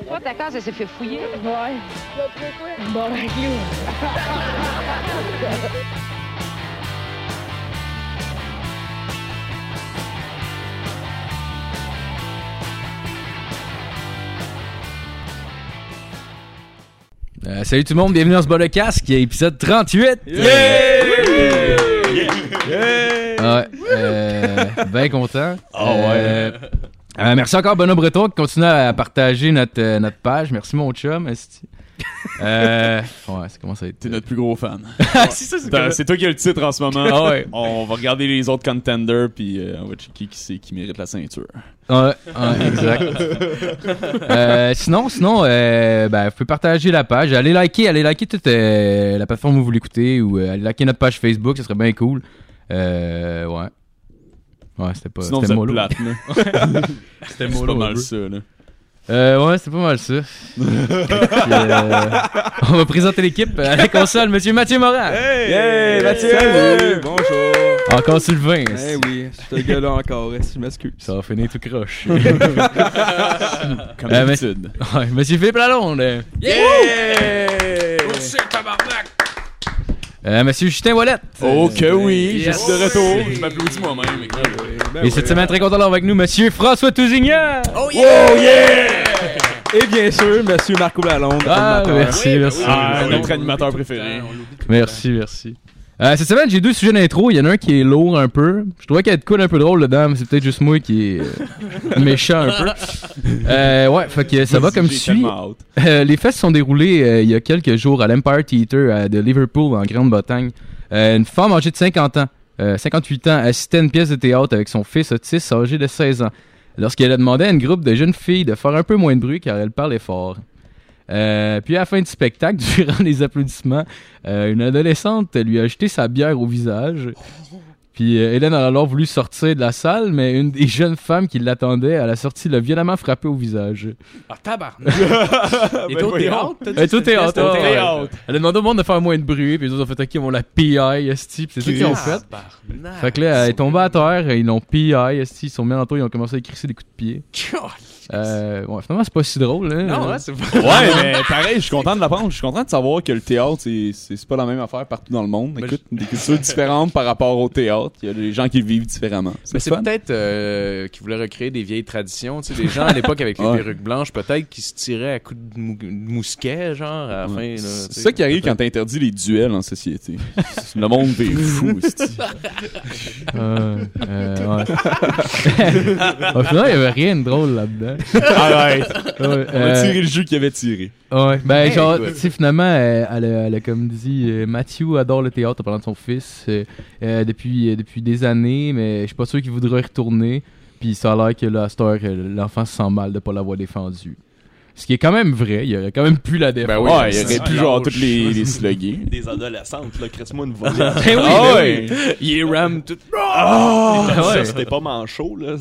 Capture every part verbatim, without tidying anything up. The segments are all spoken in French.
Toi, ta case, elle s'est fait fouiller. Ouais. Bon, ben, clou. Euh, salut tout le monde, bienvenue dans ce bas de casque, épisode trente-huit! Yeah! Yeah! Yeah! Ouais, euh, bien content. Oh ouais! Euh, euh, merci encore Benoît Breton qui continue à partager notre, euh, notre page. Merci mon chum, esti. Euh, ouais, c'est comment ça va être? T'es notre plus gros fan. c'est ça, c'est, T'as, c'est toi qui as le titre en ce moment. Ah ouais. On va regarder les autres contenders puis euh, on va checker qui c'est qui mérite la ceinture. Ouais, ouais, exact. euh, sinon, sinon, euh, ben, vous pouvez partager la page. Allez liker, allez liker toute euh, la plateforme où vous l'écoutez ou euh, allez liker notre page Facebook, ça serait bien cool. Euh, ouais. Ouais, c'était pas. Sinon, c'était vous mollo. êtes plate, là. C'était C'est mollo. pas mal bro. ça, là. Euh, ouais, c'est pas mal ça. Puis, euh, on va présenter l'équipe à la console, monsieur Mathieu Morin. Hey! Hey, Mathieu! Salut! Bonjour! Encore Sylvain. Eh oui, je te gueule encore, je m'excuse. Ça va finir tout croche. Comme Euh, d'habitude. Ouais, monsieur Philippe Lalonde. Yeah! Euh, monsieur Justin Ouellette. Oh que oui, je Yes. suis de retour. Je m'applaudis moi-même. écoute. Ben Et cette semaine, très content d'avoir avec nous monsieur François Tousignan. Oh yeah! Et bien sûr, monsieur Marco Lalonde, Ah, animateur. merci, merci. Ah, merci. notre animateur préféré. Merci, merci. Euh, cette semaine, j'ai deux sujets d'intro. Il y en a un qui est lourd un peu. Je trouvais qu'il y avait de quoi un peu drôle dedans, mais c'est peut-être juste moi qui est euh, méchant un peu. Euh, ouais, fait que ça va comme J'ai suit. tellement hâte. Euh, les fêtes se sont déroulées euh, il y a quelques jours à l'Empire Theatre euh, de Liverpool, en Grande-Bretagne. Euh, une femme âgée de cinquante ans, euh, cinquante-huit ans, assistait à une pièce de théâtre avec son fils autiste âgé de seize ans. Lorsqu'elle a demandé à une groupe de jeunes filles de faire un peu moins de bruit car elle parlait fort. Euh, puis à la fin du spectacle, durant les applaudissements, euh, une adolescente lui a jeté sa bière au visage. Puis euh, Hélène a alors voulu sortir de la salle, mais une des jeunes femmes qui l'attendait à la sortie l'a violemment frappé au visage. Ah, tabarnak! Il était au théâtre? t'as dit? Elle est au théâtre. C'était au ouais. théâtre. Elle a demandé au monde de faire moins de bruit, puis les autres ont fait OK, on la P I, esti, puis c'est ça qu'ils ont fait. Tabarnak. Fait que là, elle est tombée à terre, ils l'ont P I, esti, ils sont mis en tour, ils ont commencé à crisser des coups de pied. Euh, ouais, finalement, c'est pas si drôle, hein. Non, ouais, c'est pas... Ouais, mais pareil, je suis content de l'apprendre. Je suis content de savoir que le théâtre, c'est, c'est, c'est pas la même affaire partout dans le monde. Mais Écoute, des cultures différentes par rapport au théâtre. Il y a des gens qui le vivent différemment. Mais c'est fun. peut-être euh, qu'ils voulaient recréer des vieilles traditions. Tu sais, des gens à l'époque avec les Ouais. perruques blanches, peut-être qui se tiraient à coups de, mou- de mousquet, genre, à la fin. Ouais. Là, C'est tu sais. ça qui arrive quand t'interdis les duels en société. Le monde est fou, c'est Euh, euh, ouais. Au final, il y avait rien de drôle là-dedans. Arrête! Ouais, On a euh, tiré le jeu qu'il avait tiré. Ouais, ben Hey, genre, écoute. tu sais, finalement, euh, elle, a, elle a comme dit, euh, Matthew adore le théâtre en parlant de son fils euh, euh, depuis, euh, depuis des années, mais je suis pas sûr qu'il voudra y retourner. Puis ça a l'air que là, à cette heure, euh, l'enfant se sent mal de pas l'avoir défendu. Ce qui est quand même vrai, il aurait quand même pu la défendre. Ben oui, ouais, il c'est aurait ça, pu genre lâche. toutes les, les slugger. Des adolescentes, là, crisse-moi une volée. Ben oui, Ah ben ouais! Il est ram tout. Ah! Ah ouais. Ça, c'était pas manchot, là.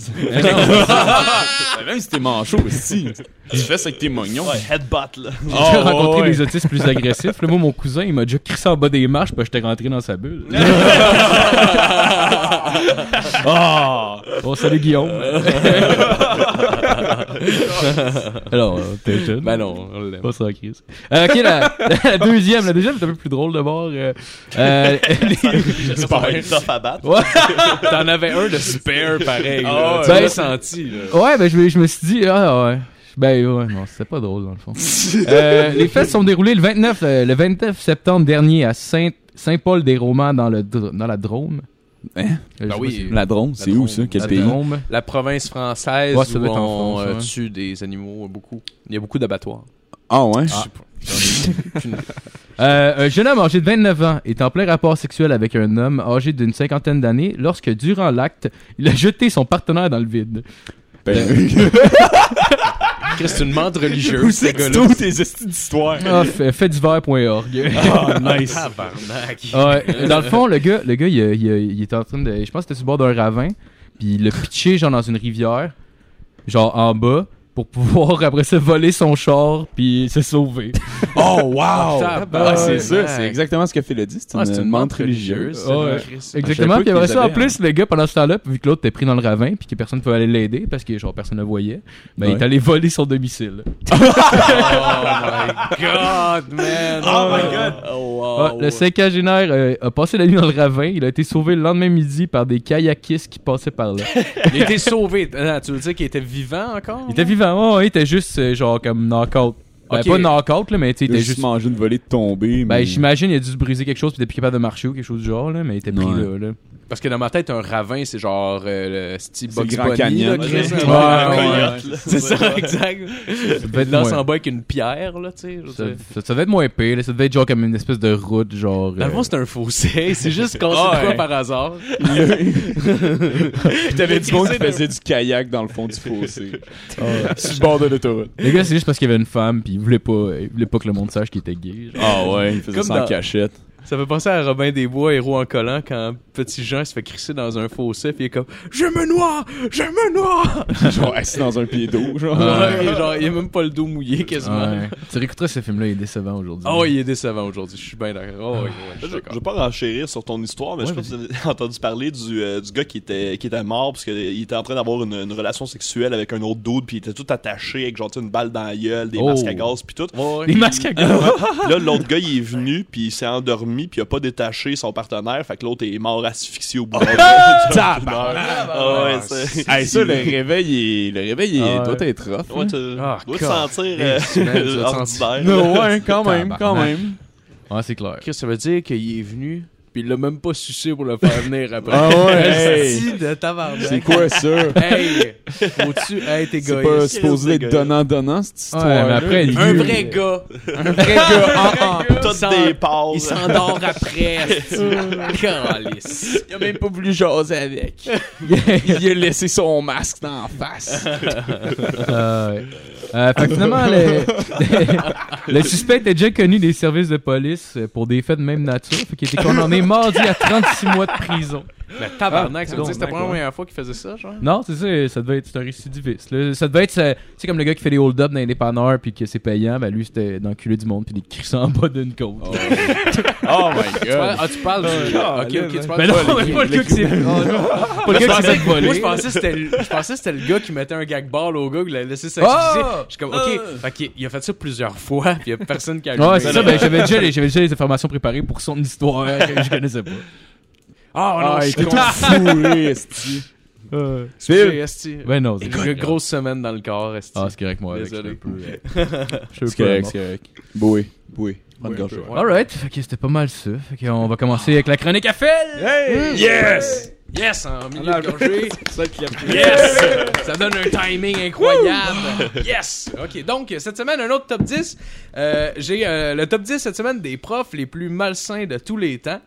Ben, même si t'es manchot, si. Tu fais ça avec tes mognons. Ouais, headbutt, là. J'ai Ah, déjà rencontré ouais. des autistes plus agressifs. Là, moi, mon cousin, il m'a déjà crissé en bas des marches parce que j'étais rentré dans sa bulle. Ah! Bon, salut Guillaume. Alors, euh, t'es jeune. Ben non, on l'aime. Pas ça, Chris. Euh, ok, la, la deuxième. La deuxième est un peu plus drôle de voir. Euh, euh, les- Ça va être tough à battre. Ouais. T'en avais un de spare, pareil. Ah là. ouais. Tu l'as Ben, senti, là. Ouais, ben je, me- je me suis dit, ah ouais. Ben ouais, non, c'était pas drôle dans le fond. Euh, les fêtes sont déroulées le vingt-neuf, euh, le vingt-neuf septembre dernier à Saint, Saint-Paul-des-Romans dans, le, Dr- dans la Drôme. Hein? Euh, je Ben sais oui. pas La Drôme, c'est où ça? Quel si- pays? La Drôme. La province française Ouais, ça doit où être en on France, euh, ouais. tue des animaux, euh, beaucoup. Il y a beaucoup d'abattoirs. Ah ouais? Je sais pas. J'en ai aucune idée. Euh, un jeune homme âgé de vingt-neuf ans est en plein rapport sexuel avec un homme âgé d'une cinquantaine d'années lorsque, durant l'acte, il a jeté son partenaire dans le vide. Ben, Chris, c'est une menthe où religieuse, ce c'est que gars-là. c'est où tes estis d'histoire? Ah, fait, fait divers point org. Ah, nice. Tabarnak. Ouais, dans le fond, le gars, le gars il, a- il, a- il était en train de. Je pense que c'était sur le bord d'un ravin. Puis il l'a pitché, genre, dans une rivière. Genre, en bas. pour pouvoir après ça voler son char puis se sauver. Oh, wow! Ah, Ah, c'est ouais. ça, c'est exactement ce que fait le dit. C'est Ah, une, c'est une menthe menthe religieuse. religieuse. Ouais. c'est Chris. Exactement. pas Puis après qu'ils ça, en avaient, plus, le gars, pendant ce temps-là, vu que l'autre était pris dans le ravin puis que personne ne pouvait aller l'aider parce que genre personne ne voyait, ben Ouais. il est allé voler son domicile. Oh my god, man! Oh my god! Oh Ah, wow! le cinquagénaire euh, a passé la nuit dans le ravin. Il a été sauvé le lendemain midi par des kayakistes qui passaient par là. Il a été sauvé. Ah, tu veux dire qu'il était vivant encore? Il était vivant. Ouais, il était juste euh, genre comme knock-out. Ben, Ok. pas knock-out, là, mais tu sais, il Il a était juste juste. mangé une volée de tomber. Ben, mais... j'imagine, il a dû se briser quelque chose puis il était plus capable de marcher ou quelque chose du genre, là, mais il était pris Ouais. là, là. Parce que dans ma tête, un ravin, c'est genre euh, le style C'est le Bugs Grand Bunny, Canyon. là, Ouais, Chris, c'est- un ouais, ravin. ouais, ouais. ouais. C'est ça, exact. Ça devait être Lance moins, en bas avec une pierre, là, tu sais. je veux ça, dire. ça- ça devait être moins pire, là. Ça devait être genre comme une espèce de route, genre. Dans le euh, fond, c'est un fossé. C'est juste qu'on Ah, sait quoi ouais. par hasard. T'avais du monde qui Crissé faisait du kayak dans le fond du fossé. ah, Sur le bord de l'autoroute. Les gars, c'est juste parce qu'il y avait une femme puis il voulait pas, il voulait pas que le monde sache qu'il était gay. genre. Ah ouais, il faisait Comme ça en dans- cachette. Ça fait penser à Robin des Bois, héros en collant, quand Petit Jean se fait crisser dans un fossé, puis il est comme « Je me noie! Je me noie! Genre assis dans un pied d'eau, genre. Ouais. Ouais, genre, il a même pas le dos mouillé, quasiment. Ouais. Tu réécouteras ce film-là, il est décevant aujourd'hui. Oh, il est décevant aujourd'hui, je suis bien d'accord. Oh, ouais, ouais, je Je suis je d'accord. veux pas renchérir sur ton histoire, mais Ouais, je sais pas si vous avez entendu parler du, euh, du gars qui était, qui était mort parce qu'il était en train d'avoir une, une relation sexuelle avec un autre dude, puis il était tout attaché avec genre tu sais, une balle dans la gueule, des Oh. masques à gaz, puis tout. Ouais, ouais. Les masques à gaz. Puis là, l'autre gars, il est venu, puis il s'est endormi, puis il a pas détaché son partenaire, fait que l'autre est mort asphyxié au bout de Ah ouais, c'est... Hey, ça, le réveil, est... le réveil il Ah ouais. doit être rough. Ouais, hein. tu Ah, dois te God. sentir Hey, euh, tu man, tu dois te ordinaire. Non, ouais, quand même, Tabarnak. quand même. Ouais, c'est clair. Chris, ça veut dire qu'il est venu, puis il l'a même pas sucé pour le faire venir après. Ah ouais, hey. Esti de tabarnak. C'est quoi ça? Hey! Faut-tu être C'est pas égoïste? supposé être donnant-donnant, cette histoire. Ouais, mais après, il- Un vrai gars. Un vrai gars. Ah, ah. Toutes s'en- des parts. Il s'endort après. esti. Calice. Il a même pas voulu jaser avec. Il a laissé son masque dans la face. Euh, ouais. Euh, fait que finalement, le, le suspect était déjà connu des services de police pour des faits de même nature. Fait qu'il était condamné mardi à trente-six mois de prison. Mais tabarnak, ça veut dire que c'était pas la Tabarnak, première fois qu'il faisait ça, genre? Non, c'est ça, ça devait être c'est un récidiviste. Là. Ça devait être, ça- tu sais, comme le gars qui fait des hold-up dans les dépanneurs puis que c'est payant, ben lui c'était d'enculer du monde puis des crisser en bas d'une côte. Oh my god. Ah, tu parles du... Ah, Ok, là, ok, tu là. parles Ben du- non, mais pas le gars qui s'est. Oh, non. Pas le gars qui s'est fait voler. Moi, je pensais que c'était le- je pensais que c'était le gars qui mettait un gag ball au gars, qui l'a laissé s'excuser. Ah! Je suis comme, ok, fait qu'il- il a fait ça plusieurs fois, puis il y a personne qui a Ouais, allumé. c'est ça, ben j'avais déjà, les, j'avais déjà les informations préparées pour son histoire que je connaissais pas. Ah, non, Ah, je il suis était tout con. fourré, esti. Excusez, esti. Ben non, c'est Gr- Grosse semaine dans le corps, esti. Ah, c'est correct, moi, avec. Désolé. je suis un peu, euh, je suis un C'est peu correct, mort. c'est correct. Boué, boué. Prends une Ouais, gorge. un peu, ouais. Alright, fait que c'était pas mal ça. Fait qu'on va commencer avec la chronique à Phil. Hey! Yes! Yes, en milieu de gorgée. Ça qui a Yes! Ça donne un timing incroyable. Yes! OK, donc, cette semaine, un autre top dix. Euh, j'ai euh, le top dix cette semaine des profs les plus malsains de tous les temps.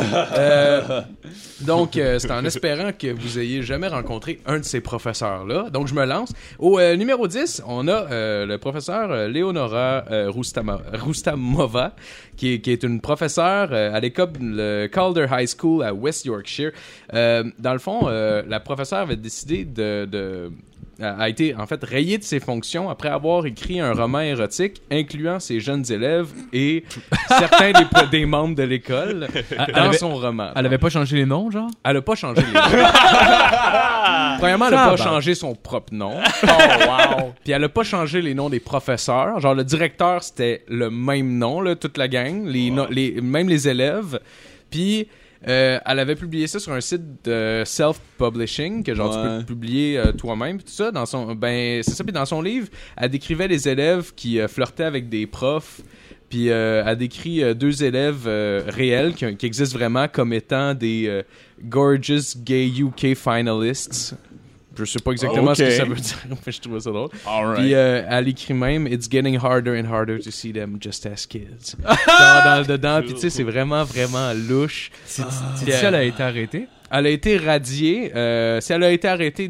Euh, donc, euh, c'est en espérant que vous ayez jamais rencontré un de ces professeurs-là. Donc, je me lance. Au euh, numéro dix, on a euh, le professeur euh, Leonora euh, Roustama- Roustamova, qui est, qui est une professeure euh, à l'école le Calder High School à West Yorkshire. Euh, dans le fond, euh, la professeure avait décidé de... de a été en fait rayée de ses fonctions après avoir écrit un roman érotique incluant ses jeunes élèves et certains des, pro- des membres de l'école dans avait- son roman. Elle avait pas changé les noms, genre? Elle a pas changé les noms. Premièrement, elle a pas changé son propre nom. Oh, wow. Puis elle a pas changé les noms des professeurs. Genre, le directeur, c'était le même nom, là, toute la gang, les no- les, même les élèves. Puis... Euh, elle avait publié ça sur un site de self-publishing que genre Ouais. tu peux publier euh, toi-même pis tout ça dans son ben c'est ça puis dans son livre elle décrivait les élèves qui euh, flirtaient avec des profs puis euh, elle décrit euh, deux élèves euh, réels qui, qui existent vraiment comme étant des euh, gorgeous gay U K finalists. Je sais pas exactement Ok. ce que ça veut dire, mais je trouvais ça drôle. Alright. Puis euh, elle écrit même It's getting harder and harder to see them just as kids. Genre dans le dedans, puis tu sais c'est vraiment vraiment louche. C'est Puis, si euh, elle a été arrêtée? Elle a été radiée. Euh, si elle a été arrêtée,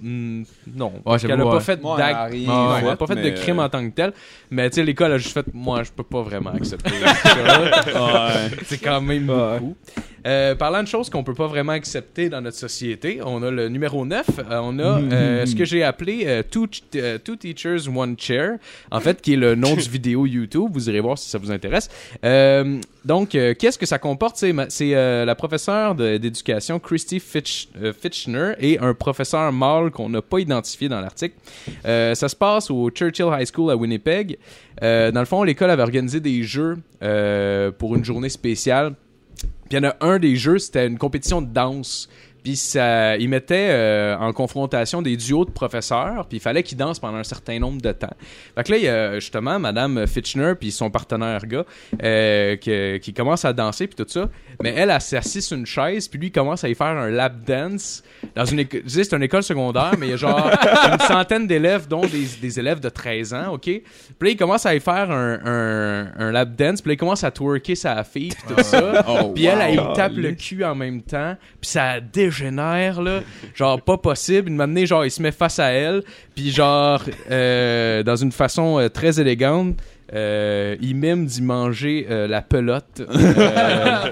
Mm, non. Ouais, Elle a j'avoue, pas ouais. fait Moi, d'acte. elle a rien Ouais, elle a fait, pas fait de mais, crime euh, en tant que tel. Mais tu sais, l'école a juste fait, moi, je peux pas vraiment accepter ça. Ouais. C'est quand même Ouais. beaucoup. Euh, parlant de choses qu'on peut pas vraiment accepter dans notre société, on a le numéro neuf. Euh, on a euh, ce que j'ai appelé euh, two, euh, two Teachers, One Chair. En fait, qui est le nom du vidéo YouTube. Vous irez voir si ça vous intéresse. Euh, donc, euh, qu'est-ce que ça comporte? C'est, ma- c'est euh, la professeure de- d'éducation Christy Fitch, euh, Fitchner et un professeur mâle qu'on n'a pas identifié dans l'article. Euh, ça se passe au Churchill High School à Winnipeg. Euh, dans le fond, l'école avait organisé des jeux euh, pour une journée spéciale. Puis il y en a un des jeux, c'était une compétition de danse. Puis ça, ils mettaient euh, en confrontation des duos de professeurs, puis il fallait qu'ils dansent pendant un certain nombre de temps. Fait que là, il y a justement Madame Fitchner puis son partenaire gars euh, qui, qui commence à danser puis tout ça. Mais elle, elle s'est assise sur une chaise, puis lui, il commence à y faire un lap dance dans une école. Je disais, c'est une école secondaire, mais il y a genre une centaine d'élèves, dont des, des élèves de treize ans, OK? Puis là, il commence à y faire un, un, un lap dance, puis là, il commence à twerker sa fille, puis tout ça. Oh, Puis elle, elle, wow. il tape le cul en même temps, puis ça dégénère, là. Genre, pas possible. Une matinée, genre, il se met face à elle, puis genre, euh, dans une façon euh, très élégante, euh, il mime d'y manger euh, la pelote. Euh,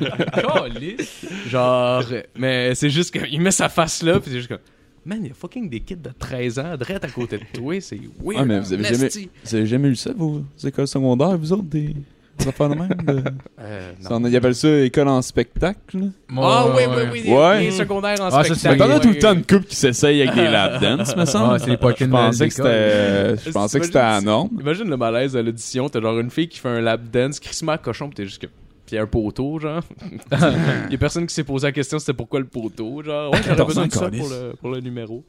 genre, mais c'est juste qu'il met sa face là, puis c'est juste comme... Man, il y a fucking des kids de treize ans, direct à côté de toi, c'est weird. Ah, mais vous avez jamais, nasty. vous avez jamais eu ça, vos écoles secondaires, vous autres, des, des affaires de même? De... Euh, Ça, on- Ils appellent ça école en spectacle. là. Ah oui, oui, oui, des, Ouais. des secondaires en Ah, ça, c'est spectacle. T'en as Ouais, tout le ouais. temps une couple qui s'essaye avec des lap dance, me semble. Ouais, c'est les parties Je de pensais que l'école. c'était, je pensais que c'était à la norme. Imagine le malaise à l'audition, t'as genre une fille qui fait un lap dance, crissement cochon, pis t'es juste que... Pis y a un poteau, genre. Y a personne qui s'est posé la question c'était pourquoi le poteau, genre. Ouais, j'aurais besoin de ça pour le, pour le numéro.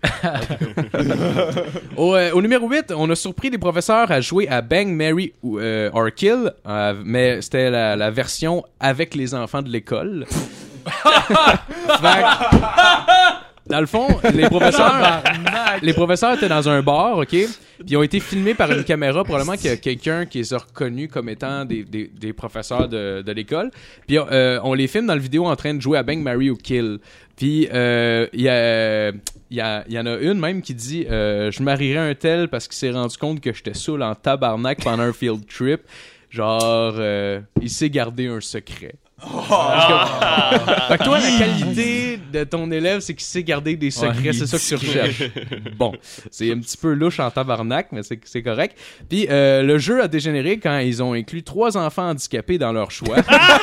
au, euh, au numéro huit, on a surpris les professeurs à jouer à Bang, Marry ou euh, or Kill, euh, mais c'était la, la version avec les enfants de l'école. Fait que, dans le fond, les professeurs, les professeurs étaient dans un bar, OK? Puis ils ont été filmés par une caméra, probablement qu'il y a quelqu'un qui les a reconnus comme étant des, des, des professeurs de, de l'école. Puis euh, on les filme dans le vidéo en train de jouer à Bang, Marry ou Kill. Puis euh, il y a... Il y, a, il y en a une même qui dit euh, je marierais un tel parce qu'il s'est rendu compte que j'étais saoul en tabarnak pendant un field trip. Genre, euh, il sait garder un secret. Oh! Fait que toi, la qualité de ton élève, c'est qu'il sait garder des secrets. Ouais, c'est ça que tu recherches. Bon, c'est un petit peu louche en tabarnak, mais c'est, c'est correct. Puis euh, le jeu a dégénéré quand ils ont inclus trois enfants handicapés dans leur choix.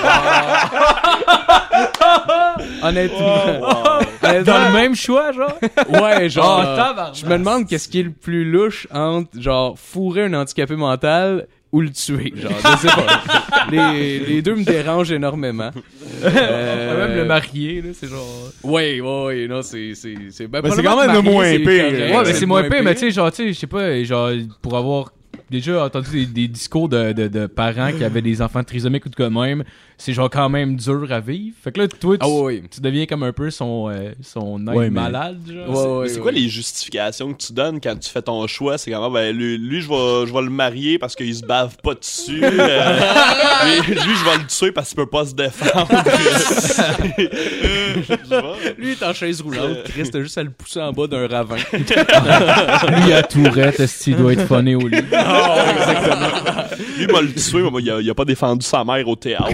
Honnêtement. Honnêtement, Dans le même choix, genre? Ouais, genre. Oh, tabarnak. je me demande qu'est-ce qui est le plus louche entre, genre, fourrer un handicapé mental ou le tuer. Genre, je sais pas. les, les deux me dérangent énormément. Euh, Même le marié, là, c'est genre... Ouais, ouais, ouais, non, c'est. C'est, c'est, ben, Ben, c'est probablement quand même que le moins marié, c'est pire. correct, Ouais, mais c'est le moins pire, mais tu sais, genre, tu sais, je sais pas, genre, pour avoir déjà entendu des, des discours de, de, de parents qui avaient des enfants trisomiques ou de quoi de même, c'est genre quand même dur à vivre. Fait que là, toi, tu, Ah ouais, tu deviens comme un peu son, euh, son œil Ouais, mais- malade, genre. ouais, ouais, Mais c'est ouais. quoi les justifications que tu donnes quand tu fais ton choix? C'est comment, ben, lui, lui, je vais, je vais le marier parce qu'il se bave pas dessus. Euh, lui, lui, je vais le tuer parce qu'il peut pas se défendre. Je sais pas. Lui, il est en chaise roulante. Chris, t'as juste à le pousser en bas d'un ravin. Lui, à Tourette, est-ce qu'il doit être funné au lit? Lui, il va le tuer, mais il a, il a pas défendu sa mère au théâtre.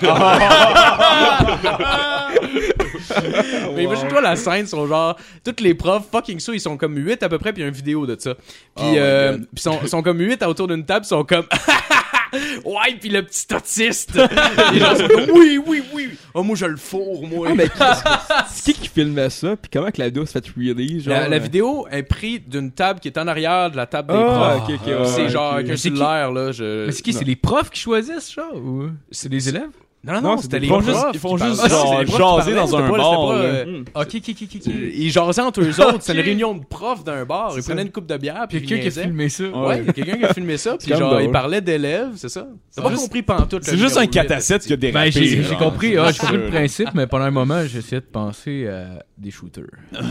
Mais imagine-toi la scène, sont genre, tous les profs, fucking ça, ils sont comme huit à peu près, puis il y a une vidéo de ça. Puis Oh my euh, God. puis sont, sont comme huit autour d'une table, ils sont comme, ouais, puis le petit autiste. Les gens sont comme, oui, oui, oui. Oh, moi, je le fourre, moi. Ah, mais c'est qui qui filmait ça? Puis comment que la vidéo se fait release? Genre, La, la euh, vidéo est prise d'une table qui est en arrière de la table des Ah, profs. ok, ok, Puis ouais, c'est ouais, genre ok. avec un Mais c'est qui? cellulaire, là. Je... Mais c'est qui? C'est les profs qui choisissent, genre? Ou c'est les élèves? Non, non, non, Non, c'était c'est les des profs. profs, ils font qui juste parlaient. genre Ah, c'est les profs qui jaser parlaient, dans un c'était pas- bar, c'était pas, là. euh, Ok, ok, ok, ok. Ils jasaient entre eux autres. C'était une Ok. réunion de profs d'un bar. Ils prenaient une coupe de bière. Puis Quelqu'un ils qui a niaisaient. filmé ça. Ouais, quelqu'un qui a filmé ça. Puis comme genre, drôle. il parlait d'élèves, c'est ça? T'as pas juste- compris pantoute. C'est juste un catassette qui a dérapé. Ben, j'ai, j'ai genre. compris, ah, j'ai compris le sûr. principe, mais pendant un moment, j'essayais de penser à des shooters.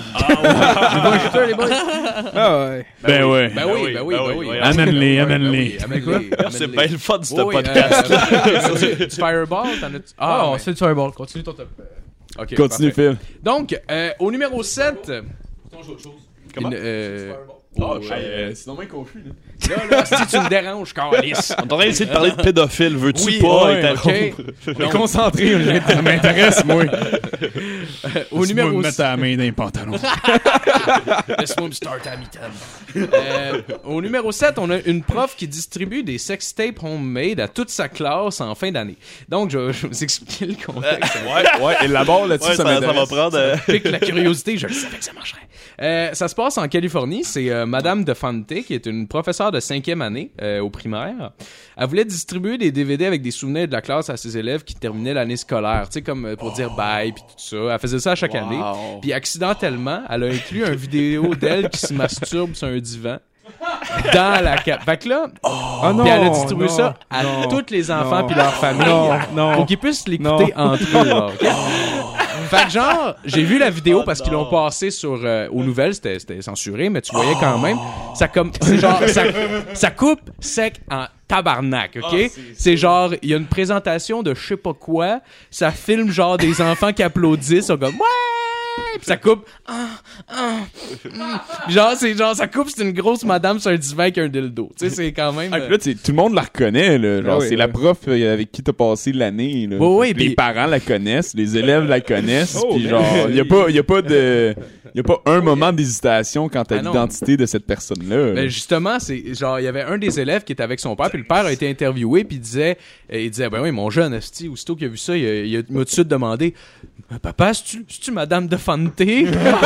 Ah ouais. Ben ouais. Ben oui, ben oui, ben oui. Amène-les, Ben amène-les. oui, amène-les. C'est amène-les. bien le fun, ce Oui, oui, podcast. euh, du, du Fireball, t'en as-tu? Ah, Ah, on ouais. sait du fireball. Continue ton top. Ok, Continue, parfait. Phil. Donc, euh, au numéro sept... Comment? Une, euh, Oh, ouais. euh, c'est normal confus, là. Là, là, si tu me déranges, câlisse. On est en train d'essayer de parler de pédophile. Veux-tu Oui, pas ouais, interrompre? On est concentré, ça m'intéresse, moi. Au numéro me mettre la main dans les pantalons. Laisse-moi me start à mi-temps. Euh, au numéro sept, on a une prof qui distribue des sextapes homemade à toute sa classe en fin d'année. Donc, je, je vais vous expliquer le contexte. Ouais, Ouais, élabore là-dessus, ouais, ça ça, ça m'intéresse. va prendre... euh, Pique la curiosité, je le savais que ça marcherait. Euh, ça se passe en Californie. C'est euh, Madame De Fante, qui est une professeure de cinquième année euh, au primaire. Elle voulait distribuer des D V D avec des souvenirs de la classe à ses élèves qui terminaient l'année scolaire. Tu sais, comme euh, pour dire bye, puis tout ça. Elle faisait ça à chaque Wow. année. Puis accidentellement, elle a inclus une vidéo d'elle qui se masturbe sur un divan. Dans la cap. Fait que là, Oh non, puis elle a distribué non, ça à non, tous les enfants non, puis leurs familles. non, non, Pour qu'ils puissent l'écouter entre eux. Là, ok? Fait que genre, j'ai vu la vidéo parce qu'ils l'ont passé sur euh, aux nouvelles, c'était, c'était censuré, mais tu voyais quand même, ça comme, c'est genre, ça, ça coupe sec en tabarnak, ok? Ah, c'est- c'est genre, il y a une présentation de je sais pas quoi, ça filme genre des enfants qui applaudissent, sont comme ouais, puis ça coupe, ah, ah, mm. genre c'est genre ça coupe, c'est une grosse madame sur un divan avec un dildo, tu sais, c'est quand même. Ah, puis là, tu sais, tout le monde la reconnaît, là. Genre, Ah oui, c'est la oui. prof euh, avec qui t'as passé l'année, là. Oui, oui, les puis- parents la connaissent, les élèves la connaissent, Oh, puis mais- genre, il y a pas, y a pas de, y a pas un moment d'hésitation quant à Ah non. l'identité de cette personne-là. Ben justement, c'est genre il y avait un des élèves qui était avec son père, puis le père a été interviewé, puis il disait, euh, il disait ben oui mon jeune esti, aussitôt qu'il a vu ça, il, a- il, a- il m'a tout de suite demandé, papa, c'est-tu, c'est-tu Madame De Fante? Il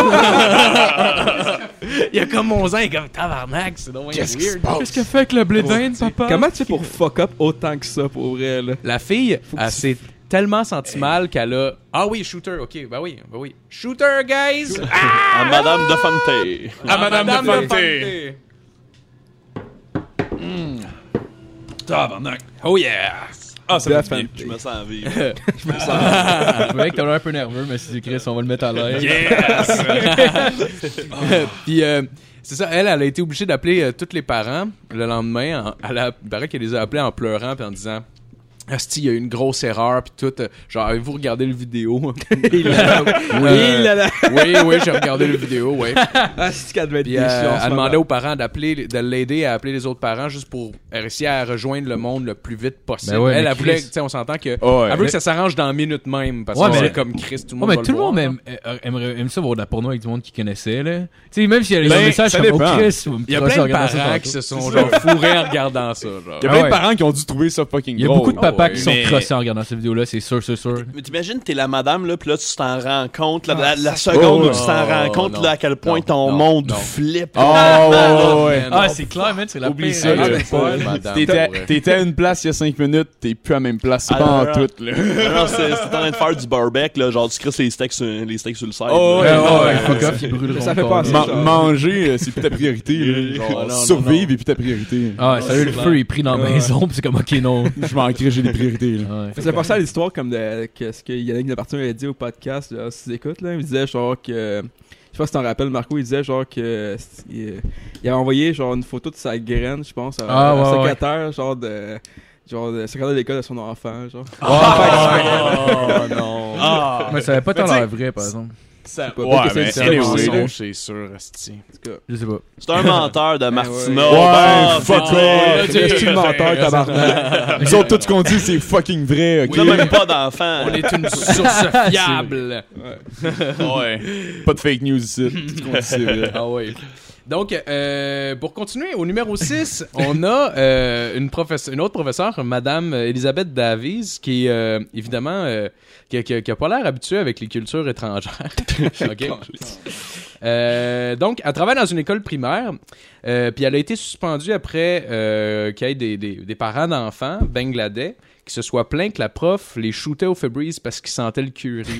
a comme onze ans, il est comme tabarnak, c'est donc bien Qu'est-ce qui se weird. passe? Qu'est-ce qu'elle fait avec le blé d'Inde, papa? Comment tu fais pour fuck up autant que ça, pour vrai, là? La fille, elle s'est tellement senti mal qu'elle a ah oui shooter, ok, ben oui, ben oui, shooter guys, À Madame De Fante. à Madame De Fante. Tabarnak. Oh yeah. Ah, ça De fait du bien. Fante. Je me sens vivre. Je trouvais que t'as l'air un peu nerveux, mais si Chris, on va le mettre à l'aise. Puis euh, c'est ça, elle, elle a été obligée d'appeler euh, tous les parents le lendemain. En, elle a, il paraît qu'elle les a appelés en pleurant puis en disant Asti, il y a eu une grosse erreur puis tout. euh, Genre, avez-vous regardé le vidéo? Il l'a- oui, Il l'a- oui, oui, j'ai regardé le vidéo, oui. Ah, c'est qu'elle devait être Puis déçue euh, en ce elle moment. demandait aux parents d'appeler, de l'aider à appeler les autres parents juste pour réussir à rejoindre le monde le plus vite possible. Ben ouais, elle, mais elle voulait, Chris- tu sais, on s'entend que, Oh, ouais. elle veut que ça s'arrange dans la minute même parce Ouais, que mais- c'est comme Chris, tout le Ouais, monde mais va tout le voir, monde là. aime, euh, aimerait, aime ça voir de la porno avec du monde qui connaissait, là. Tu sais, même s'il y a les Ben, messages ça comme oh, dépend. Chris, vous me Il y a crossez plein en de regardant ça parents tantôt. qui se sont genre fourrés en regardant ça. Genre. Il y a Ah plein ouais. de parents qui ont dû trouver ça fucking Il y a drôle. beaucoup de papas Ah ouais. qui sont Mais- crossés en regardant cette vidéo-là, c'est sûr, c'est sûr. Mais t'imagines, t'es la madame, là, pis là, tu t'en rends compte, là, la, la seconde Oh, où tu t'en rends non, compte, non, là, à quel point non, ton non, monde non. flippe. Ah, ouais, ouais, ouais. Man, Ah, non. c'est clair, man, c'est la Oublie pire ça, erreur là. de folle. Madame, T'étais, pour vrai. t'étais à une place il y a cinq minutes, t'es plus à la même place. Ah, pas en non, tout, là. Non, non, c'est, c'est en train de faire du barbecue, là, genre, tu crisses les steaks sur, les steaks sur le side. Oh, là. ouais, Ah ouais, ouais, fuck off, il brûleront Ça fait encore, penser- là. Ma- genre. manger, euh, c'est plus ta priorité, là. Genre, non, non, survivre non. est plus ta priorité. Ah, sérieux, le feu est pris dans la Ouais. maison, pis c'est comme ok, non. Je manquerais, j'ai des priorités, là. Ouais. Ça fait penser à l'histoire comme de que ce que Yannick Lapartine avait dit au podcast, là, si tu écoutes, là, il disait genre que, je sais pas si t'en rappelles, Marco, il disait genre que il, il avait envoyé genre une photo de sa graine, je pense, à Ah, un ouais, secrétaire, genre de, genre de secrétaire de l'école de son enfant, genre. Oh non. Ah! Mais ça avait pas tant Mais tu l'air vrai, par exemple. Ça, pas- ouais, peut-être que mais c'est C'est anyway, un anyway, là. mensonge, c'est sûr, esti. Je sais pas. C'est un menteur de Martina. Ouais, Ah, fuck c'est- off. C'est le menteur, tabarnak. Nous autres, tout ce qu'on dit, c'est fucking vrai, ok? On n'a même pas d'enfant. On est une source fiable. Ouais. Pas de fake news ici. Tout ce qu'on dit, c'est vrai. Ah oui. Donc, euh, pour continuer, au numéro six, on a euh, une, professe- une autre professeure, Madame Elisabeth Davies, qui est euh, évidemment euh, qui, a, qui a- qui a pas l'air habituée avec les cultures étrangères. Ok. Euh, donc, elle travaille dans une école primaire, euh, puis elle a été suspendue après euh, qu'il y ait des, des, des parents d'enfants bangladais qui se soient plaints que la prof les shootait au Febreze parce qu'ils sentaient le curry.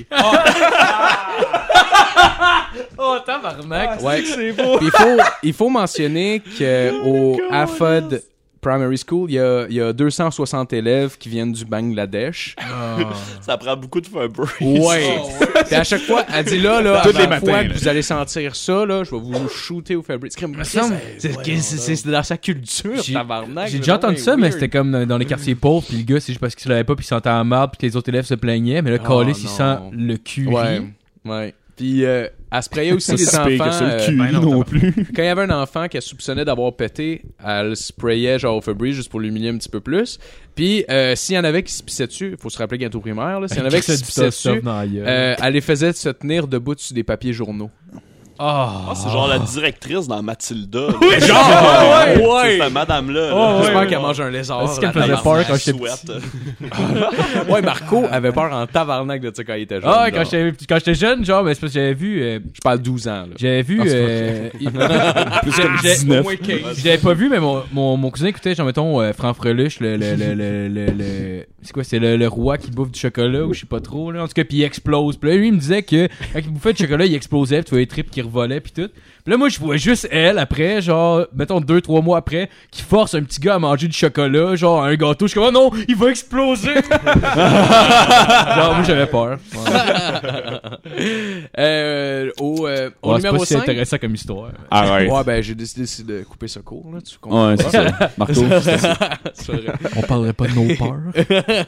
Oh, tabarnak! Ouais. C'est beau. Puis il faut, il faut mentionner qu'au Afod Primary School, il y a, il y a deux cent soixante élèves qui viennent du Bangladesh. Ça prend beaucoup de Febreze. Ouais. Puis à chaque fois, elle dit là, là, Tous à les la matins, fois là. que vous allez sentir ça, là, je vais vous shooter au Febreze. C'est, c'est, c'est, c'est, c'est dans sa culture, J'ai- tabarnak. J'ai déjà entendu ça, mais c'était comme dans- dans les quartiers pauvres, puis le gars, c'est juste parce qu'il l'avait pas, puis il sentait en marde, puis que les autres élèves se plaignaient, mais là, Oh, Calis, il non. sent le curry. Ouais. Ouais. Puis euh, elle sprayait aussi les C'est pire enfants. que sur le euh, cul, ben non, non t'as plus. quand il y avait un enfant qu'elle soupçonnait d'avoir pété, elle sprayait genre au Febreze juste pour l'humilier un petit peu plus. Puis euh, s'il y en avait qui se pissaient dessus, il faut se rappeler qu'elle est au primaire, là, s'il y en avait qui se pissaient dessus, euh, elle les faisait se tenir debout sur des papiers journaux. Ah, c'est genre la directrice dans Mathilda. Oui, genre, ouais, C'est ouais. cette madame-là. Oh, là. J'espère Ouais, qu'elle ouais. mange un lézard. Est-ce qu'elle la faisait tabarnak. peur quand j'étais Souhaite. Ouais, Marco avait peur en tabarnak de ça quand il était jeune. Ah, là. quand j'étais, quand j'étais jeune, genre, mais c'est parce que j'avais vu. euh, Je parle douze ans. Là. j'avais vu. Ah, c'est euh, il- Plus comme j'ai- dix-neuf. Je l'avais pas vu, mais mon, mon, mon cousin écoutait, genre, mettons, euh, Franfreluche, le, le, le, le, le, le- c'est quoi, c'est le, le roi qui bouffe du chocolat, ou je sais pas trop, là. En tout cas, puis il explose. Puis là, lui, il me disait que quand il bouffait du chocolat, il explosait, puis tu vois les tripes qui revolaient, puis tout. Puis là, moi, je vois juste elle, après, genre, mettons, deux, trois mois après, qui force un petit gars à manger du chocolat, genre, un gâteau. Je suis comme, oh non, il va exploser! Genre, moi, j'avais peur. Ouais. euh, au euh, au Ouais, c'est numéro pas si cinq. intéressant comme histoire. Arrête. Ouais, ben j'ai décidé de couper ce cours. Là, tu comprends? Ouais, c'est ça. Marco, c'est ça. C'est vrai. On parlerait pas de nos peurs.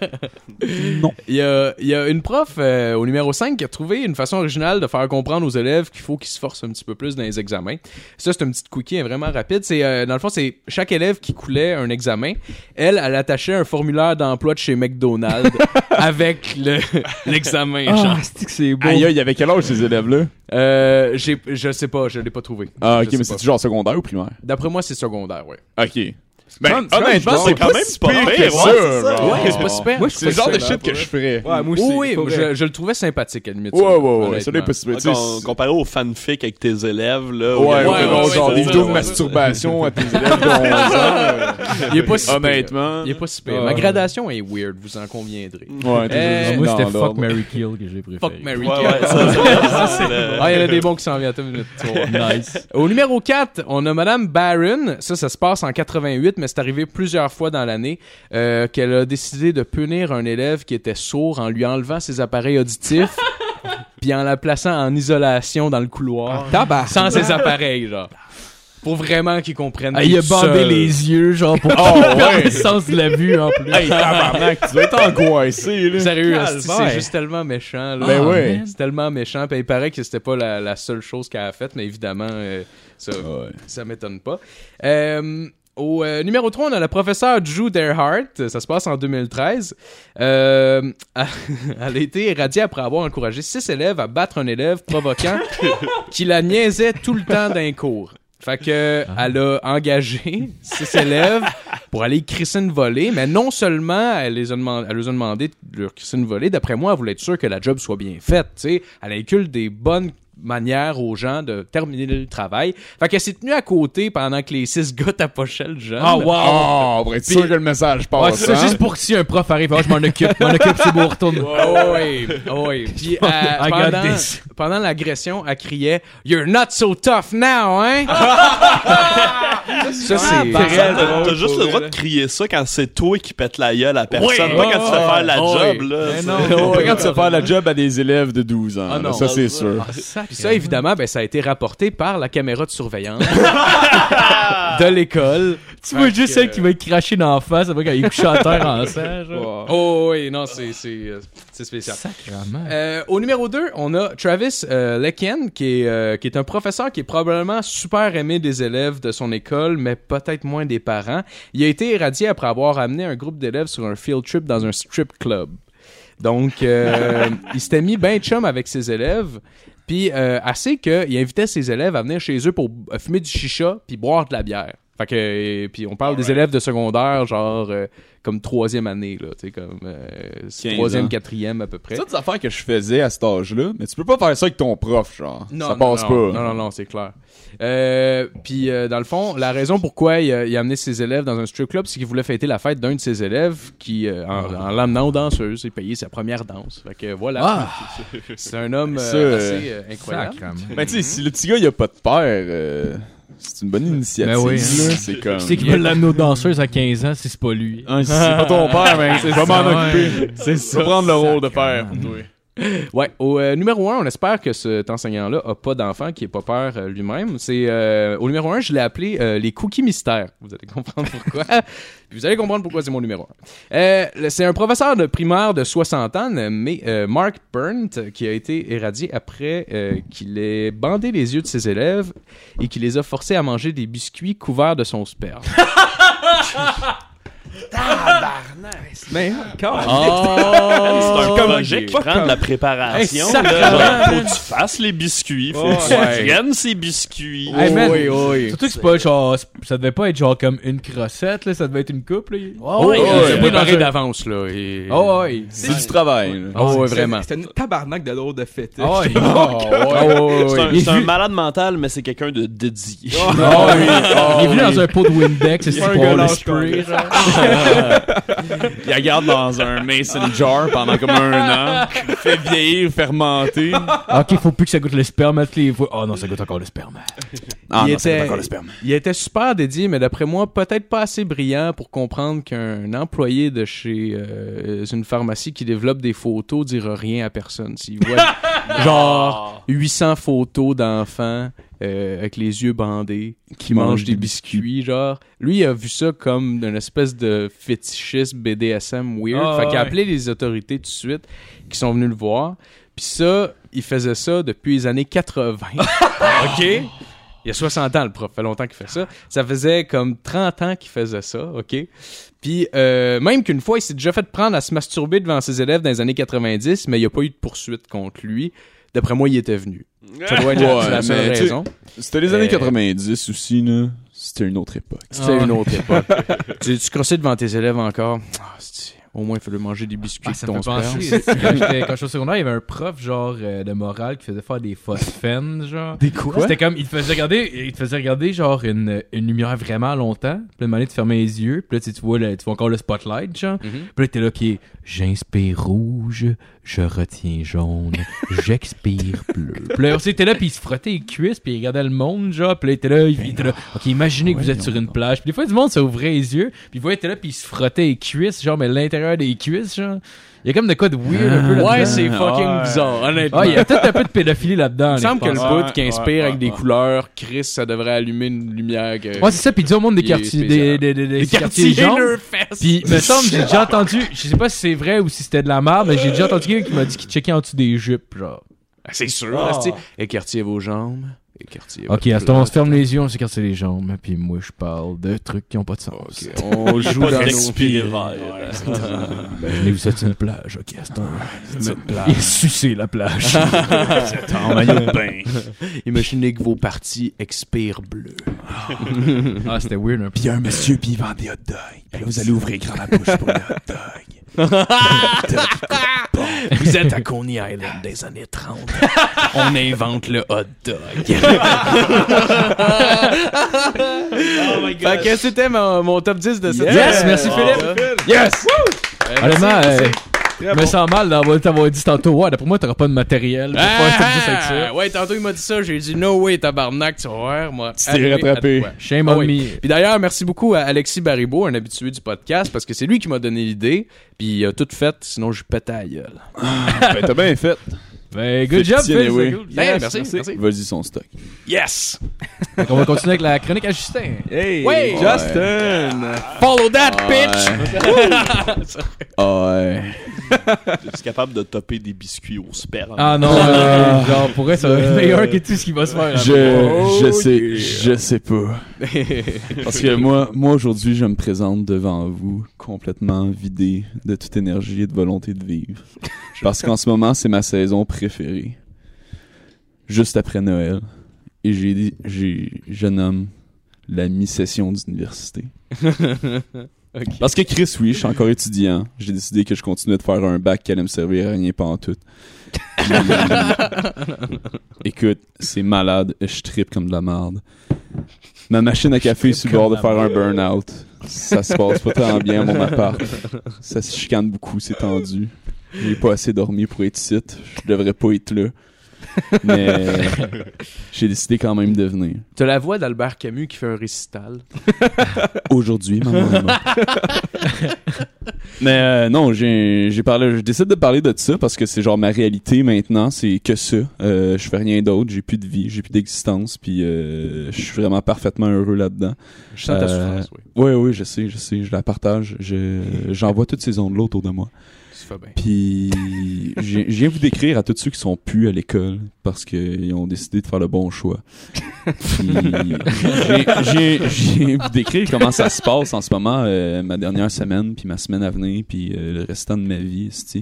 Il y a, il y a une prof euh, au numéro cinq qui a trouvé une façon originale de faire comprendre aux élèves qu'il faut qu'ils se forcent un petit peu plus dans les examens. Ça, c'est une petite cookie vraiment rapide. C'est, euh, dans le fond, c'est chaque élève qui coulait un examen, elle, elle attachait un formulaire d'emploi de chez McDonald's avec le, l'examen. genre. Ah, c'est que c'est beau. Aïe, il y avait quel âge ces élèves-là? Euh, j'ai, je sais pas, je l'ai pas trouvé. Ah, Je ok, sais mais pas. c'est genre secondaire ou primaire? D'après moi, c'est secondaire, ouais. Ok. Ben, Quand- honnêtement, quand- c'est quand pas même si pas pire pire, que ouais, ça. c'est ça. genre. Ouais, c'est pas super. Moi, je C'est le trouve genre de ça shit pour que je vrai. ferais. Ouais, moi aussi. Oui, oui, pour moi, vrai. je, je le trouvais sympathique à la limite. Ouais, ça, ouais, ouais, honnêtement. ça n'est pas si pire. Ouais, Tu sais, com- comparé au fanfic avec tes élèves, là. Ouais, où ouais, il y a- ouais, non, ouais, genre c'est des ça, vidéos de ouais. masturbation à tes élèves de onze ans. euh, Il est pas si pire. Honnêtement. Il est pas si pire. Ouais. Ma gradation est weird, vous en conviendrez. Ouais, t'es Euh, juste Moi, dans c'était l'ordre. Fuck, Marry, Kill que j'ai préféré. Fuck Mary Ouais, ouais, ça, ça, ça, c'est le- Ah, il y en a des bons qui s'en viennent. Attends une minute, tu vas voir. Nice. Au numéro quatre, on a Madame Barron. Ça, ça se passe en quatre-vingt-huit, mais c'est arrivé plusieurs fois dans l'année euh, qu'elle a décidé de punir un élève qui était sourd en lui enlevant ses appareils auditifs puis en la plaçant en isolation dans le couloir. Tabac. Sans ses appareils, genre. Pour vraiment qu'ils comprennent. Ah, il a tout bandé seul. les yeux, genre, pour Oh, perdre ouais. le sens de la vue, en plus. Hey, tabarnak, tu dois être angoissé, là. Sérieux, Calvaire. esti, c'est juste tellement méchant. Là. Ben Ah, ouais. man. C'est tellement méchant. Puis il paraît que c'était pas la, la seule chose qu'elle a faite, mais évidemment, euh, ça, Ouais. ça m'étonne pas. Euh, au euh, numéro trois, on a la professeure Drew Derhart. Ça se passe en deux mille treize. Euh, elle a été irradiée après avoir encouragé six élèves à battre un élève provoquant qui la niaisait tout le temps d'un cours. Fait que elle a engagé six élèves pour aller crisser une volée, mais non seulement elle les a demandé, elle leur a demandé de leur crisser une volée, d'après moi, elle voulait être sûre que la job soit bien faite, tu sais. Elle inculque des bonnes manières aux gens de terminer le travail. Fait qu'elle s'est tenue à côté pendant que les six gars tapochaient le jeune. Ah, wow! Oh, pour être sûr que le message Ouais, passe. c'est ça, hein? juste pour que si un prof arrive, ah, je m'en occupe, je m'en occupe, c'est beau, on retourne. Oh oui, oh oui. Puis euh, I got pendant, this. pendant l'agression, elle criait « You're not so tough now, hein? » Ça, c'est... T'as réel, t'as drôle, juste pour le droit vrai. de crier ça quand c'est toi qui pète la gueule à personne, Oui, pas ouais, quand tu fais ouais, faire la ouais. job, là. Mais c'est- non, Pas quand tu vas faire la job à des élèves de douze ans. Ah là, non. ça, c'est sûr. Puis ça, évidemment, ben, ça a été rapporté par la caméra de surveillance de l'école. Tu vois Fait juste que- celle qui va être crachée dans la face, après quand il est couché à terre en sang, genre. Oh oui, non, c'est, c'est, euh, c'est spécial. Sacrément. Euh, au numéro deux, on a Travis euh, Lecken, qui est, euh, qui est un professeur qui est probablement super aimé des élèves de son école, mais peut-être moins des parents. Il a été irradié après avoir amené un groupe d'élèves sur un field trip dans un strip club. Donc, euh, il s'était mis ben chum avec ses élèves, puis euh, assez qu'il invitait ses élèves à venir chez eux pour euh, fumer du chicha puis boire de la bière. Fait que, euh, puis on parle des élèves de secondaire, genre euh, comme troisième année, là, tu sais, comme euh, quinze troisième, ans. quatrième à peu près. C'est ça des affaires que je faisais à cet âge-là, mais tu peux pas faire ça avec ton prof, genre. ça passe non, pas. Non, non, non, c'est clair. Euh, puis, euh, dans le fond, la raison pourquoi il a, il a amené ses élèves dans un strip club, c'est qu'il voulait fêter la fête d'un de ses élèves qui, euh, en, en l'amenant aux danseuses, il payait sa première danse. Fait que voilà. Ah! C'est un homme euh, Ça, euh, assez euh, incroyable. Sacrément. Ben, tu sais, si le petit gars, il a pas de père, euh, c'est une bonne initiative, Ben oui, là. hein. C'est comme. Tu sais qu'il veut l'amener aux danseuses à quinze ans si c'est pas lui. Ah, si c'est pas ton père, ben, je vais m'en ça, occuper. C'est ça. Prendre le rôle de père. Sacrément. Ouais, au euh, numéro un, on espère que cet enseignant-là a pas d'enfant, qui est pas peur euh, lui-même. C'est euh, au numéro un, je l'ai appelé euh, les cookies mystères. Vous allez comprendre pourquoi. Puis vous allez comprendre pourquoi c'est mon numéro un. Euh, c'est un professeur de primaire de soixante ans, mais euh, Mark Burnt, qui a été éradié après euh, qu'il ait bandé les yeux de ses élèves et qu'il les a forcés à manger des biscuits couverts de son sperme. Mais, quand Oh, c'est un comme- projet qui pas prend comme- de la préparation. Hey, là. sacrément. Genre, faut que tu fasses les biscuits, faut que Ouais. tu viennes ces biscuits. Hey, man. Oui, oui. Surtout que c'est pas genre. Ça devait pas être genre comme une crossette, là. Ça devait être une coupe, là. Oh, ouais, ouais, c'est ouais. préparé d'avance, là. Et... Oh, ouais. C'est du travail. là. Oh, ouais, C'est- vraiment. C'était une tabarnak de l'autre de fêter. Ah ouais. Oh, ouais, ouais, C'est ouais. un, Il est c'est un vu- malade mental, mais c'est quelqu'un de dédié. Ah oui. Il est venu dans un pot de Windex, c'est Un pour gars le lâche spray, pas. genre. Il la garde dans un mason jar pendant comme un an. Fait vieillir, fermenter. Ah, ok, faut plus que ça goûte le sperme à toutes les fois. Oh non, ça goûte encore le sperme. Ah Il non, c'est était- pas encore le sperme. Il était super dédié, mais d'après moi, peut-être pas assez brillant pour comprendre qu'un employé de chez euh, une pharmacie qui développe des photos dira rien à personne. S'il voit genre huit cents photos d'enfants euh, avec les yeux bandés qui mangent des biscuits, genre, lui il a vu ça comme une espèce de fétichisme B D S M weird. Ah, fait qu'il a ouais. appelé les autorités tout de suite qui sont venus le voir. Puis ça, il faisait ça depuis les années quatre-vingts. OK? Il y a soixante ans, le prof. Ça fait longtemps qu'il fait ça. Ça faisait comme trente ans qu'il faisait ça, OK? Puis euh, même qu'une fois, il s'est déjà fait prendre à se masturber devant ses élèves dans les années quatre-vingt-dix, mais il n'y a pas eu de poursuite contre lui. D'après moi, il était venu. Ça doit être la- Ouais, c'est la seule mais tu sais, raison. C'était les années Euh, quatre-vingt-dix aussi, là. C'était une autre époque. C'était Ah. une autre époque. tu, tu crossais devant tes élèves encore. Ah, c'est- au moins, il fallait manger des biscuits Ah, avec ça ton me fait sperme. penser. quand j'étais- Quand j'étais au secondaire, il y avait un prof genre euh, de morale qui faisait faire des phosphènes, genre. Des quoi? C'était comme, il te faisait regarder, il te faisait regarder genre une, une lumière vraiment longtemps. Puis là, de manière, tu fermais les yeux. Puis là, tu sais, tu vois, le- tu vois encore le spotlight, genre. Mhm. Puis là, t'es là qui est, j'inspire rouge, je retiens jaune, j'expire bleu. Puis là, aussi, t'es là, puis il se frottait les cuisses, puis il regardait le monde, genre. Puis là, il était là, il était là. Ok, imaginez que vous êtes sur une plage. Puis des fois, du monde, ça ouvrait les yeux. Puis il voyait, il était là, puis il se frottait les cuisses, genre, mais l'intérieur des cuisses, genre. Il y a comme de quoi de weird un peu là-dedans. Ouais, c'est fucking Ouais. bizarre, honnêtement. Ah, il y a peut-être un peu de pédophilie là-dedans. Il me là, semble je que le pense. bout Ouais, qui inspire ouais, avec ouais, des ouais. couleurs, Chris, ça devrait allumer une lumière que... Ouais, c'est ça. Puis dis au monde des Il est quartiers, spécial. des, des, des, des Des quartiers jaunes. Nerfest. Puis, me semble, j'ai déjà entendu, je sais pas si c'est vrai ou si c'était de la merde, mais j'ai déjà entendu quelqu'un qui m'a dit qu'il checkait en dessous des jupes, genre. Ah, c'est sûr, Ah. esti. Écartiez vos jambes. Écartiez Ok, votre à ce moment, on se plate. ferme les yeux, on s'écarte les jambes, puis moi, je parle de trucs qui ont pas de sens. Ok, on joue Pas dans nos... d'expirer. Imaginez, vous êtes une plage, ok, à ce temps. Et sucez la plage. En maillot de bain. Imaginez que vos parties expirent bleu. Ah, c'était weird un peu. Puis il y a un monsieur, puis il vend des hot dogs. Puis là, vous allez ouvrir grand la bouche pour le hot dog. Vous êtes à Coney Island des années trente. On invente le hot dog. oh my God. Fait que c'était mon, mon top dix de cette Yes, semaine. merci Philippe. Yes! Honnêtement, euh, je me sens mal d'avoir t'avoir dit tantôt, ouais, d'après moi, t'auras pas de matériel pour faire un top dix avec ça. Ah, ouais, tantôt il m'a dit ça, j'ai dit no way tabarnak, tu vas voir, moi. Tu t'es rattrapé. Shame Ah on oui. me. Puis d'ailleurs, merci beaucoup à Alexis Baribeau, un habitué du podcast, parce que c'est lui qui m'a donné l'idée, puis il a tout fait, sinon je pétais à la gueule. Ben, t'as bien fait. Ben, good Fait job, pitié, Phil. anyway. c'est cool. Ben, Yes, merci, merci. Vas-y, son stock. Yes! Fait qu'on va continuer avec la chronique à Justin. Hey, Ouais. Justin! Follow that, bitch! Ah ouais. Je suis capable de topper des biscuits au sperme. Ah non, euh, genre, pour vrai, ça va être meilleur que tout ce qui va se faire. après. Je, je Oh, sais, yeah. je sais pas. Parce que moi, moi aujourd'hui, je me présente devant vous complètement vidé de toute énergie et de volonté de vivre. Parce qu'en ce moment, c'est ma saison préférée. Juste après Noël. Et j'ai dit, j'ai, je nomme la mi-session d'université. Ok. Parce que Chris, oui, je suis encore étudiant. J'ai décidé que je continuais de faire un bac qui allait me servir à rien pantoute. Puis, écoute, c'est malade. Je trippe comme de la merde. Ma machine à café est sur le bord de faire un burn-out. Ça se passe pas tant bien à mon appart. Ça se chicane beaucoup, c'est tendu. J'ai pas assez dormi pour être ici. Je devrais pas être là. Mais j'ai décidé quand même de venir. T'as la voix d'Albert Camus qui fait un récital. Aujourd'hui, maman. Mais euh, non, j'ai j'ai parlé, je décide de parler de ça parce que c'est genre ma réalité maintenant, c'est que ça. Euh, je fais rien d'autre, j'ai plus de vie, j'ai plus d'existence, puis euh, je suis vraiment parfaitement heureux là-dedans. Je sens ta Euh, souffrance, oui. Oui, oui, je sais, je sais, je la partage. Je j'envoie toutes ces ondes-là autour de moi. Tu fais bien. Puis je je viens vous décrire à tous ceux qui sont plus à l'école parce qu'ils ont décidé de faire le bon choix. Puis je viens je viens vous décrire comment ça se passe en ce moment, euh, ma dernière semaine, puis ma semaine à venir, puis euh, le restant de ma vie, esti.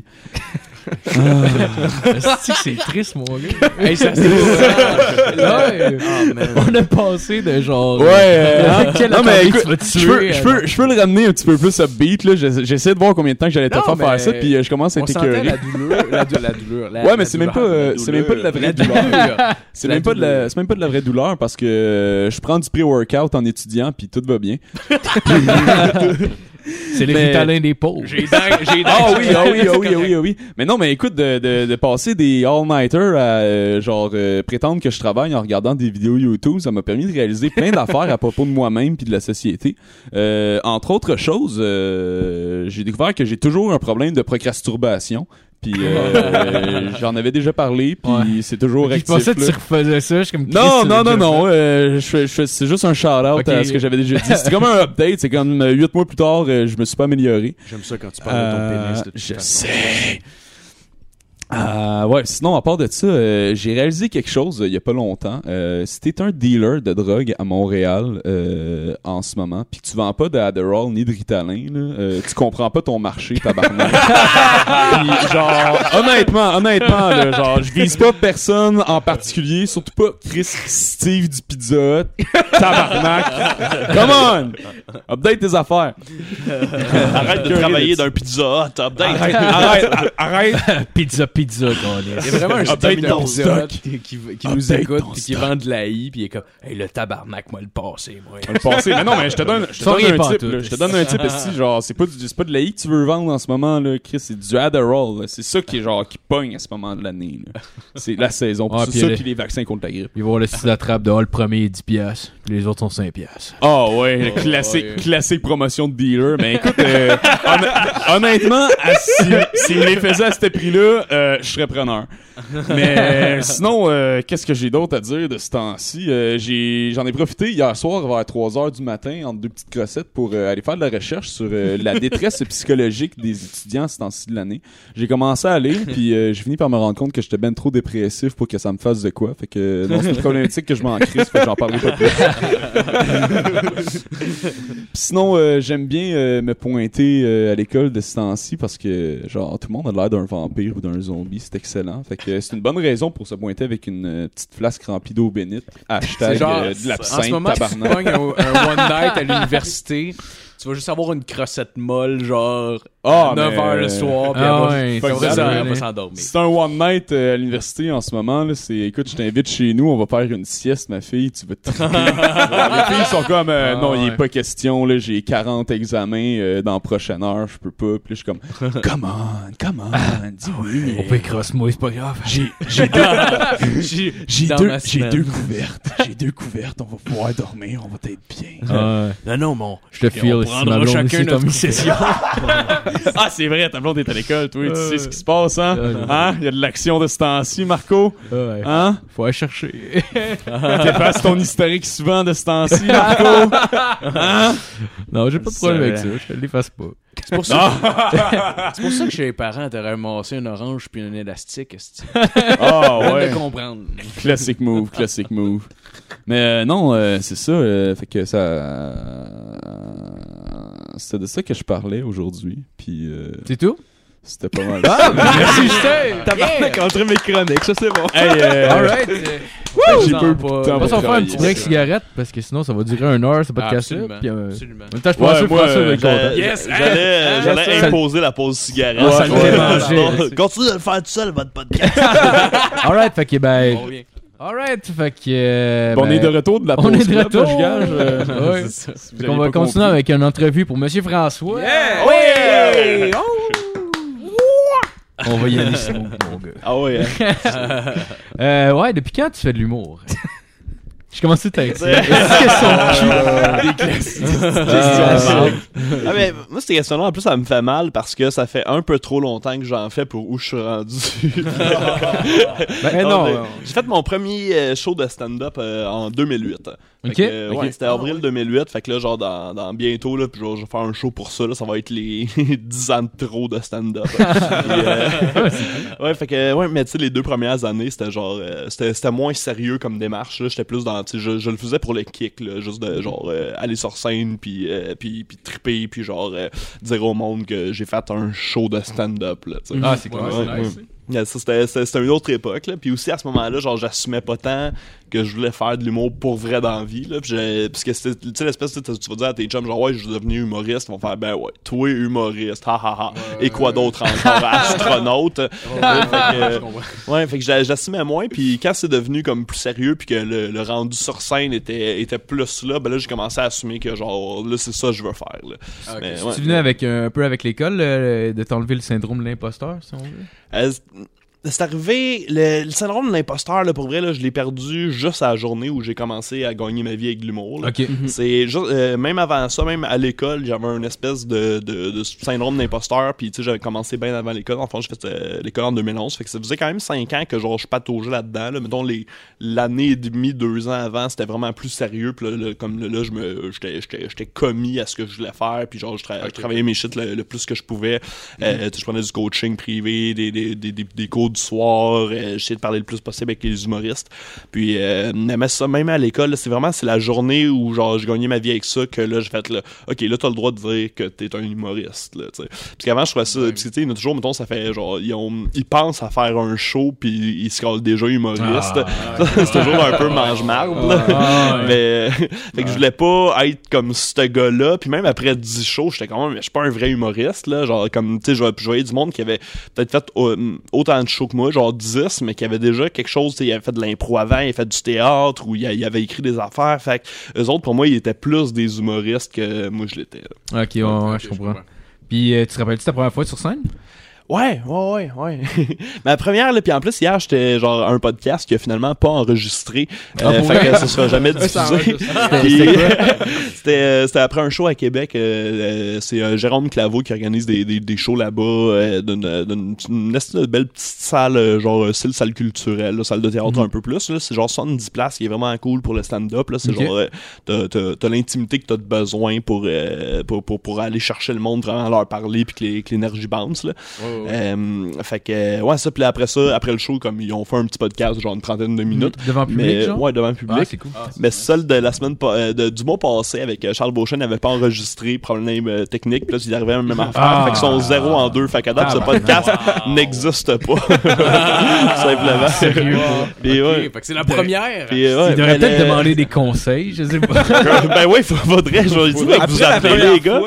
Est-ce que c'est triste, mon gars? Hey, ça, c'est Là, euh, Oh, man. on a passé de genre. Ouais, euh, hein, quelle non mais attendez, écoute, tu vas te je tuer, peux, je euh, peux, je peux le ramener un petit peu plus upbeat là. J'essa- J'essaie de voir combien de temps que j'allais te Non, faire faire mais ça, puis euh, je commence à On être sentait écœuré. la douleur. La, dou- la douleur. la- Ouais, mais la c'est même douleur. pas, euh, la c'est même pas de la vraie La douleur. douleur. C'est La même pas de douleur. la, c'est même pas de la vraie douleur parce que euh, je prends du pré-workout en étudiant puis tout va bien. C'est les Mais- Ritalin des pauvres. J'ai des dents. J'ai des dents. Ah oui, ah oui, ah oui, ah oui, ah oui. Mais non, mais écoute, de, de, de passer des all-nighters à euh, genre euh, prétendre que je travaille en regardant des vidéos YouTube, ça m'a permis de réaliser plein d'affaires à propos de moi-même puis de la société. Euh, entre autres choses, euh, j'ai découvert que j'ai toujours un problème de procrastination. Puis euh, j'en avais déjà parlé, puis Ouais. c'est toujours Je actif. pensais que là. tu refaisais ça. Je suis comme Non, Chris, non, tu l'as non, déjà non, euh, je fais, je fais, c'est juste un shout-out Ok. à ce que j'avais déjà dit. C'était comme un update, c'est comme euh, huit mois plus tard, euh, je me suis pas amélioré. J'aime ça quand tu parles de ton Euh, pénis. de toute je façon. sais. Euh, ouais, sinon, à part de ça, euh, j'ai réalisé quelque chose euh, il y a pas longtemps. Euh, si t'es un dealer de drogue à Montréal euh, en ce moment, pis que tu vends pas d'Adderall ni de Ritalin, là, euh, tu comprends pas ton marché, tabarnak. Pis genre, honnêtement, honnêtement, là, genre, je vise pas personne en particulier, surtout pas Chris Steve du Pizza Hut. Tabarnak. Come on! Update tes affaires. Arrête de Cœuré travailler de- d'un pizza hut, update. Arrête, arrête, arrête. Pizza, pizza, Il y a vraiment un Update style ton de stock. qui, qui, qui nous Update écoute ton puis qui stock. vend de la I puis il est comme hey le tabarnak moi le passé moi. Le passé. Mais non, mais je te donne, je te Sans donne rien un pas type, tout. là. Je te donne un type ici, genre, c'est pas du, c'est pas de l'A I que tu veux vendre en ce moment, là, Chris, c'est du Adderall, là. C'est ça qui est, genre, qui pogne à ce moment de l'année, là. C'est la saison. Ah, c'est puis ça, elle est- puis les vaccins contre la grippe. Il va voir le site de la trappe de ah, le premier est dix piastres, puis les autres sont cinq piastres. Ah ouais, le Oh, classique, ouais. classique promotion de dealer. Mais écoute, euh, honn- honnêtement, à- si, s'il me les faisait à ce prix-là, euh, je serais preneur. Mais euh, sinon, euh, qu'est-ce que j'ai d'autre à dire de ce temps-ci? Euh, j'ai, j'en ai profité hier soir vers trois heures du matin, entre deux petites crossettes, pour euh, aller faire de la recherche sur euh, la détresse psychologique des étudiants ce temps-ci de l'année. J'ai commencé à lire, puis euh, j'ai fini par me rendre compte que j'étais ben trop dépressif pour que ça me fasse de quoi. Fait que euh, non, c'est une problématique que je m'en crisse, fait que j'en parlerai pas plus. Puis sinon, euh, j'aime bien euh, me pointer euh, à l'école de ce temps-ci parce que, genre, tout le monde a l'air d'un vampire ou d'un zombie. C'est excellent. Fait que c'est une bonne raison pour se pointer avec une euh, petite flasque remplie d'eau bénite. Hashtag C'est genre euh, de en ce l'absinthe, moment si tu tabarnak. pognes un, un one night à l'université, tu vas juste avoir une crossette molle genre Ah, à neuf mais- heures le soir puis Ah elle va- ouais, après fuck ça, that, elle va ouais. s'endormir. C'est un one night euh, à l'université en ce moment. Là, c'est, écoute, je t'invite chez nous, on va faire une sieste, ma fille. Tu vas te triper. Les filles sont comme, euh, Ah, non, il ouais. est pas question. Là, j'ai quarante examens euh, dans la prochaine heure, je peux pas. Puis là, je suis comme, come on, come on, dis oui. On peut crosse-moi, c'est pas grave. J'ai, j'ai deux, J'ai j'ai dans deux, ma j'ai semaine. deux couvertes. J'ai deux couvertes. On va pouvoir dormir. On va être bien. Ah, Non non mon. je te file on si prendra ma blonde chacun aussi notre comme session. Ah, c'est vrai, ta blonde est à l'école, toi. Tu Euh. sais ce qui se passe, hein? Euh. Hein? Il y a de l'action de ce temps-ci, Marco. Ouais. Hein? Faut aller chercher. T'effaces ton historique souvent de ce temps-ci, Marco. Hein? Non, j'ai pas de problème avec ça. vrai. Je l'efface pas. C'est pour ça. C'est pour ça que chez les parents t'aurais ramassé un orange puis un élastique. esti. Ah, Viens ouais. de comprendre. Classic move, classic move. Mais euh, non, euh, c'est ça. euh, fait que ça. euh, c'était de ça que je parlais aujourd'hui. Puis euh, C'est tout? c'était pas mal. Ah, merci, Justin! Tabarnak, entre mes chroniques, ça c'est bon. Hey, euh, Alright! j'ai peu beaucoup de temps On va pour s'en faire un travailler. petit break cigarette parce que sinon ça va durer une heure, ce podcast-là. Absolument. Puis, euh, Absolument. en même temps, je Ouais, pense que moi, François va euh, être content. J'allais Yes, j'allais, hein? j'allais Yes, imposer la pause cigarette. Ouais, ça le fait manger. Non, Continue de le faire tout seul, votre podcast. Alright, fait que ben. On revient. Alright, fait que. euh, Bon, on ben, est de retour de la pause. on est de club, retour. là, je gage, euh, Ouais. c'est ça, si vous Fait aviez qu'on va pas continuer compris. avec une entrevue pour Monsieur François. Ouais! On va y aller smooth, mon gars. Ah ouais, hein. Euh, ouais, depuis quand tu fais de l'humour? Je commence tout avec ça. Est-ce que son cul... Des classiques. Ah, mais moi, cette question-là, en plus, ça me fait mal parce que ça fait un peu trop longtemps que j'en fais pour où je suis rendu. Ben Non, non. mais non. J'ai fait mon premier euh, show de stand-up euh, en deux mille huit. Fait Ok. que, euh, ouais, Ok. c'était avril deux mille huit. Fait que là, genre, dans, dans bientôt, là, puis genre, je vais faire un show pour ça. Là, ça va être les dix ans de trop de stand-up. Puis, euh, ouais, fait que, ouais, mais tu sais, les deux premières années, c'était genre, euh, c'était, c'était moins sérieux comme démarche. Là. J'étais plus dans, tu sais, je, je le faisais pour le kick, là, juste de genre euh, aller sur scène, puis, euh, puis, puis triper, puis genre euh, dire au monde que j'ai fait un show de stand-up. Là, tu sais. Ah, c'est Ouais, cool. c'est Ouais, nice. ouais. Yeah, ça, c'était, c'était, c'était une autre époque, là. Puis aussi, à ce moment-là, genre, j'assumais pas tant que je voulais faire de l'humour pour vrai dans la vie, là. Puis j'ai, parce que c'était, tu sais, l'espèce, tu sais, tu vas dire à tes chums, genre, ouais, je suis devenu humoriste. Ils vont faire, ben ouais, toi, humoriste, ha ha ha. Et quoi d'autre encore? Astronaute. Ouais, fait que, ouais, fait que j'a- j'assumais moins. Puis quand c'est devenu comme plus sérieux, puis que le, le rendu sur scène était, était plus là, ben là, j'ai commencé à assumer que, genre, là, c'est ça que je veux faire, là. Ok. Mais, Tu ouais. venais avec un, un peu avec l'école euh, de t'enlever le syndrome de l'imposteur, si on veut? Euh, c'est arrivé, le, le syndrome de l'imposteur, là, pour vrai, là, je l'ai perdu juste à la journée où j'ai commencé à gagner ma vie avec l'humour. Là. Ok. C'est juste, euh, même avant ça, même à l'école, j'avais une espèce de, de, de syndrome d'imposteur, puis tu sais, j'avais commencé bien avant l'école. Enfin, j'ai fait euh, l'école en deux mille onze, fait que ça faisait quand même cinq ans que genre je pataugeais là-dedans. Là. Mettons, les, l'année et demie, deux ans avant, c'était vraiment plus sérieux, puis là, là, comme là, là, je me, j'étais, j'étais, j'étais commis à ce que je voulais faire, puis genre, je, tra- je travaillais mes shit le, le plus que je pouvais. Euh, tu sais, je prenais du coaching privé, des, des, des, des, des cours du soir, euh, j'essayais de parler le plus possible avec les humoristes. Puis, euh, mais ça, même à l'école, là, c'est vraiment, c'est la journée où genre, je gagnais ma vie avec ça que là, j'ai fait là, ok, là, t'as le droit de dire que t'es un humoriste, là, tu sais. Parce qu'avant, je trouvais ça, parce que tu sais, il y en a toujours, mettons, ça fait genre, ils, ont, ils pensent à faire un show, puis ils se callent déjà humoristes. Ah, c'est toujours un peu mange-marde, là. Ah, ouais. Mais, fait que je voulais pas être comme ce gars-là, puis même après dix shows, j'étais quand même, je suis pas un vrai humoriste, là, genre, comme, tu sais, je je voyais du monde qui avait peut-être fait euh, autant de shows que moi, genre dix, mais qui avait déjà quelque chose, tu sais, il avait fait de l'impro avant, il avait fait du théâtre, ou il, il avait écrit des affaires, fait que eux autres, pour moi, ils étaient plus des humoristes que moi, je l'étais, là. Ok, ouais, ouais, je comprends. Puis, euh, tu te rappelles-tu ta première fois sur scène? Ouais, ouais, ouais, ouais. Ma première, là, puis en plus, hier, j'étais genre à un podcast qui a finalement pas enregistré. Ah, Euh, pour fait vrai? que ça sera jamais diffusé. Puis, c'était euh, c'était après un show à Québec. euh, euh, c'est euh, Jérôme Claveau qui organise des, des, des shows là-bas euh, d'une, d'une, d'une espèce de belle petite salle, euh, genre euh, style salle culturelle, là, salle de théâtre Mhm. un peu plus. Là. C'est genre soixante-dix places qui est vraiment cool pour le stand-up. Là. C'est Ok. genre, euh, t'as, t'as, t'as l'intimité que t'as de besoin pour, euh, pour, pour, pour aller chercher le monde, vraiment leur parler, puis que, les, que l'énergie bounce. Là. Euh, fait que, ouais, ça, puis là, après ça, après le show, comme ils ont fait un petit podcast, genre une trentaine de minutes. Devant le public, Mais, genre? ouais, devant le public. Ah, c'est cool. Mais celle de la semaine pa- euh, de, du mois passé avec euh, Charles Beauchamp n'avait pas enregistré, problème euh, technique, puis là il arrivait à la même affaire, Ah. fait qu'ils sont zéro en deux, fait qu'à date Ah, ce ben, podcast n'existe pas. Simplement. Sérieux? Puis, Ok, ouais. fait que c'est la première. Puis, euh, ouais, Il devrait mais peut-être le- demander des conseils, je sais pas. ben oui, faudrait, je vais dire que vous appelez les gars.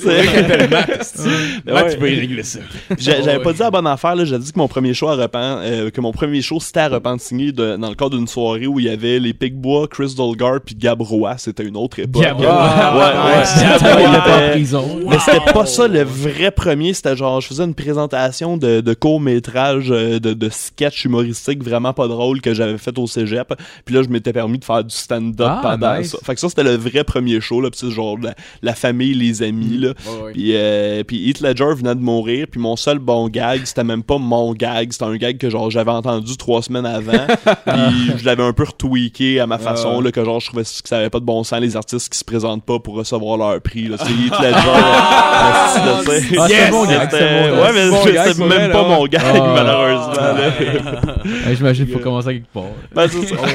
C'est- Ouais, Ouais. tu peux y régler ça. J'ai- J'avais pas dit la bonne affaire, là. J'avais dit que mon premier show à Repent, euh, que mon premier show c'était à Repentigny de, dans le cadre d'une soirée où il y avait les Picbois, Chris Dolgar puis Gab Roy. C'était une autre époque. Gab Ouais, Roy. ouais. J'espère qu'il est pas en Mais- prison. Mais c'était pas ça le vrai premier, c'était genre je faisais une présentation de, de court-métrage euh, de, de sketch humoristique vraiment pas drôle que j'avais fait au cégep. Puis là je m'étais permis de faire du stand-up Ah, pendant nice. ça. Fait que ça c'était le vrai premier show là, puis c'est genre la, la famille, les amis là. Puis euh, puis Heath Ledger venait de mourir, puis mon seul bon gag, c'était même pas mon gag, c'était un gag que genre j'avais entendu trois semaines avant. Puis je l'avais un peu retweaké à ma façon là, que genre je trouvais que ça avait pas de bon sens les artistes qui se présentent pas pour recevoir leur prix là. C'est Heath Ledger. Ah, C'était- c'est un bon gag, c'est un bon gag. Ouais, mais C'est bon c'est gag, c'est c'est même vrai, pas là. mon gag, Ah. malheureusement. là. Ouais, J'imagine qu'il faut commencer à quelque part. Ben, c'est ça.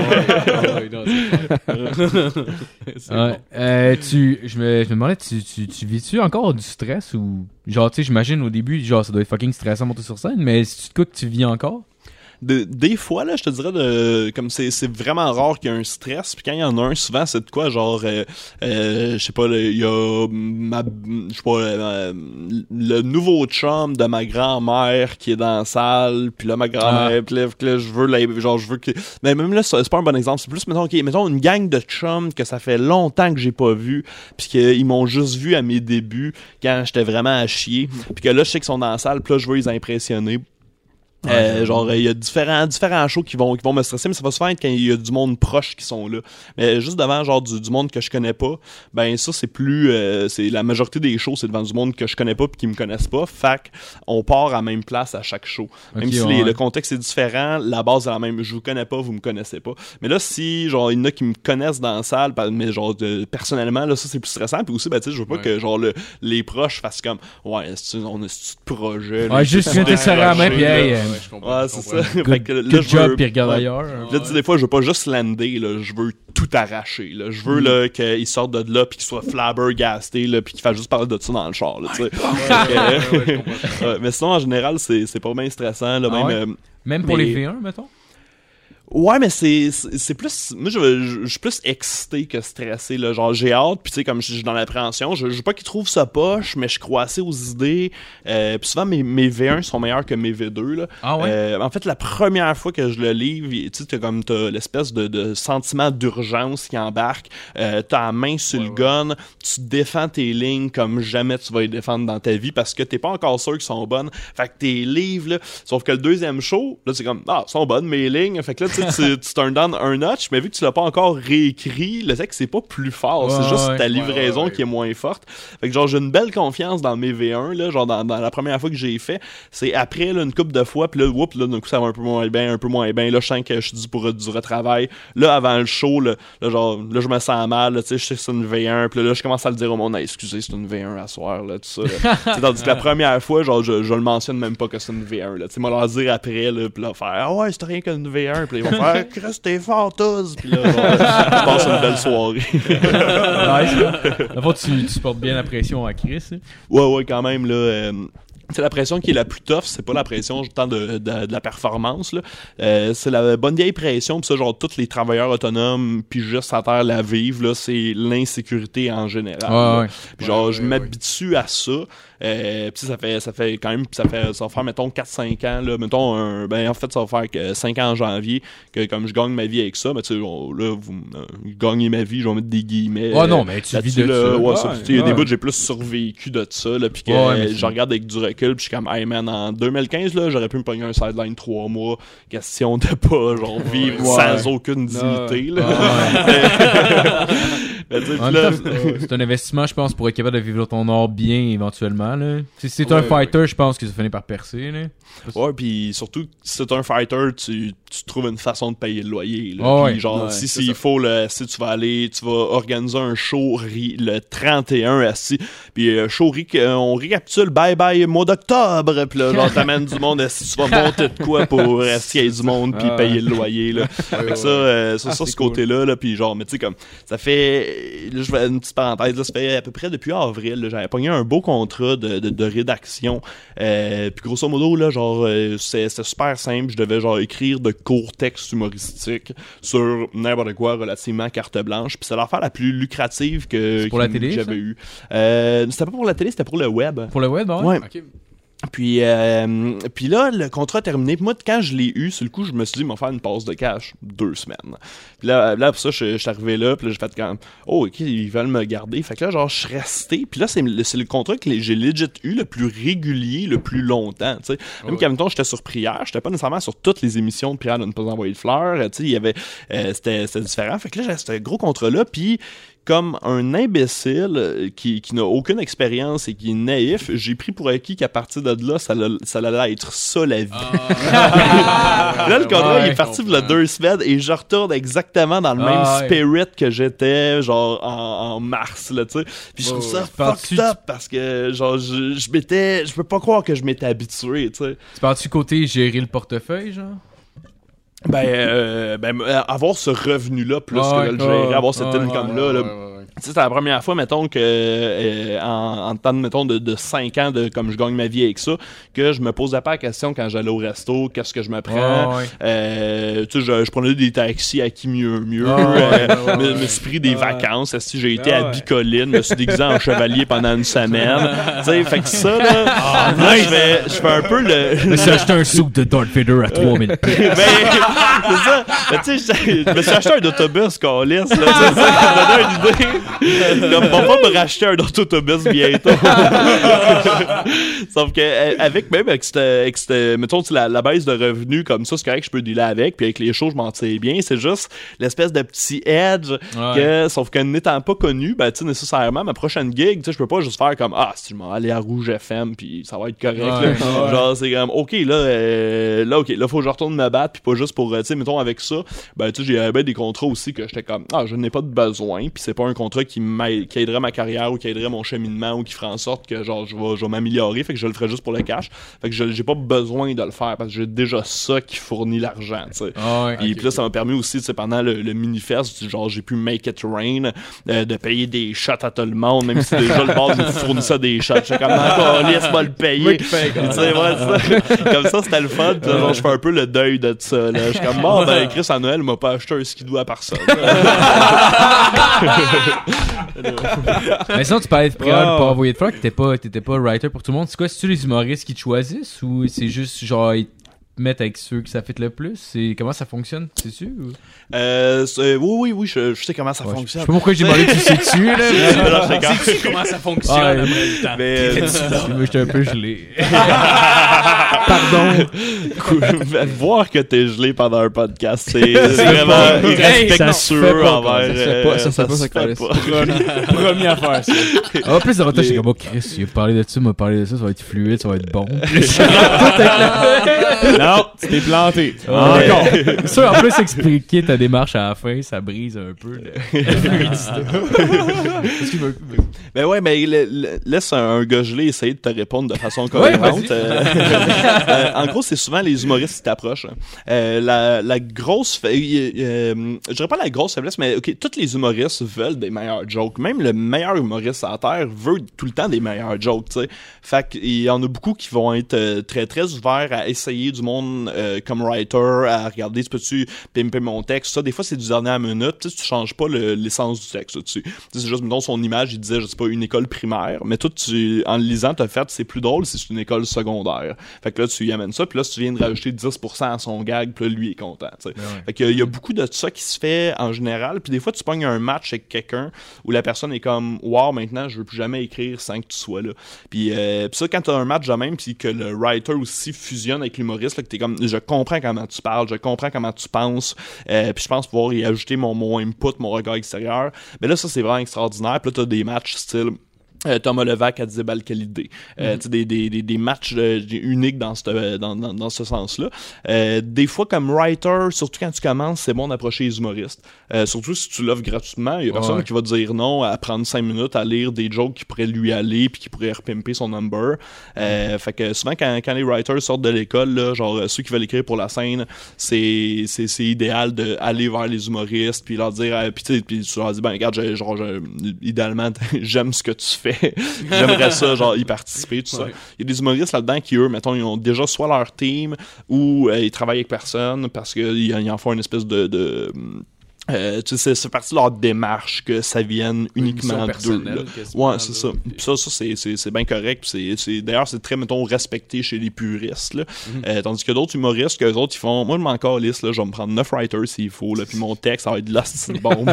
Ouais. Euh, tu, je me, je me demandais, tu, tu, tu vis-tu encore du stress ou genre, tu sais, j'imagine au début, genre, ça doit être fucking stressant monter sur scène, mais c'est quoi que tu vis encore? De- des fois là je te dirais de comme c'est c'est vraiment rare qu'il y ait un stress, puis quand il y en a un souvent c'est de quoi genre euh, euh, je sais pas là, il y a ma je sais pas euh, le nouveau chum de ma grand-mère qui est dans la salle, puis là ma grand-mère puis là, puis là, je veux la- genre je veux que mais même là c'est c'est pas un bon exemple, c'est plus mettons OK, mettons une gang de chums que ça fait longtemps que j'ai pas vu, puis qu'ils m'ont juste vu à mes débuts quand j'étais vraiment à chier, puis que là je sais qu'ils sont dans la salle, puis là je veux les impressionner. Euh, genre il y a différents différents shows qui vont qui vont me stresser, mais ça va souvent être quand il y a du monde proche qui sont là. Mais juste devant genre du, du monde que je connais pas, ben ça c'est plus euh, c'est la majorité des shows c'est devant du monde que je connais pas puis qui me connaissent pas. Fait on part à la même place à chaque show. Okay, même si ouais. les, le contexte est différent, la base est la même. Je vous connais pas, vous me connaissez pas. Mais là si genre il y en a qui me connaissent dans la salle, mais genre de, personnellement là ça c'est plus stressant. Puis aussi ben tu sais je veux pas ouais. que genre le, les proches fassent comme ouais est-ce on a ce projet. Ouais, juste viens te serrer la main puis hey. Ouais, je comprends, Ouais, je c'est comprends. ça. Good, Fait que là, good je job, veux- puis regarde ouais. ailleurs. Là, tu sais, des fois, je veux pas juste lander, là, je veux tout arracher, là. Je veux, là, qu'il sorte de là, puis qu'il soit flabbergasté, là, puis qu'il fasse juste parler de ça dans le char, là, tu sais. Fait que- Ouais, ouais, je comprends. Ouais, mais sinon, en général, c'est, c'est pas bien stressant, là, Ah même... ouais? euh, Même pour mais- les V un, mettons? Ouais, mais c'est, c'est, c'est plus... Moi, je, je, je suis plus excité que stressé, là. Genre, j'ai hâte, puis tu sais, comme je suis dans l'appréhension, je, je veux pas qu'ils trouvent ça poche, mais je crois assez aux idées. Euh, puis souvent, mes, mes V un sont meilleurs que mes V deux, là. Ah ouais? Euh, en fait, la première fois que je le livre, tu sais, t'as comme t'as l'espèce de, de sentiment d'urgence qui embarque. Euh, t'as la main sur Ouais, le ouais. gun, tu défends tes lignes comme jamais tu vas les défendre dans ta vie parce que t'es pas encore sûr qu'elles sont bonnes. Fait que tes livres, là, sauf que le deuxième show, là, c'est comme, ah, elles sont bonnes mes lignes. Fait que là, tu sais, tu tu turn down un notch, mais vu que tu l'as pas encore réécrit, le fait que c'est pas plus fort, Ouais, c'est juste ouais. ta Ouais, livraison ouais, ouais. qui est moins forte. Fait que genre, j'ai une belle confiance dans mes V un, là, genre dans, dans la première fois que j'ai fait, c'est après là, une couple de fois, puis là, whoop, là, d'un coup ça va un peu moins bien, un peu moins bien, là, je sens que je suis dû pour du retravail. Là, avant le show, là, là, genre, là, je me sens mal, là, tu sais, je sais que c'est une V un, puis là, là, je commence à le dire au monde, hey, excusez, c'est une V un à soir, là, tout ça, là. Tu sais, tandis que la première fois, genre, je, je le mentionne même pas que c'est une V un, là, tu sais, moi, leur dire après, là, puis là, faire, ah ouais, c'est rien qu'une V un, puis là, ils vont faire, Chris, t'es fort, tous, puis là, genre, je passe une belle soirée. Nice. D'abord, tu, tu portes bien la pression à Chris. hein. Ouais, ouais, quand même, là. Euh, c'est la pression qui est la plus tough, c'est pas la pression tant de, de, de la performance, là. Euh, c'est la bonne vieille pression, pis ça, genre, tous les travailleurs autonomes, puis juste à terre la vivre, là, c'est l'insécurité en général. Ouais, là. ouais. Puis genre, Ouais, je ouais, m'habitue à ça. Euh, pis ça fait, ça fait quand même, ça fait, ça va faire, mettons, quatre cinq ans, là, mettons, un, ben, en fait, ça va faire que cinq ans en janvier, que comme je gagne ma vie avec ça, mais tu sais, on- là, vous, euh, gagnez ma vie, je vais mettre des guillemets. Ouais, non, euh, mais tu là-dessus, vis de là, ça. ouais, Ouais, ça, tu sais, il y a ouais. des bouts, j'ai plus survécu de ça, là, pis que Ouais, mais euh, c'est- je regarde avec du recul, pis je suis comme, hey man, en deux mille quinze, là, j'aurais pu me pogner un sideline trois mois, question de pas, genre, vivre Ouais. sans aucune dignité, Ah, là. Mais tu sais, En pis là, même temps, c'est un investissement, je pense, pour être capable de vivre ton art bien éventuellement. Là. Si c'est un Ouais, fighter, je pense que ça finit par percer. Là. ouais, pis surtout, si t'es un fighter, tu, tu trouves une façon de payer le loyer. Là. Oh, Puis ouais. genre, Ouais, si c'est s'il ça. faut, là, si tu vas aller, tu vas organiser un show ri- le trente et un, assis, puis euh, show, ri- euh, on récapitule bye bye mois d'octobre, puis là, genre, t'amènes du monde, si tu vas monter de quoi pour essayer du monde, puis Ah, payer le loyer, là. Fait que ça, euh, ça, Ah, ça, c'est ce cool. côté-là, là, puis genre, mais tu sais, comme, ça fait, là, je fais une petite parenthèse, là, ça fait à peu près depuis avril, là, j'avais pogné un beau contrat de, de, de rédaction, euh, puis grosso modo, là, genre, euh, c'est- c'était super simple, je devais, genre, écrire de courts textes humoristiques sur n'importe quoi relativement carte blanche, puis c'est l'affaire la plus lucrative que, C'est pour la que télé, j'avais ça? eu. Euh, c'était pas pour la télé, c'était pour le web. Pour le web, ouais. Ouais. Ok. Puis, euh, puis là, le contrat terminé. Puis moi, quand je l'ai eu, sur le coup, je me suis dit, ils m'ont fait une passe de cash deux semaines. Puis là, là pour ça, je, je suis arrivé là. Puis là, j'ai fait comme, oh, ok, ils veulent me garder. Fait que là, genre, je suis resté. Puis là, c'est le, c'est le contrat que les- j'ai legit eu le plus régulier, le plus longtemps. Tu sais, même Ouais. qu'à même temps, j'étais sur Prière. J'étais pas nécessairement sur toutes les émissions de Prière de ne pas envoyer de fleurs. Tu sais, il y avait, euh, c'était, c'était différent. Fait que là, j'avais ce gros contrat-là. Puis comme un imbécile euh, qui, qui n'a aucune expérience et qui est naïf, j'ai pris pour acquis qu'à partir de là, ça, allait- ça allait être ça la vie. Ah, Là, le contrat, ouais, il est parti pour le deux semaines et je retourne exactement dans le même Ah, ouais. spirit que j'étais, genre, en, en mars, là, tu sais. Puis je trouve Ouais, ça ouais. Penses-tu- fucked up parce que, genre, je, je m'étais, je peux pas croire que je m'étais habitué, tu sais. Tu parles-tu côté gérer le portefeuille, genre? Ben, euh, ben, euh, avoir ce revenu-là plus Ah, que ouais, de le gérer, ouais, avoir cette ouais, income-là, là. Ouais, ouais, ouais. Tu sais, c'est la première fois, mettons, que euh, en, en temps, mettons, de, de cinq ans, de comme je gagne ma vie avec ça, que je me posais pas la question quand j'allais au resto, qu'est-ce que je me prends. Ah, ouais. Euh, tu sais, je, je prenais des taxis à qui mieux mieux. Ah, ouais, euh, ouais, ouais, me, ouais. me suis pris des Ouais. vacances. Si j'ai été Ah, à ouais. Bicoline, me suis déguisé en chevalier pendant une semaine. Tu sais, fait que ça, là, là je fais, je fais un peu le... Je me suis acheté un soupe de Darth Vader à trois mille. Ben, c'est ça. Ben, tu sais, je je me suis acheté un autobus, câlisse, là. C'est ça qui me donnait une idée. Comme, on va pas me racheter un autobus bientôt. Tu Sauf que euh, avec même avec cette, avec cette mettons la, la baisse de revenus comme ça, c'est correct que je peux dealer avec, puis avec les shows je m'en tire bien, c'est juste l'espèce de petit edge Ouais. que sauf que n'étant pas connu, ben tu sais nécessairement ma prochaine gig, tu sais je peux pas juste faire comme ah si je m'en vais aller à Rouge F M puis ça va être correct Ouais, là. ouais. Genre c'est comme OK là euh, là OK, là faut que je retourne me battre puis pas juste pour tu sais mettons avec ça, ben tu sais j'ai ben des contrats aussi que j'étais comme ah je n'ai pas de besoin, puis c'est pas un contrat qui m'aide, qui aiderait ma carrière ou qui aiderait mon cheminement ou qui ferait en sorte que genre je vais je vais m'améliorer, fait que je le ferais juste pour le cash. Fait que je, j'ai pas besoin de le faire parce que j'ai déjà ça qui fournit l'argent, tu sais. Ah ouais. Puis Ok, là, ça m'a permis aussi, tu sais, pendant le, le mini-fest, genre, j'ai pu make it rain, euh, de payer des shots à tout le monde, même si déjà le bar nous fournissait des shots. J'étais comme, encore, laisse-moi le payer. Tu sais, ouais, ça. Comme ça, c'était le fun. Puis là, genre, je fais un peu le deuil de ça, là. Je suis comme, bon, ben, Chris, à Noël, il m'a pas acheté un skidoo à personne. Mais sinon, tu parlais de Wow. Pierre pour envoyer de fleurs, que t'étais pas, t'étais pas writer pour tout le monde. C'est quoi, c'est-tu les humoristes qui te choisissent ou c'est juste genre ils te mettent avec ceux que ça fit le plus? C'est, comment ça fonctionne? Sais-tu? Ou... Euh, c'est- oui, oui, oui, je, je sais comment ça Ouais, je, je fonctionne. sais pas pourquoi j'ai demandé tu sais-tu, là. Ouais, là, j'étais comme- Sais-tu comment ça fonctionne Ouais. après le temps? Mais, euh, Moi, j'étais un peu gelé. Pardon. Voir que t'es gelé pendant un podcast, c'est c'est vraiment Hey, ça se fait irrespectueux pas, envers. ça se fait pas, ça euh, se fait pas, ça se fait calisse. pas. Première affaire, ça. En plus, davantage, j'étais comme, oh, Chris, il a parlé de ça, il m'a parlé de ça, ça va être fluide, ça va être bon. Non, tu t'es planté. Ah, D'accord. C'est sûr, en plus, expliquer ta démarche à la fin, ça brise un peu le- la fluidité. Est-ce qu'il veut- Ben ouais, mais le- le- laisse un, un gars gelé essayer de te répondre de façon cohérente. vas-y. Euh, euh, en gros, c'est souvent les humoristes qui t'approchent. hein. Euh, la, la grosse... fa- euh, euh, je dirais pas la grosse faiblesse, mais ok, tous les humoristes veulent des meilleurs jokes. Même le meilleur humoriste à la Terre veut tout le temps des meilleurs jokes, tu sais. Fait qu'il y en a beaucoup qui vont être euh, très, très ouverts à essayer du monde euh, comme writer, à regarder, tu peux-tu pimper mon texte, ça. Des fois, c'est du dernier à minute. Tu sais, tu changes pas le- l'essence du texte là-dessus. Tu sais, c'est juste, mettons, son image, il disait, je sais pas, une école primaire, mais toi, tu, en le lisant, t'as fait, c'est plus drôle si c'est une école secondaire. Fait que là, tu y amènes ça, puis là, si tu viens de rajouter dix pour cent à son gag, puis là, lui est content, tu sais. Fait que, il y a beaucoup de ça qui se fait en général, puis des fois, tu pognes un match avec quelqu'un où la personne est comme, wow, maintenant, je veux plus jamais écrire sans que tu sois là. Puis, euh, pis ça, quand t'as un match de même, puis que le writer aussi fusionne avec l'humoriste, là, que t'es comme, je comprends comment tu parles, je comprends comment tu penses, euh, puis je pense pouvoir y ajouter mon, mon input, mon regard extérieur. Mais là, ça, c'est vraiment extraordinaire. Puis là, t'as des matchs style Euh, Thomas Levac à Dizeb Al-Khalidé. Euh, Mm-hmm. tu sais, des, des, des, des matchs euh, uniques dans, cette, dans, dans, dans ce sens-là. Euh, des fois, comme writer, surtout quand tu commences, c'est bon d'approcher les humoristes. Euh, surtout si tu l'offres gratuitement, il y a personne Ouais. qui va te dire non à prendre cinq minutes à lire des jokes qui pourraient lui aller puis qui pourraient repimper son number. Euh, fait que souvent, quand, quand les writers sortent de l'école, là, genre euh, ceux qui veulent écrire pour la scène, c'est, c'est, c'est idéal d'aller vers les humoristes puis leur dire, euh, puis tu sais, puis tu leur dis, ben regarde, j'ai- genre, j'ai- idéalement, j'aime ce que tu fais. J'aimerais ça, genre, y participer, tout ça. Ouais. Il y a des humoristes là-dedans qui, eux, mettons, ils ont déjà soit leur team ou euh, ils travaillent avec personne parce qu'ils ils en font une espèce de... de euh, tu sais, c'est partie de leur démarche que ça vienne uniquement d'eux. Là. Ouais, c'est ça. Puis ça, ça c'est, c'est, c'est bien correct. Puis c'est, c'est, d'ailleurs, c'est très, mettons, respecté chez les puristes. Là. Mm-hmm. Euh, tandis que d'autres humoristes, qu'eux autres, ils font, moi, je m'en calisse, là, je vais me prendre neuf writers s'il faut, là, puis mon texte, ça va être de la style bombe.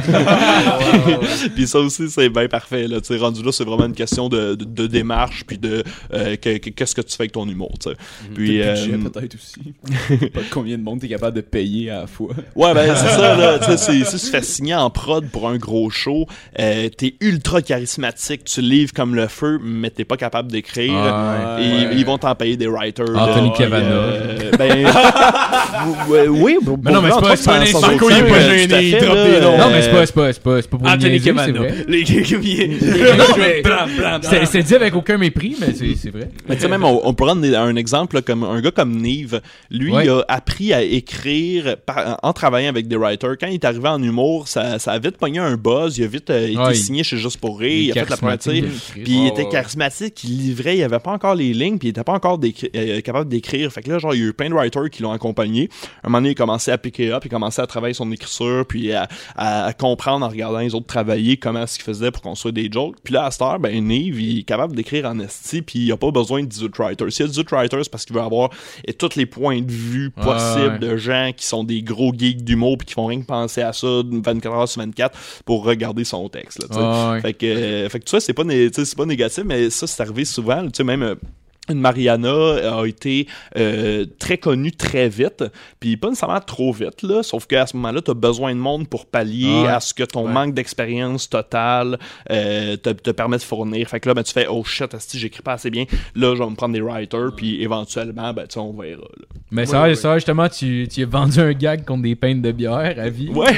Puis ça aussi, c'est bien parfait. Là. Tu sais, rendu là, c'est vraiment une question de, de, de démarche, puis de euh, que, que- qu'est-ce que tu fais avec ton humour. Tu sais. Puis, Le budget, euh, peut-être aussi. Pas de combien de monde t'es capable de payer à la fois. Ouais, ben c'est ça, là. Tu sais, c'est- si tu te fais signer en prod pour un gros show, euh, t'es ultra charismatique, tu livres comme le feu, mais t'es pas capable d'écrire. Ah, et ouais. ils, ils vont t'en payer des writers. Anthony là. Cavana. Euh, ben, ouais, oui, bon, Mais non, mais c'est pas- c'est pas un sans Marco, aucun, il est pas euh, gêné, tout à il fait, drop là, des noms. Non, euh, mais c'est pas, c'est pas, c'est pas, c'est pas pour Anthony niaiser, c'est Cavana. vrai. Les Kékémiers. C'est c'est dit avec aucun mépris, mais c'est c'est vrai. Mais tu sais, même, on, on peut prendre des- un exemple, là, comme un gars comme Nive. Lui, Ouais. il a appris à écrire par- en travaillant avec des writers. Quand il est arrivé en humour, ça, ça a vite pogné un buzz. Il a vite euh, été Ouais, il- signé chez Juste pour rire. il est Il, a fait la première charismatique, tir. il Puis il Oh, était ouais. charismatique, il livrait, il avait pas encore les lignes, puis il était pas encore d'écri- euh, capable d'écrire. Fait que là, genre, il y a eu plein de writers qui l'ont accompagné. Un moment donné, il a commencé à piquer up, il a commencé à travailler son écriture, puis à, à- à comprendre en regardant les autres travailler comment est-ce qu'ils faisaient pour construire des jokes. Puis là, à cette heure, ben, Nive, il est capable d'écrire en esti, puis il a pas besoin de dix-huit writers. S'il y a dix-huit writers, c'est parce qu'il veut avoir et tous les points de vue possibles ouais. de gens qui sont des gros geeks d'humour, puis qui font rien que penser à ça vingt-quatre heures sur vingt-quatre pour regarder son texte, là, tu sais. Ah, ouais. Fait que, euh, fait que tu vois, c'est pas, né- tu sais, c'est pas négatif, mais ça, c'est arrivé souvent. Tu sais, même, euh, une Mariana a été euh, très connue très vite, puis pas nécessairement trop vite, là, sauf qu'à ce moment-là, t'as besoin de monde pour pallier Ouais. à ce que ton Ouais. manque d'expérience totale euh, te, te permet de fournir. Fait que là, ben, tu fais « Oh shit, asti, j'écris pas assez bien. Là, je vais me prendre des writers, puis éventuellement, ben, tu sais, on verra. » là. Mais Ouais, ça, ouais. ça, justement, tu, tu as vendu un gag contre des pintes de bière à vie. Ouais!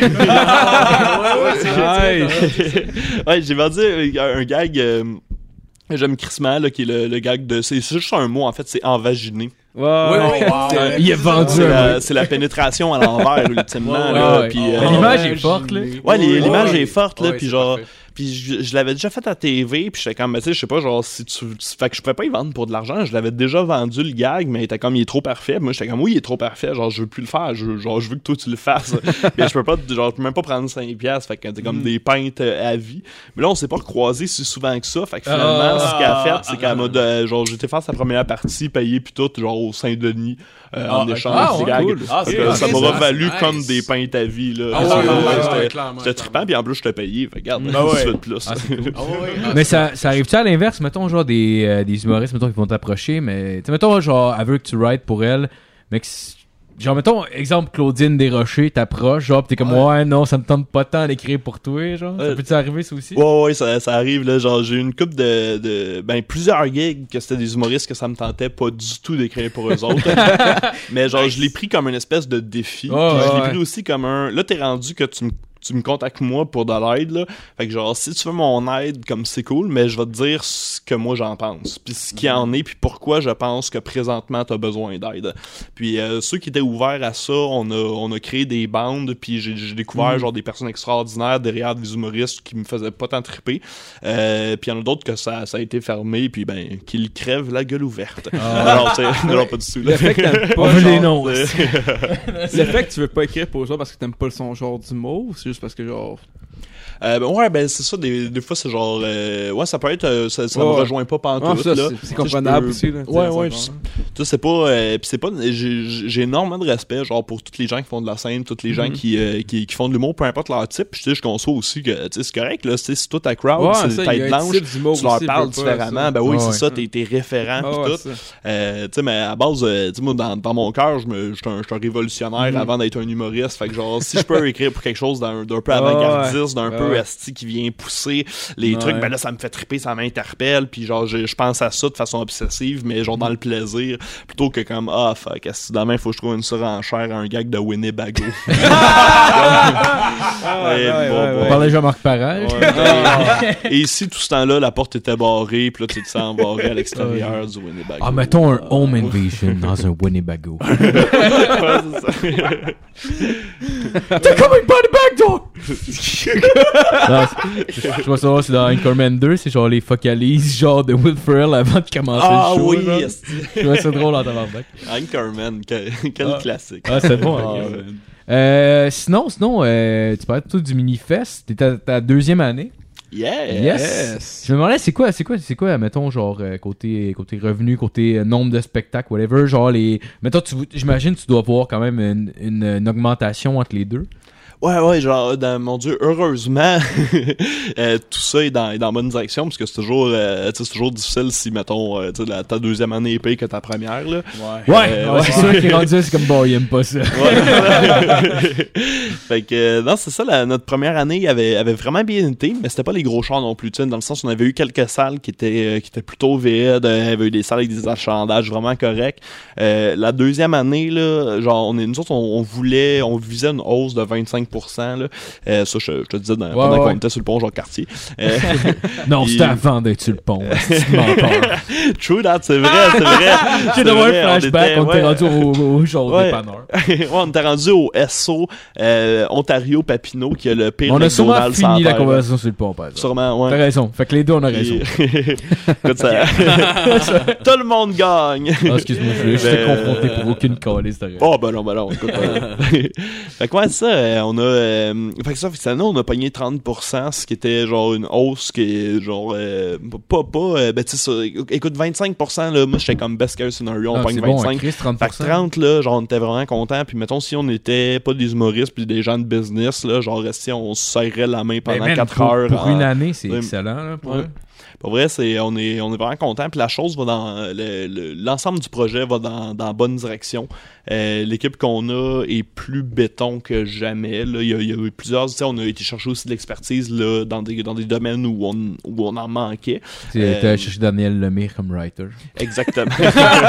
Nice. Ouais, j'ai vendu un, un gag... Euh, J'aime crissement, là, qui est le, le gag de... C'est c'est juste un mot, en fait, c'est envaginer. Ouais, Oui, ouais. oui, C'est- Il a vendu C'est un la, c'est la pénétration à l'envers, ultimement. Ouais, là, ouais. puis, Mais euh, l'image est forte, là. Ouais, les- Ouais, l'image ouais. est forte, là, Ouais, puis c'est genre... parfait. Puis je, je l'avais déjà fait à T V, puis j'étais comme, ben, tu sais, je sais pas, genre, si tu... Fait que je pouvais pas y vendre pour de l'argent, je l'avais déjà vendu, le gag, mais il était comme, il est trop parfait. Moi, j'étais comme, oui, il est trop parfait, genre, je veux plus le faire, je, genre, je veux que toi, tu le fasses. Puis je peux pas, genre, je peux même pas prendre cinq piastres, fait que t'es comme des pintes euh, à vie. Mais là, on s'est pas recroisés si souvent que ça, fait que finalement, Ah. ce qu'elle a fait, c'est qu'elle m'a, de- genre, j'étais faire sa première partie, payée, puis tout, genre, au Saint-Denis, euh, en Ah, échange ah, de ouais, gags. cool. Ah, Fait c'est que cool, ça c'est m'aura ça, valu c'est comme nice. des pintes à vie, là. Ah, Parce ouais, que, ouais, euh, ouais, c'était- ouais, clairement, C'était clairement. trippant, puis en plus, je te payais, fait que regarde, Ah ouais. tu fais de plus. Ah, ouais, ouais. Ah, Mais c'est ça, cool. ça arrive-tu à l'inverse, mettons, genre des, euh, des humoristes, mettons, qui vont t'approcher, mais, tu sais, mettons, genre, elle veut que tu writes pour elle, mais que, c- genre, mettons, exemple, Claudine Desrochers t'approche, genre, pis t'es comme, ouais. Ouais. non, ça me tente pas tant d'écrire pour toi, genre, ça Ouais. peut-tu arriver, ça aussi? Ouais, ouais, ça, ça arrive, là. Genre, j'ai eu une couple de, de. Ben, plusieurs gigs que c'était des humoristes que ça me tentait pas du tout d'écrire pour eux autres. Mais, genre, je l'ai pris comme une espèce de défi. Ouais, Puis je l'ai ouais. pris aussi comme un. Là, t'es rendu que tu me. Tu me contactes moi pour de l'aide, là. Fait que genre, si tu veux mon aide, comme c'est cool, mais je vais te dire ce que moi j'en pense. Puis ce qu'il y en est, puis pourquoi je pense que présentement t'as besoin d'aide. Puis euh, ceux qui étaient ouverts à ça, on a, on a créé des bandes, puis j'ai, j'ai découvert genre des personnes extraordinaires derrière des humoristes qui me faisaient pas tant triper. Euh, puis il y en a d'autres que ça, ça a été fermé, puis ben, qu'ils crèvent la gueule ouverte. Alors, tu sais, non, pas du tout. Le Là. fait que t'aimes On pas, veut les genre, noms. le fait que tu veux pas écrire pour ça parce que t'aimes pas son genre d'humour, c'est juste parce que genre. Euh, ben ouais, ben c'est ça, des, des fois c'est genre... euh, ouais, ça peut être... euh, ça ça Ouais. me rejoint pas pantoute, Ah, ça, là. c'est- c'est Tu sais, comprenable je aussi, là. Ouais, Tu sais, ouais, ça, Tu sais, c'est pas... Euh, pis c'est pas... J'ai, j'ai énormément de respect, genre, pour tous les gens qui font de la scène, tous les gens Mhm. qui, euh, qui, qui font de l'humour, peu importe leur type. Puis tu sais, je conçois aussi que, tu sais, c'est correct, là, tu sais, si toi, ta crowd, Ouais, c'est ça, tête il y a un blanche, type d'humour tu leur aussi, parles veut pas, différemment. ça. Ben oui, Ouais, c'est ouais. ça, t'es, t'es référent, Ah pis ouais, tout. ça. Euh, tu sais, mais à base, euh, tu sais, moi, dans, dans mon cœur, je me, j'étais un, j'étais un révolutionnaire Mhm. avant d'être un humoriste. Fait que genre, si je peux écrire pour quelque chose d'un, d'un peu Ah ouais. avant-gardiste, d'un Ah peu ouais. esti qui vient pousser les Ouais. trucs, ben là, ça me fait triper, ça m'interpelle, puis genre, je, je pense à ça de façon obsessive, mais genre dans le plaisir, plutôt que comme, ah, fuck, est-ce que demain, il faut que je trouve une surenchère à un gag de Winnebago. Ah, Ouais, ouais, bon, ouais, bon. On ouais. parlait Jean-Marc Parent. Ouais. Et ici, tout ce temps-là, la porte était barrée, puis là, tu te sens barré à l'extérieur du Winnebago. Ah, mettons un home invasion dans un Winnebago. Ouais, c'est ça. T'es coming by the back door! Non, c'est- je vois ça, c'est dans Anchorman deux, c'est genre les focalises, genre de Will Ferrell avant de commencer Ah le show. oui, genre. esti. Je trouvais ça drôle en tabarnak. Anchorman, quel, quel Ah. classique. Ah, c'est bon. Ah, hein. ouais. Euh, sinon, sinon, euh, tu parlais plutôt du mini-fest. T'es à ta deuxième année. Yeah! Yes. Je me demandais, c'est quoi, c'est quoi, c'est quoi, mettons, genre, euh, côté, côté revenu, côté euh, nombre de spectacles, whatever, genre les... Mettons, tu, j'imagine, tu dois voir quand même une, une, une augmentation entre les deux. Ouais, ouais, genre, dans, mon Dieu, heureusement, euh, tout ça est dans, est dans la bonne direction, parce que c'est toujours, euh, tu sais, c'est toujours difficile si, mettons, euh, tu sais, la- ta deuxième année est payée que ta première, là. Ouais, Euh, ouais, c'est sûr qu'il est rendu, c'est comme, bon, il aime pas ça. Ouais. Fait que, euh, non, c'est ça, la- notre première année avait, avait vraiment bien été, mais c'était pas les gros chars non plus, tu sais, dans le sens où on avait eu quelques salles qui étaient, euh, qui étaient plutôt vides, euh, il y avait eu des salles avec des achalandages vraiment corrects. Euh, la deuxième année, là, genre, on est, nous autres, on, on voulait, on visait une hausse de vingt-cinq pour cent, là. Euh, ça, je, je te disais dans, pendant ouais. qu'on était sur le pont Jean-Cartier. Euh, Non, Puis- c'était avant d'être sur le pont. C'est menteur. True that, c'est vrai, c'est vrai. J'ai C'est d'avoir un vrai, flashback, on était ouais. rendu au, au genre Ouais. dépanneur. Ouais, on était rendu au S O euh, Ontario Papineau, qui est le pire On a sûrement McDonald's fini sans la terre. conversation sur le pont, par exemple. Sûrement, T'as ouais. raison. Fait que les deux, on a raison. Puis- Écoute, ça- Tout le monde gagne. Ah, excuse-moi, je je t'ai Ben, confronté pour aucune calice de rien. Oh, ben non, ben non, écoute. euh, fait que ouais, c'est ça, euh, on a... euh, fait que ça, fait que cette année, on a pogné trente pour cent, ce qui était genre une hausse qui est genre... euh, pas, pas, euh, ben tu sais, ça, écoute, vingt-cinq pour cent, là, moi, j'étais comme best case scenario, on Ah, pogne c'est bon, hein, vingt-cinq. Chris, trente Fait pour que cent. trente, là, genre, on était vraiment contents. Puis mettons, si on n'était pas des humoristes puis des gens de business, là, genre, si on se serrait la main Ben, pendant man, quatre pour, heures. Pour en- une année, c'est Ouais. excellent. Là, pour Ouais. eux. Pour vrai, c'est, on est, on est vraiment content. Puis la chose va dans, le, le, l'ensemble du projet va dans, dans la bonne direction. Euh, l'équipe qu'on a est plus béton que jamais. Là. Il, y a, il y a eu plusieurs, tu sais, on a été chercher aussi de l'expertise là, dans, des, dans des domaines où on, où on en manquait. Tu Euh, as cherché Daniel Lemire comme writer. Exactement. Non,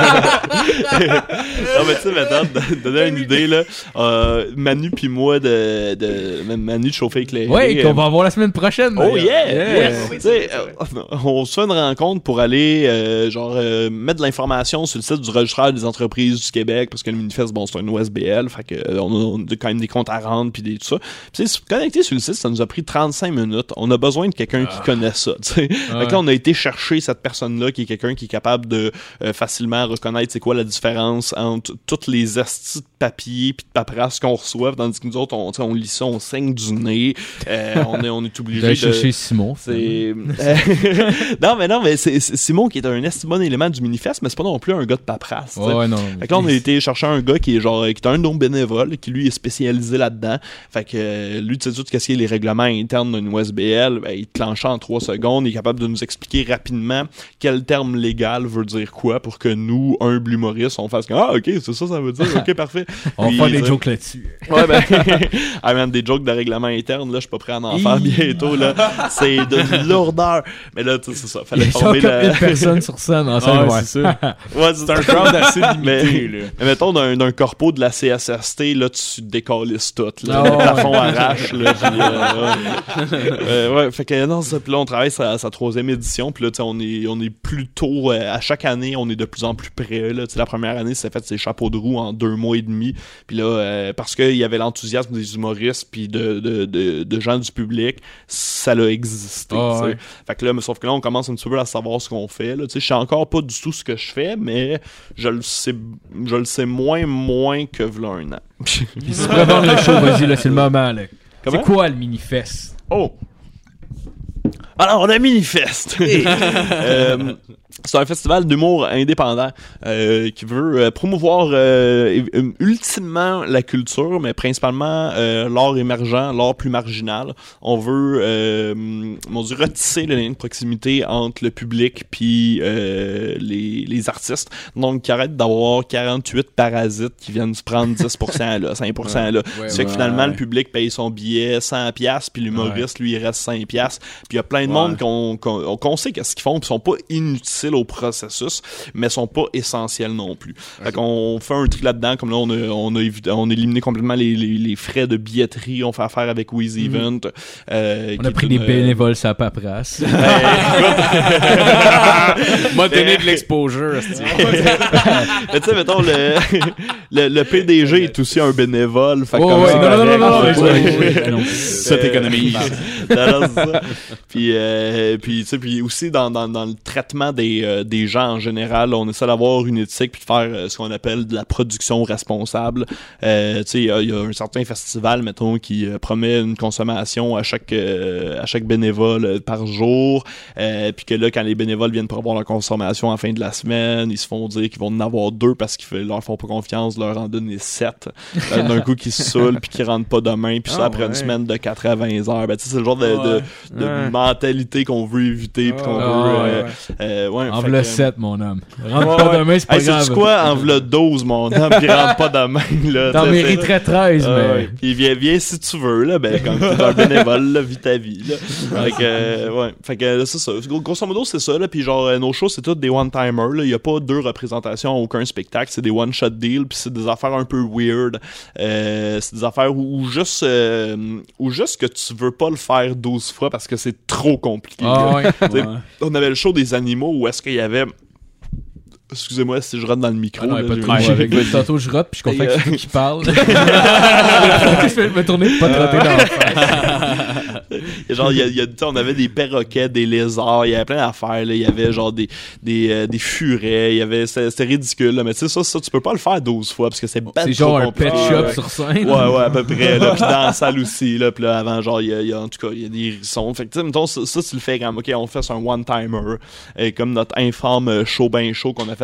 mais tu sais, maintenant, de donner une idée, là, euh, Manu puis moi, de, de, Manu de Chauffer Éclairé. Ouais, euh, qu'on va avoir la semaine prochaine. Oh yeah! Yeah. Yes. Tu sais, euh, on se fait une rencontre pour aller euh, genre euh, mettre de l'information sur le site du registraire des entreprises du Québec parce que le manifeste, bon, c'est un O S B L, fait que euh, on, a, on a quand même des comptes à rendre puis des tout ça. Puis se connecter sur le site, ça nous a pris trente-cinq minutes. On a besoin de quelqu'un qui connaît ça, tu sais. Ah Fait que là, on a été chercher cette personne-là qui est quelqu'un qui est capable de euh, facilement reconnaître c'est quoi la différence entre toutes les astis de papier puis de paperasse qu'on reçoit, tandis que nous autres, on, on lit ça, on saigne du nez, euh, on est, on est obligé J'allais de... chercher Simon. C'est... non, mais non, mais c'est, c'est Simon qui est un esti bon élément du manifeste, mais c'est pas non plus un gars de paperasse. t'sais. Ouais, ouais, non. Fait que là, on a été chercher un gars qui est genre, qui est un non bénévole, qui lui est spécialisé là-dedans. Fait que euh, lui, tu sais, tout ce qui est les règlements internes d'une O S B L, ben, il te clenche en trois secondes, il est capable de nous expliquer rapidement quel terme légal veut dire quoi pour que nous, humbles humoristes, on fasse comme, ah, ok, c'est ça, ça veut dire, ok, parfait. On Puis, va faire des euh, jokes là-dessus. Ouais, ben, ah, man, des jokes de règlement interne, là, je suis pas prêt à en faire bientôt, là. C'est de lourdeur. Mais là, tu sais, c'est ça. Il Fallait y a former comme la... une personne sur scène en scène. Ah, ouais. c'est ça. Ouais, c'est C'est un crowd assez mais, limité, là. mais mettons, d'un, d'un corpo de la C S S T, là, tu décalisses tout, là. Oh, le plafond ouais. arrache, là. Puis, euh, ouais. Euh, ouais, fait que, non, ça, puis là, on travaille sa, sa troisième édition, puis là, tu sais, on est, on est plutôt, euh, à chaque année, on est de plus en plus près, là. Tu sais, la première année, ça fait ses chapeaux de roue en deux mois et demi. Puis là, euh, parce qu'il y avait l'enthousiasme des humoristes puis de, de, de, de gens du public, ça l'a existé. Oh, t'sais. ouais. Fait que là, mais sauf que là, on commence un petit peu à savoir ce qu'on fait. Là. Je sais encore pas du tout ce que je fais, mais je le sais je le sais moins moins que v'là un an. Puis si tu pourrais vendre le show, vas-y, là, c'est le moment. Là. Comment? C'est quoi le mini-fest? Oh! Alors, on a Minifest! euh, c'est un festival d'humour indépendant euh, qui veut euh, promouvoir euh, euh, ultimement la culture, mais principalement euh, l'art émergent, l'art plus marginal. On veut euh, on veut retisser le lien de proximité entre le public puis euh, les, les artistes. Donc, qui arrête d'avoir quarante-huit parasites qui viennent se prendre dix pour cent là, cinq pour cent là. Ouais, Ça fait ouais, que finalement, ouais. le public paye son billet cent piastres, puis l'humoriste, lui, il reste cinq piastres. Puis il y a plein de monde Ouais. qu'on, qu'on, qu'on sait qu'est-ce qu'ils font, puis sont pas inutiles au processus, mais sont pas essentiels non plus. Fait qu'on fait un tri là-dedans, comme là, on a, on a, évi- on a éliminé complètement les, les, les frais de billetterie, on fait affaire avec Wheezy Event. Euh, On qui a pris est des une, euh, bénévoles sur la paperasse. M'a donné de l'exposure. Mais tu sais, mettons, le, le, le P D G est aussi un bénévole. Fait que Oh, comme ouais, c'est non, non, correct. non, non, Ouais, non, ouais. ouais, ouais, non. Ça t'économise. Non, non, c'est ça. Puis, euh, puis, tu sais, puis aussi dans, dans, dans le traitement des, euh, des gens en général, on essaie d'avoir une éthique puis de faire euh, ce qu'on appelle de la production responsable. Euh, tu sais, il y, a- il y a un certain festival, mettons, qui euh, promet une consommation à chaque euh, à chaque bénévole euh, par jour. Euh, puis que là, quand les bénévoles viennent pour avoir leur consommation à la fin de la semaine, ils se font dire qu'ils vont en avoir deux parce qu'ils leur font pas confiance, leur en donner sept. Euh, d'un coup, qui se saoulent puis qui rentrent pas demain. Puis ça, Ah, après ouais. une semaine de quatre à vingt heures. Ben, tu sais, c'est le genre de, de, de Ouais. mentalité qu'on veut éviter puis qu'on Ah, veut... ouais, euh, ouais. euh, ouais, En fait v'là que- sept, mon homme. Rentre Ouais, pas ouais. demain, c'est pas Hey, sais-tu grave. quoi? En v'là douze, mon homme, pis rentre pas demain, là. T'en T'sais, c'est- mériterais treize, Ah, mais... ouais. Puis viens, viens si tu veux, là, ben, comme t'es un bénévole, là, vis ta vie, là. Fait que, euh, ouais. Fait que, là, c'est ça. Gros- Grosso modo, c'est ça, là. Puis genre, euh, nos shows, c'est tous des one-timers, là. Il y a pas deux représentations à aucun spectacle. C'est des one-shot deals, puis c'est des affaires un peu weird. Euh, c'est des affaires où, où juste, euh, où juste que tu veux pas le faire douze fois parce que c'est trop compliqué. Ah, là. ouais. T'sais, on avait le show des animaux où est-ce qu'il y avait... Excusez-moi si je rentre dans le micro. Ah non, là, y a pas de j'ai- problème. j'ai- Avec- Tantôt, je rote, puis je suis content Et, que c'est toi qui parle. Je vais me tourner pour pas te roter dans la face. Genre, il y a, il y a, tu sais, on avait des perroquets, des lézards, il y avait plein d'affaires, là. Il y avait genre des, des, euh, des furets, il y avait, c'était, c'était ridicule, là. Mais tu sais, ça, ça, tu peux pas le faire douze fois parce que c'est ben C'est trop genre un compliqué. pet shop sur scène. Ouais, ouais, à peu près, là. Puis dans la salle aussi, là. Puis là, avant, genre, il y a, il y a, en tout cas, il y a des hérissons. Fait que, tu sais, mettons, ça, ça, tu le fais quand, ok, on fait un one-timer. Et comme notre infâme show ben show qu'on a fait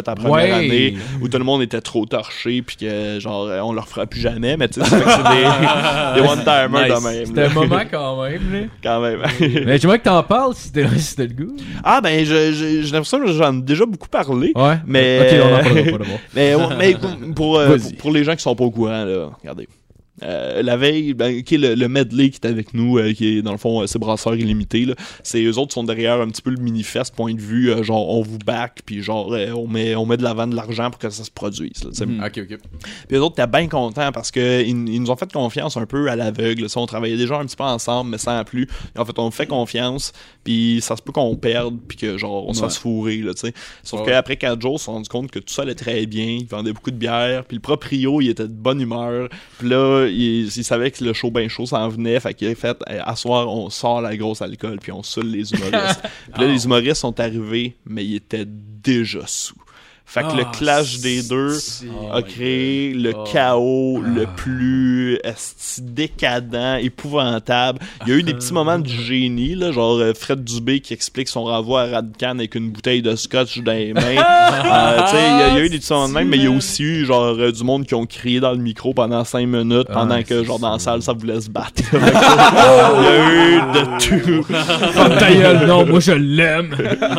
fait la première Ouais. année, où tout le monde était trop torché, puis que genre, euh, on leur fera plus jamais, mais tu sais, c'est fait que c'est des, des one-timers Nice. de même. C'était là. un moment quand même, là. Quand même. Mais j'aimerais que t'en parles si t'as si t'as le goût. Ah, ben, je- je- j'ai l'impression que j'en ai déjà beaucoup parlé. Ouais. Mais- Ok, on en parlera pas d'abord. Mais, ouais, mais pour, euh, Vas-y. pour, pour les gens qui sont pas au courant, là, regardez. Euh, la veille, ben, qui est le, le medley qui est avec nous, euh, qui est dans le fond, euh, c'est Brasseurs Illimités, là. C'est eux autres qui sont derrière un petit peu le manifeste, point de vue, euh, genre on vous back, puis genre euh, on met on met de l'avant de l'argent pour que ça se produise. Là, tu sais. Mhm. Ok, ok. Puis eux autres étaient bien contents parce que ils, ils nous ont fait confiance un peu à l'aveugle. Ça, on travaillait déjà un petit peu ensemble, mais sans plus. Et en fait, on fait confiance, puis ça se peut qu'on perde, puis que genre on se Ouais. fasse fourrer, là, tu sais. Sauf Ouais. qu'après quatre jours, on s'est rendu compte que tout ça allait très bien. Ils vendaient beaucoup de bière, puis le proprio, il était de bonne humeur. Puis là, il, il savait que le show ben chaud s'en venait, fait qu'il a fait hey, à soir, on sort la grosse alcool, puis on saoule les humoristes. Puis là, les humoristes sont arrivés, mais ils étaient déjà sous. Fait que le Ah, clash des deux Oh a my créé le Oh. chaos le plus esti, décadent, épouvantable. Il y a eu des petits moments de génie, là, genre euh, Fred Dubé qui explique son renvoi à Radcan avec une bouteille de scotch dans les mains. Euh, tu sais, il y, a- il y a eu des petits moments de même, mais il y a aussi eu genre euh, du monde qui ont crié dans le micro pendant cinq minutes, pendant Ah, que c'est genre dans la ça. salle ça voulait se battre. Fait que, il y a eu de tout. Fuck ta gueule, non, moi je l'aime.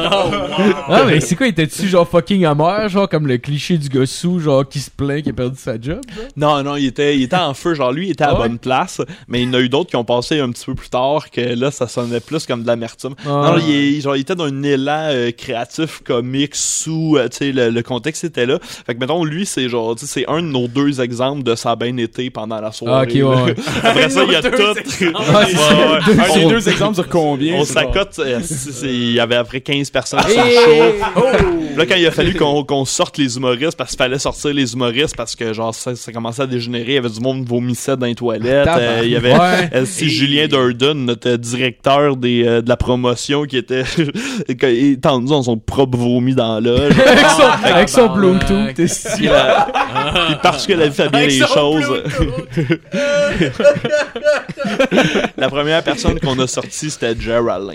Ah, mais c'est quoi, il était-tu genre fucking amer, genre comme le cliché du gars sous, genre qui se plaint, qui a perdu sa job, genre? Non, non, il était, il était en feu. Genre, lui, il était à la Ah ouais? bonne place. Mais il y en a eu d'autres qui ont passé un petit peu plus tard que là, ça sonnait plus comme de l'amertume. Ah. Non, il, est- genre, il était dans un élan euh, créatif, comique, sous, euh, tu sais, le, le contexte était là. Fait que, mettons, lui, c'est genre, tu sais, c'est un de nos deux exemples de ça a bien été pendant la soirée. Ah, ok, ouais, là. ouais. Après ça, il y a Nos tout. deux exemples. Ah, c'est ça. Ouais, ouais. Un des On- deux exemples sur combien? On c'est genre- s'accote, euh, c'est- c'est- il y avait après quinze personnes sur le Hey! show. Puis là, quand il a fallu qu'on qu'on sorte les humoristes, parce qu'il fallait sortir les humoristes, parce que genre ça, ça commençait à dégénérer, il y avait du monde qui vomissait dans les toilettes. Tabarnak. Euh, il y avait Ouais. euh, si Julien Durden, notre euh, directeur des, euh, de la promotion, qui était étendu dans son propre vomi dans la loge. avec son, avec son tabarnak. Bluetooth, t'es si. Puis, euh, puis parce que la vie fait bien Avec les son choses. Bluetooth. La première personne qu'on a sortie, c'était Geraldine.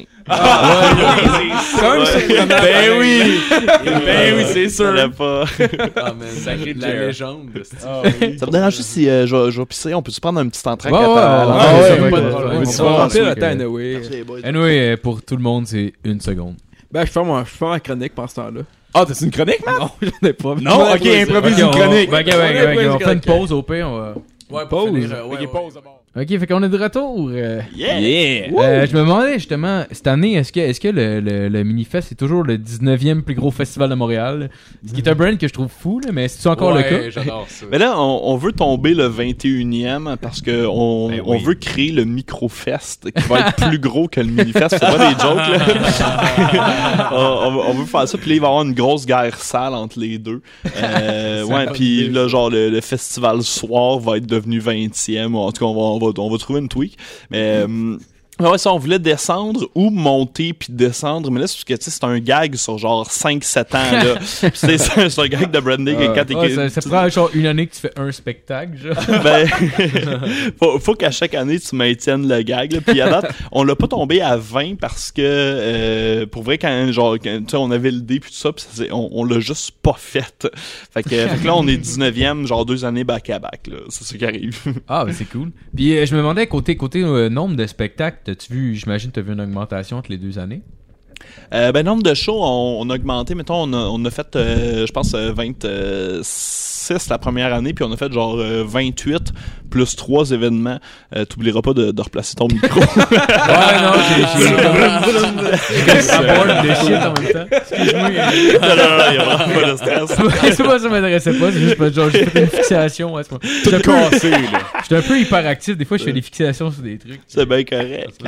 Comme surprenant. Ben oui! Ben oui, c'est sûr. Fallait pas. Ah, man, Sacré la Jer. légende. c'est- Ça me dérange juste si euh, je, vais- je vais pisser. On peut-tu prendre un petit entraque Ouais, à ouais, ta- à ouais, la- ouais, ouais, ça ouais, va, pas de ouais, problème. ouais, On ça va va, remplir ça le va. temps, anyway. Merci, les boys. Anyway, euh, pour tout le monde, c'est une seconde. Ben, je fais ma, je fais ma chronique pendant ce temps-là. Ah, t'as une chronique, man? Non, j'en ai pas. Non, ok, improvise Ok, une on va- chronique. ben, ok, ben, On ok, va ben, improviser on une fait une chronique. pause au pire, on va. Ouais, pour Pause. finir, euh, ouais, Ok, ouais. pause d'abord. Ok, fait qu'on est de retour. euh. Yeah! Yeah! Euh, je me demandais justement, cette année, est-ce que, est-ce que le, le, le Minifest est toujours le dix-neuvième plus gros festival de Montréal? Ce qui est un brand que je trouve fou, là, mais c'est encore Ouais, le cas? j'adore ça. Mais là, on, on veut tomber le vingt et unième parce que on, Ben on oui. veut créer le Microfest qui va être plus gros que le Minifest. C'est pas des jokes, là. on, on veut- on veut faire ça, puis là, il va y avoir une grosse guerre sale entre les deux. Euh, ouais, puis là, genre, le, le festival soir va être devenu vingtième. En tout cas, on va, on va, on va trouver une tweak. Mais... euh, ouais, ça, on voulait descendre ou monter puis descendre, mais là, c'est parce que, tu sais, c'est un gag sur genre cinq sept ans, là. Puis c'est, c'est c'est un gag de branding Ah, quand t'es- ouais, ça, ça prend genre une année que tu fais un spectacle, genre. ben, faut, faut qu'à chaque année, tu maintiennes le gag, là. Puis à date, on l'a pas tombé à vingt parce que, euh, pour vrai, quand, genre, quand, tu sais, on avait l'idée puis tout ça, puis ça, c'est- on, on l'a juste pas fait. Fait que, fait que là, on est dix-neuvième, genre deux années back-à-back, là. C'est ça qui arrive. Ah, ben c'est cool. Puis euh, je me demandais, côté, côté euh, nombre de spectacles, t'as-tu vu, j'imagine, t'as vu une augmentation entre les deux années? Euh, ben, nombre de shows, on, on a augmenté. Mettons, on a, on a fait, euh, je pense, euh, vingt-six la première année, puis on a fait genre euh, vingt-huit plus trois événements. Euh, T'oublieras pas de, de replacer ton micro. Ouais, non, j'ai j'ai comme j'ai ça board de shit en même temps. Excuse-moi. non, non, non, y a vraiment pas de stress. C'est pas ça m'intéressait pas, c'est juste parce que genre j'ai fait une fixation. Ouais, c'est pas- Tout cassé, là. J'étais un peu hyperactif, des fois je fais des fixations sur des trucs. C'est bien correct.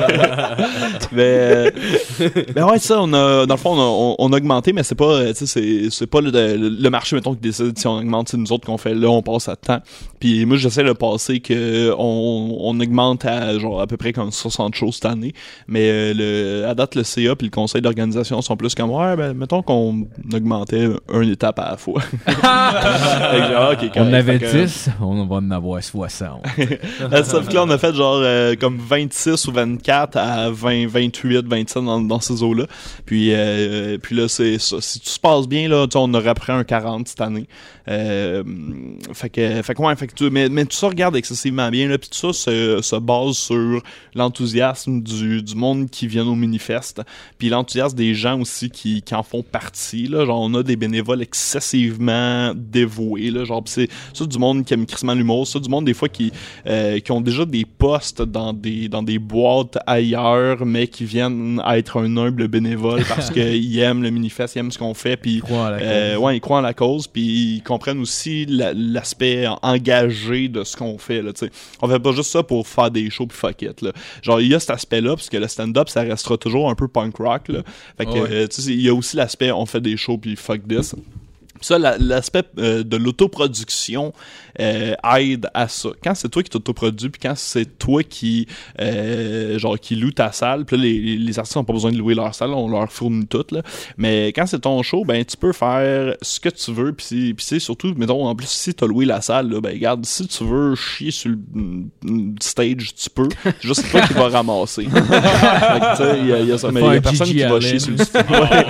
mais, euh, ben ouais, ça, on a, dans le fond, on a, on, on a augmenté, mais c'est pas, euh, tu sais, c'est, c'est pas le, le, le marché, mettons, qui décide si on augmente, c'est nous autres qu'on fait là, on passe à temps. Puis moi, j'essaie de passé que on, on augmente à genre à peu près comme soixante shows cette année, mais euh, le, à date le C A puis le conseil d'organisation sont plus comme ouais ben mettons qu'on augmentait une étape à la fois. genre, okay, On en avait que, dix, on va en avoir soixante. Sauf que là on a fait genre euh, comme vingt-six ou vingt-quatre à vingt, vingt-huit, vingt-sept dans, dans ces eaux là. Puis euh, puis là c'est ça. Si tout se passe bien là, on aurait pris un quarante cette année. Euh, fait que fait que ouais, fait que tu, mais mais tout ça regarde excessivement bien là, puis tout ça se, se base sur l'enthousiasme du du monde qui vient au Minifest, puis l'enthousiasme des gens aussi qui qui en font partie là, genre on a des bénévoles excessivement dévoués là, genre pis c'est ça du monde qui aime crissement l'humour, ça du monde des fois qui euh, qui ont déjà des postes dans des dans des boîtes ailleurs mais qui viennent être un humble bénévole parce qu'ils aiment le Minifest, ils aiment ce qu'on fait, puis euh, ouais, ils croient en la cause, puis ils comprennent aussi la, l'aspect engagé de ce qu'on fait là, tu sais. On fait pas juste ça pour faire des shows puis fuck it là. Genre il y a cet aspect là parce que le stand-up ça restera toujours un peu punk rock là. Fait que oh ouais. euh, tu sais il y a aussi l'aspect on fait des shows puis fuck this. Ça, la, l'aspect euh, de l'autoproduction euh, aide à ça. Quand c'est toi qui t'autoproduis, puis quand c'est toi qui euh, genre qui loue ta salle, puis là, les, les artistes n'ont pas besoin de louer leur salle, on leur fournit tout, là. Mais quand c'est ton show, ben tu peux faire ce que tu veux, puis c'est, puis c'est surtout, mettons, en plus, si t'as loué la salle, là, ben regarde, si tu veux chier sur le mm, stage, tu peux. C'est juste toi qui vas ramasser. Fait que, tu sais, il y a, y a ça, mais il y a personne qui va chier sur le stage.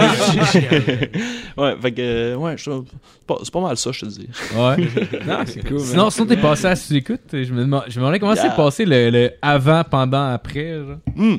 Ouais, fait que, ouais, je C'est pas, c'est pas mal ça, je te dis. Ouais. Non, c'est cool. Sinon, sinon t'es passé à sous-écoute. Je me demandais, je me demandais comment Yeah. s'est passé le, le avant, pendant, après. Genre. Mm.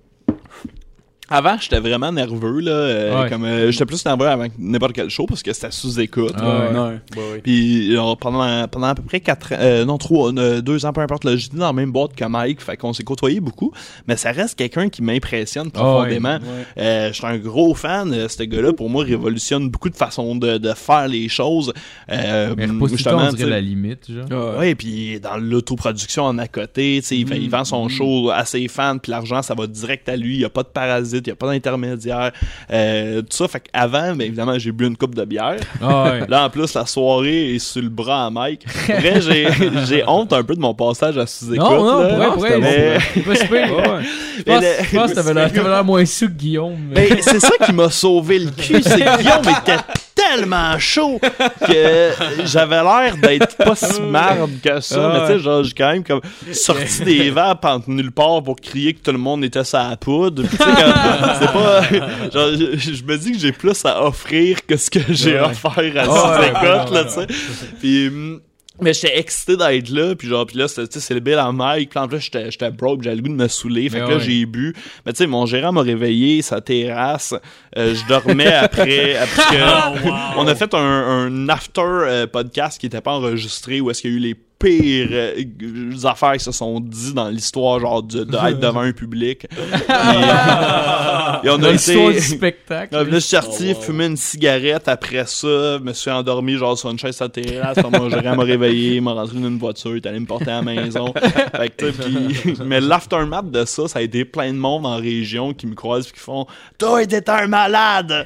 Avant, j'étais vraiment nerveux, là. Euh, Ouais. Comme, euh, j'étais plus nerveux avant n'importe quel show parce que c'était sous-écoute. Ah là. ouais. Ouais. Bah oui. Puis genre, pendant, pendant à peu près quatre euh, non, trois, euh, deux ans, peu importe, là, j'étais dans la même boîte que Mike, fait qu'on s'est côtoyé beaucoup, mais ça reste quelqu'un qui m'impressionne profondément. Ah ouais. Euh, je suis un gros fan, euh, ce gars-là, pour moi, révolutionne beaucoup de façons de, de faire les choses. Euh, Mais repousse tout le temps, justement, on dirait t'sais, la limite, genre. Ouais. ouais, puis dans l'autoproduction en à côté, tu sais, il, fait- il vend son show à ses fans, puis l'argent, ça va direct à lui. Il n'y a pas de parasite, il n'y a pas d'intermédiaire. Euh, tout ça, fait qu'avant, ben, évidemment, j'ai bu une coupe de bière. Ah ouais. Là, en plus, la soirée est sur le bras à Mike. Après, j'ai, j'ai honte un peu de mon passage à sous-écoute. Non, non, là. pour vrai, pour vrai. Mais- C'est pas super. Je Mais pense, le- je pense que t'avais l'air, t'avais l'air moins sous que Guillaume. mais- Ben, c'est ça qui m'a sauvé le cul, c'est que Guillaume était tellement chaud que j'avais l'air d'être pas si marde que ça, Ah mais tu sais, ouais. genre, j'ai quand même comme sorti des vapes entre nulle part pour crier que tout le monde était sur la poudre. Puis, tu sais, comme, c'est pas, genre, je, je me dis que j'ai plus à offrir que ce que j'ai Ouais. offert à Ah ouais, sous-écoute, ouais, là, tu sais. Puis, hum, mais j'étais excité d'être là, puis genre, puis là, c'était, tu sais, c'est le bill à Mike, puis en plus, j'étais, j'étais broke, j'avais le goût de me saouler, fait Mais que là, ouais. j'ai bu. Mais tu sais, mon gérant m'a réveillé, sa terrasse, euh, je dormais après, parce que on a fait un, un after euh, podcast qui était pas enregistré, où est-ce qu'il y a eu les pires euh, affaires qui se sont dit dans l'histoire, genre de, de être devant un public. Et, et on a Dans l'histoire été... du spectacle. Là, je suis sorti, fumé une cigarette après ça, me suis endormi genre sur une chaise sur la terrasse, mon gérant m'a réveillé, m'a rentré dans une voiture, il est allé me porter à la maison. Fait que, tu sais, pis, mais l'aftermath de ça, ça a été plein de monde en région qui me croisent pis qui font « Toi, t'es un malade!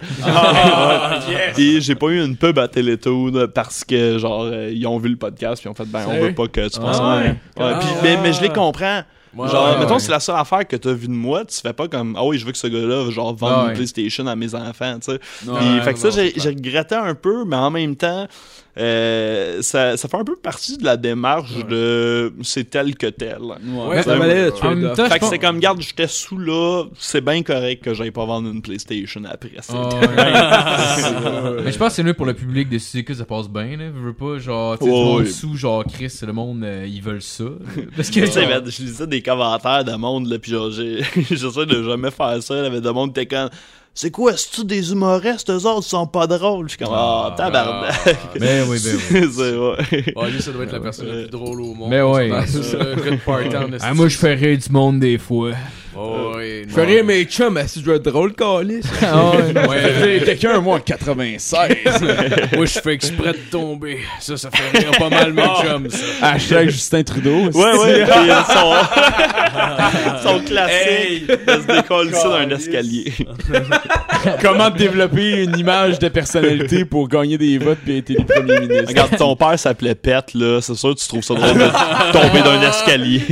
Pis j'ai pas eu une pub à Télétoon parce que genre, euh, ils ont vu le podcast pis ils ont fait « Ben, on veut pas que tu penses Ah ouais. ouais. Ouais, pis, mais, mais je les comprends. Ouais, Genre, ouais, mettons, ouais. c'est la seule affaire que t'as vu de moi, tu fais pas comme, ah oui, je veux que ce gars-là, genre, vende Ah une ouais. PlayStation à mes enfants, tu sais. Puis, Ouais, fait que ça, non, j'ai, c'est j'ai regretté un peu, mais en même temps, euh, ça, ça fait un peu partie de la démarche de c'est tel que tel. Ouais, ça valait le En même trade-off. temps, Fait je que c'est pense- comme, garde, j'étais sous là, c'est bien correct que j'aille pas vendre une PlayStation après. C'est Ah ouais. Mais je pense que c'est mieux pour le public de sous-écoute, ça passe bien, là. Je veux pas, genre, tu sais, Oh, du monde oui. sous, genre, Chris, le monde, euh, ils veulent ça. Parce que, Tu sais, genre, ben, je lisais des commentaires de monde, là, pis genre, j'ai, j'essaie de jamais faire ça, là, mais de monde qui était comme, c'est quoi, c'est-tu des humoristes, eux autres, sont pas drôles? Je suis comme, ah, tabarnak. ben oui, ben oui. c'est, ouais. Ouais, lui, ça doit être la personne la plus drôle au monde. Mais ouais. C'est un gars de party en esti. Ah, moi, je ferais du monde des fois. Oh, ouais, Je fais rire mes chums, mais si je dois être drôle, câlisse. Ah ouais. Ouais, Quelqu'un, moi, en quatre-vingt-seize. moi, je fais exprès de tomber. Ça, ça fait rire pas mal mes chums, ça. Hashtag Justin Trudeau. Ouais, ouais, puis euh, son, son classique de se décoller ça d'un escalier. Comment développer une image de personnalité pour gagner des votes puis être élu premier ministre. Regarde, ton père s'appelait Pet, là, c'est sûr que tu trouves ça drôle de tomber d'un escalier.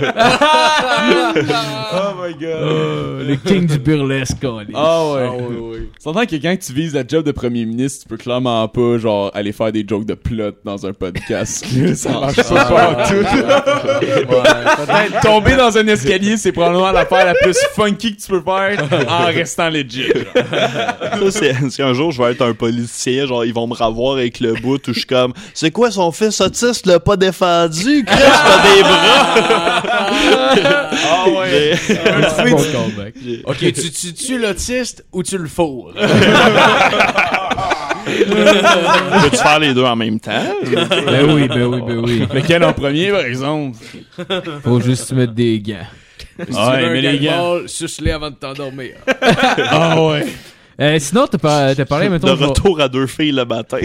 Oh my god. Oh, le king du burlesque, câlisse. Ah ouais. S'entend que quand tu vises la job de premier ministre, tu peux clairement pas, genre, aller faire des jokes de plot dans un podcast. Ça marche pas pas tout. Peut-être tomber dans un escalier, c'est probablement l'affaire la plus funky que tu peux faire en restant legit. Ça, c'est, c'est un jour, je vais être un politicien, genre, ils vont me revoir avec le bout où je suis comme, c'est quoi son fils autiste l'a pas défendu? Chris, t'as des bras! Ah ouais. Un bon callback. Ok, tu, tu tues l'autiste ou tu le fourres? Peux-tu faire les deux en même temps? Ben oui, ben oui, ben oui. Lequel en premier, par exemple? Faut juste mettre des gants. Si tu Ouais, veux un mais les gag-ball, suce-les avant de t'endormir. Ah ouais. Euh, sinon, t'as, par- t'as parlé, mettons... De genre- retour à deux filles le matin.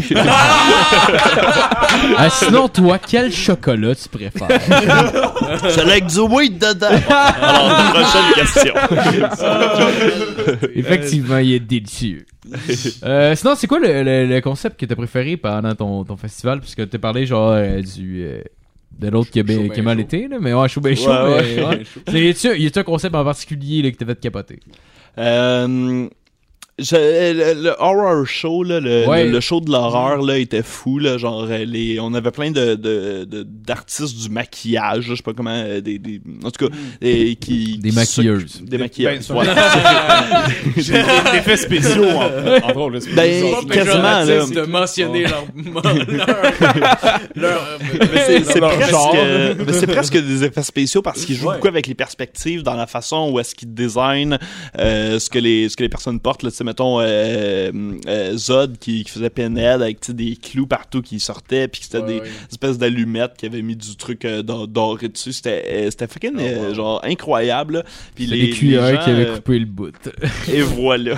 Ah, sinon, toi, quel chocolat tu préfères? Celui avec du weed dedans. Alors, prochaine question. Effectivement, il est délicieux. Euh, sinon, c'est quoi le, le, le concept que t'as préféré pendant ton, ton festival? Puisque t'as parlé, genre, euh, du... euh, de l'autre qui a, bien- Chaud ben qui a mal chaud. été, là, mais ouais, chaud ben chaud. Ouais, mais, ouais. C'est- Y a-tu y a-tu un concept en particulier là, que t'as fait capoter? Euh... Je, le, le horror show, là, le, Ouais. le, le show de l'horreur là, était fou. Là, genre, euh, les, on avait plein de, de, de, d'artistes du maquillage, là, je sais pas comment, euh, des, des, en tout cas, des, qui, Des qui maquilleuses. s'occupent- Des maquilleuses. Ben, voilà. Des effets spéciaux en, en drôle. c'est Ben, bizarre. quasiment, là. de mentionner leur, leur, leur, Mais c'est, c'est Leur presque, genre. mais c'est presque des effets spéciaux parce qu'ils jouent beaucoup avec les perspectives dans la façon où est-ce qu'ils designent euh, ce que les ce que les personnes portent. Là, tu sais, mettons euh, euh, Zod qui, qui faisait Pinhead avec tu sais, des clous partout qui sortaient puis que c'était Ouais, des ouais. espèces d'allumettes qui avaient mis du truc euh, dor- doré dessus. C'était euh, c'était fucking euh, genre incroyable. Là. Puis C'est les, les cuillères les gens, qui avaient euh, coupé le bout. et voilà.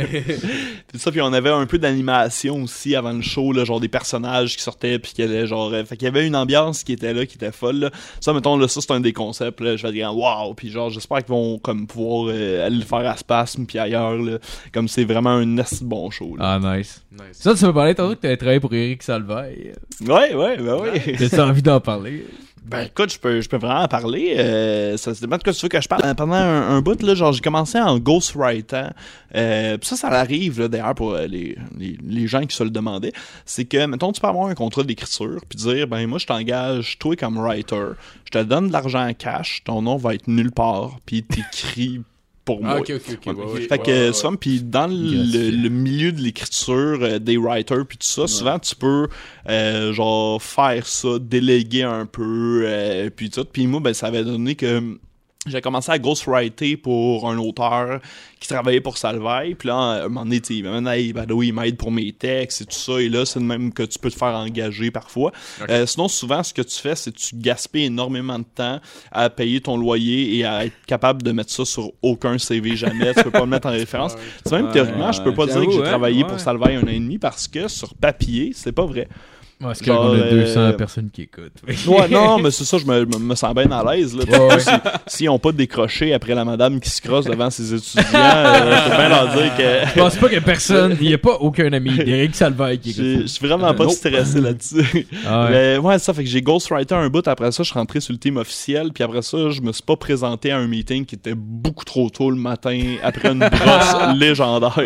Puis ça, puis on avait un peu d'animation aussi avant le show, là, genre des personnages qui sortaient puis qui allaient genre, euh, fait qu'il y avait une ambiance qui était là, qui était folle. Là. Ça, mettons, là, ça c'est un des concepts. Là, je vais dire waouh, puis genre j'espère qu'ils vont comme pouvoir euh, aller le faire à Spasme puis ailleurs. Là, comme c'est vraiment un assez bon show. Là. Ah, nice. Nice. Ça, tu m'as parlé tantôt que t'avais travaillé pour Eric Salvaille. Ouais, ouais, ben ouais. T'as-tu envie d'en parler? Ben écoute, je peux, je peux vraiment en parler. Euh, ça se dépend de quoi tu veux que je parle. Euh, Pendant un, un bout, là, genre j'ai commencé en ghostwriting. Euh, pis ça, ça arrive là, d'ailleurs pour euh, les, les, les gens qui se le demandaient. C'est que, mettons, tu peux avoir un contrat d'écriture puis dire, ben moi je t'engage toi comme writer, je te donne de l'argent en cash, ton nom va être nulle part, puis t'écris pour Ah, moi. ok, ok, ok. ouais, ouais. Fait que Ouais, ouais, souvent, puis dans le, le milieu de l'écriture, euh, des writers puis tout ça, souvent tu peux euh, genre faire ça, déléguer un peu, euh, puis tout. Puis moi, ben ça avait donné que j'ai commencé à ghostwriter pour un auteur qui travaillait pour Salvaille. Puis là, à un moment donné, tu sais, il m'a dit, hey, ben oui, il m'aide pour mes textes et tout ça. Et là, c'est le même que tu peux te faire engager parfois. Okay. Euh, sinon, souvent, ce que tu fais, c'est que tu gaspilles énormément de temps à payer ton loyer et à être capable de mettre ça sur aucun C V jamais. Tu peux pas le mettre en référence. C'est même théoriquement, je peux pas dire que j'ai j'avoue, hein, travaillé ouais. pour Salvaille un an et demi parce que sur papier, c'est pas vrai. Ouais, c'est Genre, qu'on a deux cents euh, personnes qui écoutent. Ouais, non, mais c'est ça, je me, me, me sens bien à l'aise. Là. Ouais, ouais. Si, s'ils ont pas décroché après la madame qui se crosse devant ses étudiants, euh, je peux bien leur dire que Je pense pas que personne, il y a pas aucun ami d'Eric Salvaille qui je écoute. je suis vraiment pas Nope. stressé là-dessus. Ah ouais. Mais ouais, ça fait que j'ai ghostwriter un bout. Après ça, je suis rentré sur le team officiel. Puis après ça, je me suis pas présenté à un meeting qui était beaucoup trop tôt le matin après une brosse légendaire.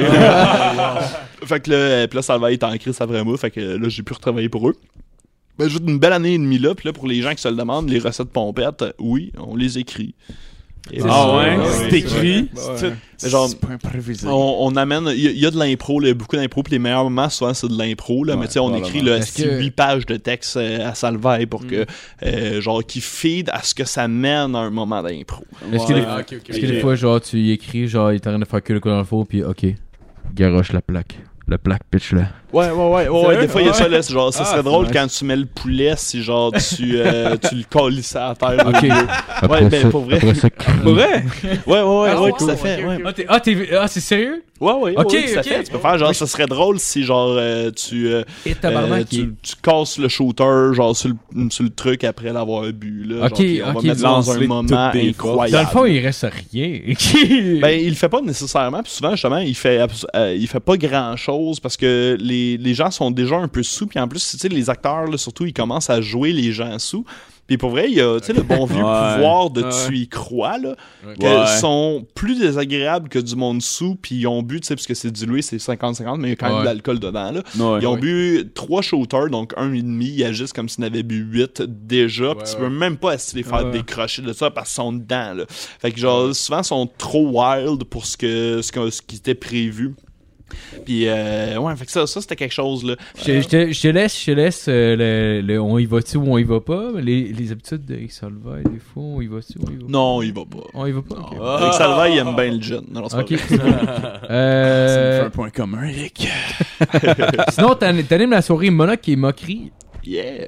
Fait que là, puis là, ça va être en crise après moi. Fait que là, j'ai pu retravailler pour eux. Ben, j'ai eu une belle année et demie là. Puis là, pour les gens qui se le demandent, les recettes pompettes, euh, oui, on les écrit. Et Ah ça, ouais? ouais, C'est ouais. écrit? Ouais. Mais genre, C'est pas improvisé. On, on amène, il y, a- il y a de l'impro, là, beaucoup d'impro, puis les meilleurs moments, souvent, c'est de l'impro, là, Ouais, mais tu sais, on écrit, là, Est-ce que- huit pages de texte euh, à Salvaille pour que, euh, genre, qui feed à ce que ça mène à un moment d'impro. Est-ce que, Ouais, des, ah, ok, ok. est-ce que des fois, genre, tu y écris, genre, il est en train de faire que le coup dans le four, puis ok, garoche la plaque. La plaque, pitch là. Ouais, ouais, ouais, ouais, ouais, des fois il y a ça, là, c'est genre, ça Ah, serait c'est drôle nice. quand tu mets le poulet, si genre tu, euh, tu le colissais à terre. Ok. Ouais, Après ben ça- pour vrai. après ça, Pour vrai? Ouais, ouais, ouais, Ah, ouais, wow, tout à ok, fait. ok, ouais. ok. Ah, t'es- ah, t'es- ah, c'est sérieux? Ouais, ouais, Ok, ouais, tout à ok. fait. Tu peux faire genre, ça serait drôle si genre euh, tu, euh, Et euh, tabarnak, il- tu, tu casses le shooter genre sur le, sur le truc après l'avoir bu là. Ok, genre, puis on ok, va mettre dans un lance-les moment toutes des incroyable. Dans le fond, il reste rien. Ben, il le fait pas nécessairement, puis souvent, justement, il fait, abs- euh, il fait pas grand-chose parce que les, les gens sont déjà un peu sous, puis en plus, tu sais, les acteurs, là, surtout, ils commencent à jouer les gens sous. Puis pour vrai, il y a, tu sais, le bon vieux Ouais. pouvoir de Ouais. tu y crois, là, Ouais. que Ouais. sont plus désagréables que du monde sous, puis ils ont bu, tu sais, parce que c'est dilué, c'est cinquante cinquante, mais il y a quand même Ouais. de l'alcool dedans, là. Ouais. Ils ont Ouais. bu trois shooters, donc un et demi, ils agissent comme s'ils en avaient bu huit déjà, puis Ouais, tu ouais. peux même pas essayer de les faire Ouais. décrocher de ça parce qu'ils sont dedans, là. Fait que genre, souvent, ils sont trop wild pour ce que ce, que, ce qui était prévu. Puis, euh, ouais, fait que ça, ça c'était quelque chose, là. Je, je te, je te laisse, je te laisse euh, le, le on y va-tu ou on y va pas. Les, les habitudes de X-Solvay, des fois, on y va-tu ou on y va pas. Non, il va pas. On y va pas? Ok. Non. Avec Salva, il aime bien le jeune. Non, non, c'est pas Ok. vrai. Ça me euh, fait un point commun, Rick. sinon, t'an- t'animes la soirée Monoc et Moquerie. Yeah.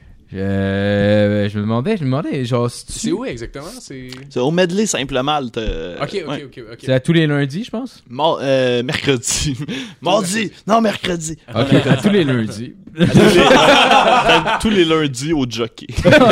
Euh, je me demandais, je me demandais, genre, si tu- C'est où exactement? C'est. C'est au medley simplement. le te- Ok, ok, ouais. ok, ok. c'est à tous les lundis, je pense. Mar- euh, mercredi. Mardi. Non, mercredi. Ok, à tous les lundis. tous, les... tous les lundis au jockey.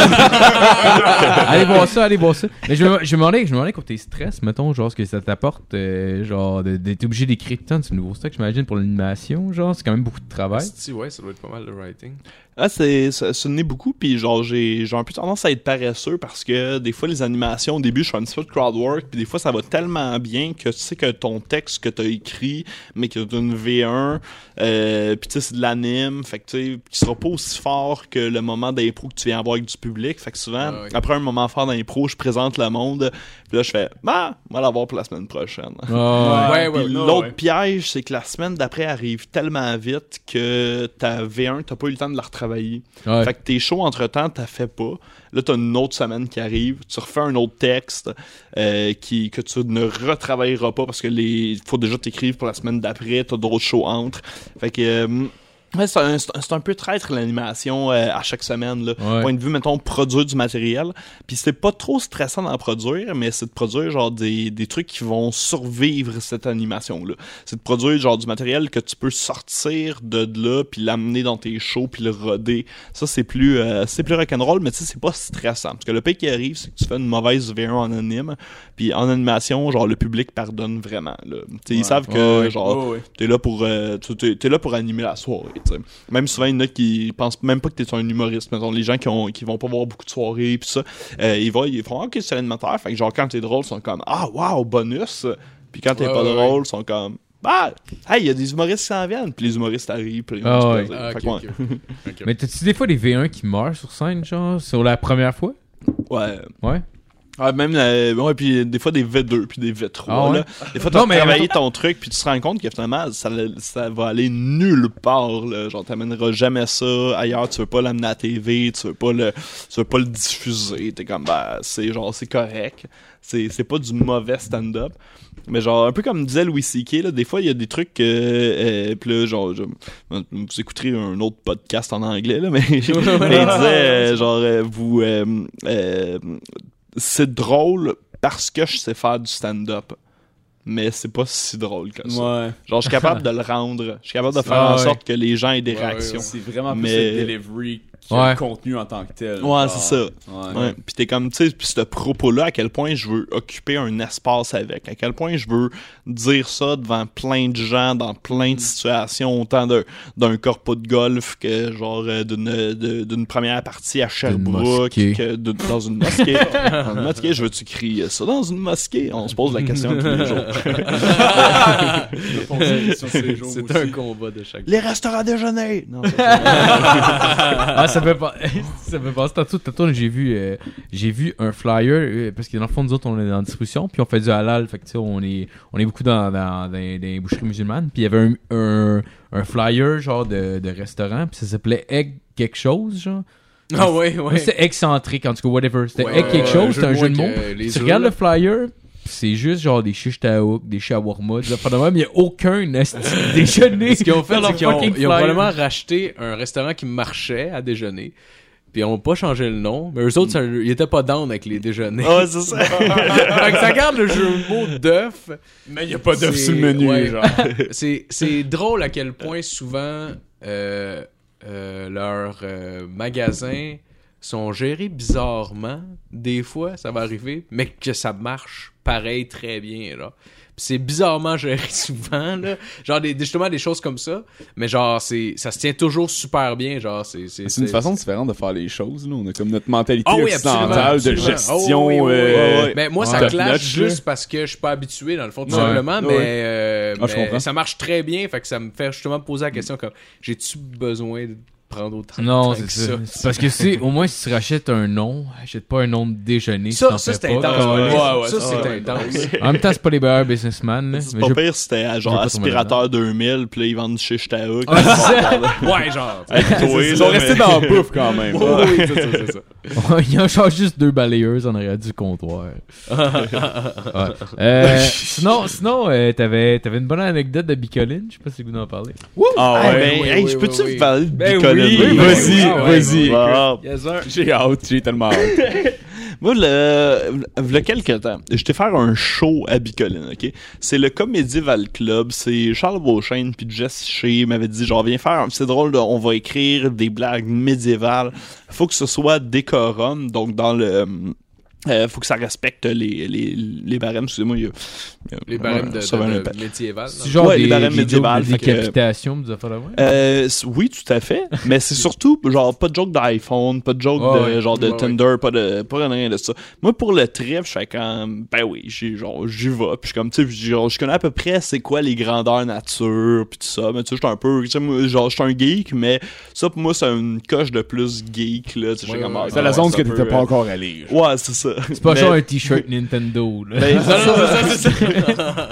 Allez voir ça, allez voir ça. Mais je me, je me demandais, je me demandais quand t'es stress, mettons, genre, ce que ça t'apporte, euh, genre, de- d'être obligé d'écrire tant de nouveau stock, j'imagine, pour l'animation, genre, c'est quand même beaucoup de travail. Si, ouais, ça doit être pas mal de writing. Ah, c'est, ça, ça n'est beaucoup, puis genre, j'ai, j'ai un peu tendance à être paresseux parce que des fois, les animations, au début, je fais un petit peu de crowd work, puis des fois, ça va tellement bien que tu sais que ton texte que t'as écrit, mais que t'as une V un, euh, puis tu sais, c'est de l'anime, fait que tu sais, qui sera pas aussi fort que le moment d'impro que tu viens avoir avec du public, fait que souvent, Ah ouais. après un moment fort d'impro, je présente le monde, puis là, je fais, bah, on va l'avoir pour la semaine prochaine. Ah, Ouais, ouais, Puis ouais, l'autre ouais. piège, c'est que la semaine d'après arrive tellement vite que ta V un, t'as pas eu le temps de la retravailler. ouais. Fait que tes shows, entre-temps, t'as fait pas. Là, t'as une autre semaine qui arrive. Tu refais un autre texte euh, qui, que tu ne retravailleras pas parce que les faut déjà t'écrire pour la semaine d'après. T'as d'autres shows entre. Fait que... euh, ouais, c'est un, c'est un- c'est un peu traître l'animation euh, à chaque semaine. Là. Ouais. Point de vue, mettons, produire du matériel. Puis c'est pas trop stressant d'en produire, mais c'est de produire genre des, des trucs qui vont survivre cette animation-là. C'est de produire genre du matériel que tu peux sortir de là, puis l'amener dans tes shows, puis le roder. Ça, c'est plus euh, c'est plus rock'n'roll, mais tu sais, c'est pas stressant. Parce que le pire qui arrive, c'est que tu fais une mauvaise V un en anime, puis en animation, genre, le public pardonne vraiment. Là. Tu sais, Ils Ouais. savent que, Ouais. genre, Ouais, ouais. t'es là pour euh, tu- t'es, t'es là pour animer la soirée, tu sais. Même souvent il y en a qui pensent même pas que t'es un humoriste, mettons, les gens qui ont qui vont pas voir beaucoup de soirées pis ça, euh, ils vont ils font OK, c'est l'animateur, fait que genre quand t'es drôle, ils sont comme ah wow, bonus. Puis quand t'es Ouais, pas ouais, drôle, ils sont comme bah hey, il y a des humoristes qui s'en viennent, puis les humoristes arrivent, puis ils Ah vont se ouais. plaisir. Ah, Fait ok, que ouais. ok. Ok. Mais t'as-tu des fois des V un qui meurent sur scène, genre, sur la première fois? Ouais. Ouais. Ouais, même euh, ouais, puis des fois des V deux puis des V trois Ah ouais? là. Des fois Non, t'as mais travaillé ton truc puis tu te rends compte que finalement ça, ça va aller nulle part là. Genre t'amèneras jamais ça ailleurs, tu veux pas l'amener à la T V, tu veux pas le tu veux pas le diffuser, t'es comme bah c'est genre c'est correct. C'est c'est pas du mauvais stand-up. Mais genre un peu comme disait Louis C K là, des fois il y a des trucs que euh, pis là genre je, vous écouterez un autre podcast en anglais là, mais, mais il disait euh, genre euh, vous euh, euh, c'est drôle parce que je sais faire du stand-up. Mais c'est pas si drôle que ça. Ouais. Genre, je suis capable de le rendre. Je suis capable de faire Ah en ouais. sorte que les gens aient des Ouais, réactions. C'est vraiment plus Mais- le delivery que Ouais. le contenu en tant que tel. Ouais, genre. c'est ça. Ouais. Ouais. Puis t'es comme, tu sais, puis ce propos-là, à quel point je veux occuper un espace avec. À quel point je veux dire ça devant plein de gens, dans plein de situations, autant de, d'un corpo de golf que genre euh, d'une, de- d'une première partie à Sherbrooke, mosquée. que de- dans une mosquée. Dans une mosquée, je veux-tu crier ça dans une mosquée? On se pose la question tous les jours. C'est un combat de chaque. Les restaurants déjeuner! Non, c'est ça. Ah, ça fait pas. Ça fait passer tantôt. Tantôt, j'ai vu, euh, j'ai vu un flyer, euh, parce que dans le fond, nous autres, on est en distribution, puis on fait du halal, fait que tu sais, on est, on est beaucoup dans, dans, dans, dans les boucheries musulmanes, puis il y avait un, un, un flyer, genre, de, de restaurant, puis ça s'appelait Egg quelque chose, genre. Ah ouais, ouais. C'était excentrique, en tout cas, whatever. C'était Ouais, Egg quelque ouais, chose, un c'était un jeu jeu de de mots mots. avec, euh, les Tu œufs, regardes là. le flyer, c'est juste genre des shish taouk, des shawarma, des affaires de même, il y a aucun esti de déjeuner. Ce qu'ils ont fait, dans c'est leur qu'ils ont, fucking ils ont flyer. probablement racheté un restaurant qui marchait à déjeuner. Puis ils ont pas changé le nom. Mais eux autres, ça- ils étaient pas down avec les déjeuners. Ouais, c'est ça. Fait que ça garde le jeu de mots d'œuf. Mais y a pas d'œuf C'est- sur le menu, ouais. genre. c'est, c'est drôle à quel point souvent euh, euh, leurs euh, magasins sont gérés bizarrement. Des fois, ça va arriver, mais que ça marche pareil très bien. Là. Puis c'est bizarrement géré souvent. Là. Genre des, justement des choses comme ça. Mais genre, c'est, ça se tient toujours super bien. Genre, c'est, c'est, C'est une façon différente de faire les choses, là. On a comme notre mentalité Ah oui, occidentale absolument, de absolument. gestion. Oh, oui, oui, oui, euh, oui. Mais moi, ça top clash notch, là. juste parce que je suis pas habitué, dans le fond, tout Ouais. simplement. Ouais. Mais, euh, Ah, je mais comprends. ça marche très bien. Fait que ça me fait justement poser la question comme, j'ai-tu besoin de prendre autant Non, de temps c'est que ça. ça? C'est parce que c'est au moins si tu rachètes un nom, achète pas un nom de déjeuner. Ça, si t'en ça, fais c'est pas. intense. Ouais, Ouais, ouais, ça, ça, c'est ouais. intense. En même temps, c'est pas les meilleurs businessmen. là, C'est mais pas je- pire, c'était euh, je genre veux pas tomber aspirateur deux mille, puis là, ils vendent du shish taouk. Ouais, genre. Ils sont restés dans la bouffe quand même. Oui, oui, c'est ça, c'est ça. Ils ont changé juste deux balayeuses en arrière du comptoir. Ouais. Euh, sinon, sinon euh, t'avais, t'avais une bonne anecdote de Bicoline. Je sais pas si vous en parlez. Ah Ah, ouais. ben, oui, hey, oui, je peux-tu oui, oui. vous parler de Ben Bicoline? oui, Oui, vas-y, Ah ouais, vas-y. Bon. Yes, sir. J'ai hâte, j'ai tellement hâte. Moi, le, le quelques temps, j'étais faire un show à Bicoline, ok? C'est le Comédieval Club, c'est Charles Beauchesne puis Jess Shea m'avait dit, genre, viens faire, c'est drôle, là, on va écrire des blagues médiévales, faut que ce soit décorum, donc dans le... Euh, faut que ça respecte les, les, les barèmes, excusez-moi, il y a... il y a- Les barèmes de, ça va de, un de peu. médiéval. C'est genre Ouais, des, les barèmes des médiévales, jokes de fait que- décapitation, des affaires de même. Euh, c- oui, tout à fait. Mais c'est surtout, genre, pas de joke d'iPhone, pas de joke Ah de, ouais. genre, de Ouais, Tinder, pas de, pas rien de ça. Moi, pour le trip, je fais comme, ben oui, j'ai, genre, j'y vais. Puis je suis comme, tu sais, genre, je connais à peu près c'est quoi les grandeurs nature, puis tout ça. Mais tu sais, j'étais un peu, tu sais, moi, genre, j'étais un geek, mais ça, pour moi, c'est une coche de plus geek, là. Tu sais, Ouais, j'étais comme, ouais, ah, ouais. C'est la ouais, zone c'est que un peu, t'étais pas euh, encore allé. Ouais, c'est ça. C'est pas Mais- genre un t-shirt Nintendo. Là. Ben, non, non, c'est ça, c'est ça.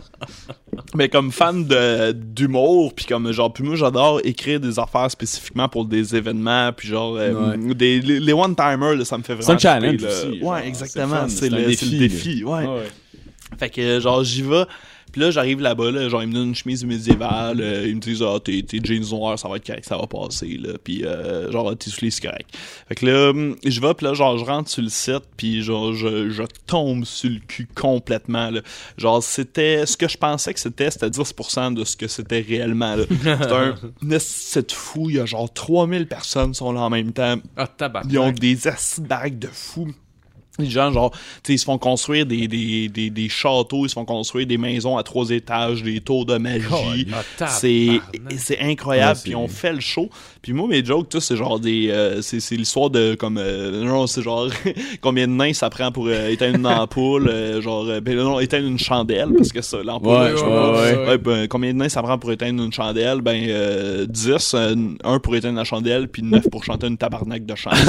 Mais comme fan de d'humour, puis comme genre, puis moi j'adore écrire des affaires spécifiquement pour des événements, puis genre euh, des les, les one-timers, là, ça me fait vraiment. C'est un challenge triper, là. aussi, genre, Ouais, exactement. c'est C'est fun, le, c'est un c'est le défi, défi. Ouais. Ouais. Fait que genre j'y vais. Puis là, j'arrive là-bas, là, genre, ils me donnent une chemise médiévale, euh, ils me disent, ah, tes, tes jeans noirs, ça va être correct, ça va passer, là, puis euh, genre, tes souliers, c'est correct. Fait que là, hum, je vais, puis là, genre, je rentre sur le site, puis genre, je, je tombe sur le cul complètement, là. Genre, c'était, ce que je pensais que c'était, c'était dix pour cent de ce que c'était réellement, là. C'est un site fou, il y a genre trois mille personnes qui sont là en même temps. Ah, tabac. Ils ont des acides barraques de fous. Les gens, genre, tu sais, ils se font construire des, des, des, des châteaux, ils se font construire des maisons à trois étages, des tours de magie. Ah, tabarnak. C'est, c'est incroyable. Ouais, Puis c'est- on fait le show. Puis moi, mes jokes, tout, c'est genre des, euh, c'est, c'est l'histoire de, comme, euh, non, c'est genre, combien de nains ça prend pour euh, éteindre une ampoule, euh, genre, euh, ben non, éteindre une chandelle, parce que ça, l'ampoule, Ouais, je sais ouais, pas. ouais. Ouais, ben, combien de nains ça prend pour éteindre une chandelle? Ben, euh, dix, euh, un pour éteindre la chandelle, puis neuf pour chanter une tabarnak de chanson.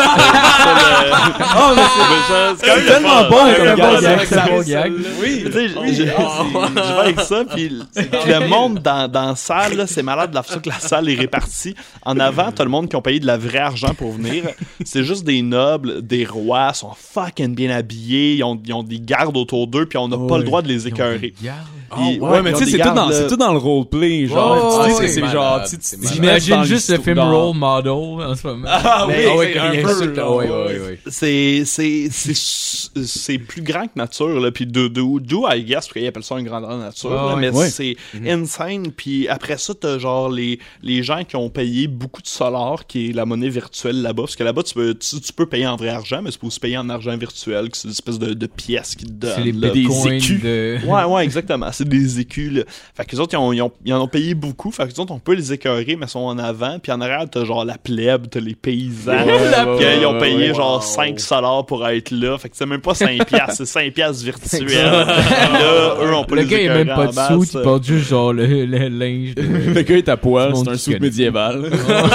Oh, mais c'est, c'est quand même tellement le bon fun. comme Ouais, gag, ouais, c'est un bon gag. Oui, tu sais, je je- je vais avec ça, puis le puis le monde dans, dans la salle, là, c'est malade de la façon que la salle est répartie. En avant, t'as le monde qui ont payé de la vraie argent pour venir. C'est juste des nobles, des rois, sont fucking bien habillés, ils ont, ils ont des gardes autour d'eux, puis on n'a pas le droit de les écœurer. Puis, Ouais, mais ils ont tu sais, des c'est tout, gardes, dans, là. c'est tout dans le roleplay, genre. Ouais, tu sais, ouais, c'est c'est c'est genre, malade, tu sais, c'est tu malade. t'imagines J'imagine dans juste le film l'histoire. Role Model en ce moment. Ah oui, Mais, ah ouais, c'est un rien peu, ça, genre, ouais, ouais. ouais, ouais. C'est, c'est, c'est, c'est plus grand que nature, là, pis d'où, d'où, d'où, I guess, parce qu'ils appellent ça une grandeur nature, Ah là, ouais. mais Ouais. c'est insane, puis après ça, t'as genre les, les gens qui ont payé beaucoup de Solar, qui est la monnaie virtuelle là-bas, parce que là-bas, tu peux, tu, tu peux payer en vrai argent, mais tu peux aussi payer en argent virtuel, que c'est une espèce de, de pièce qui te donne. C'est les là. bitcoins écus. de... Ouais, ouais, exactement. C'est des écus, là. Fait que les autres, ils, ont, ils, ont, ils en ont payé beaucoup. Fait que les autres, on peut les écœurer, mais ils sont en avant. Puis en arrière, t'as genre la plèbe, t'as les paysans. Ouais, Puis ouais, euh, ils ont ouais, payé ouais. genre Wow. cinq dollars pour être là. Fait que c'est même pas cinq piastres, c'est cinq piastres virtuels. Là, eux, on peut Le les gars, il a écœurer même pas en de masse. sou, il porte juste genre le, le linge de... Le gars est à poil, Tout le c'est monde un qui soupe connaît. médiéval.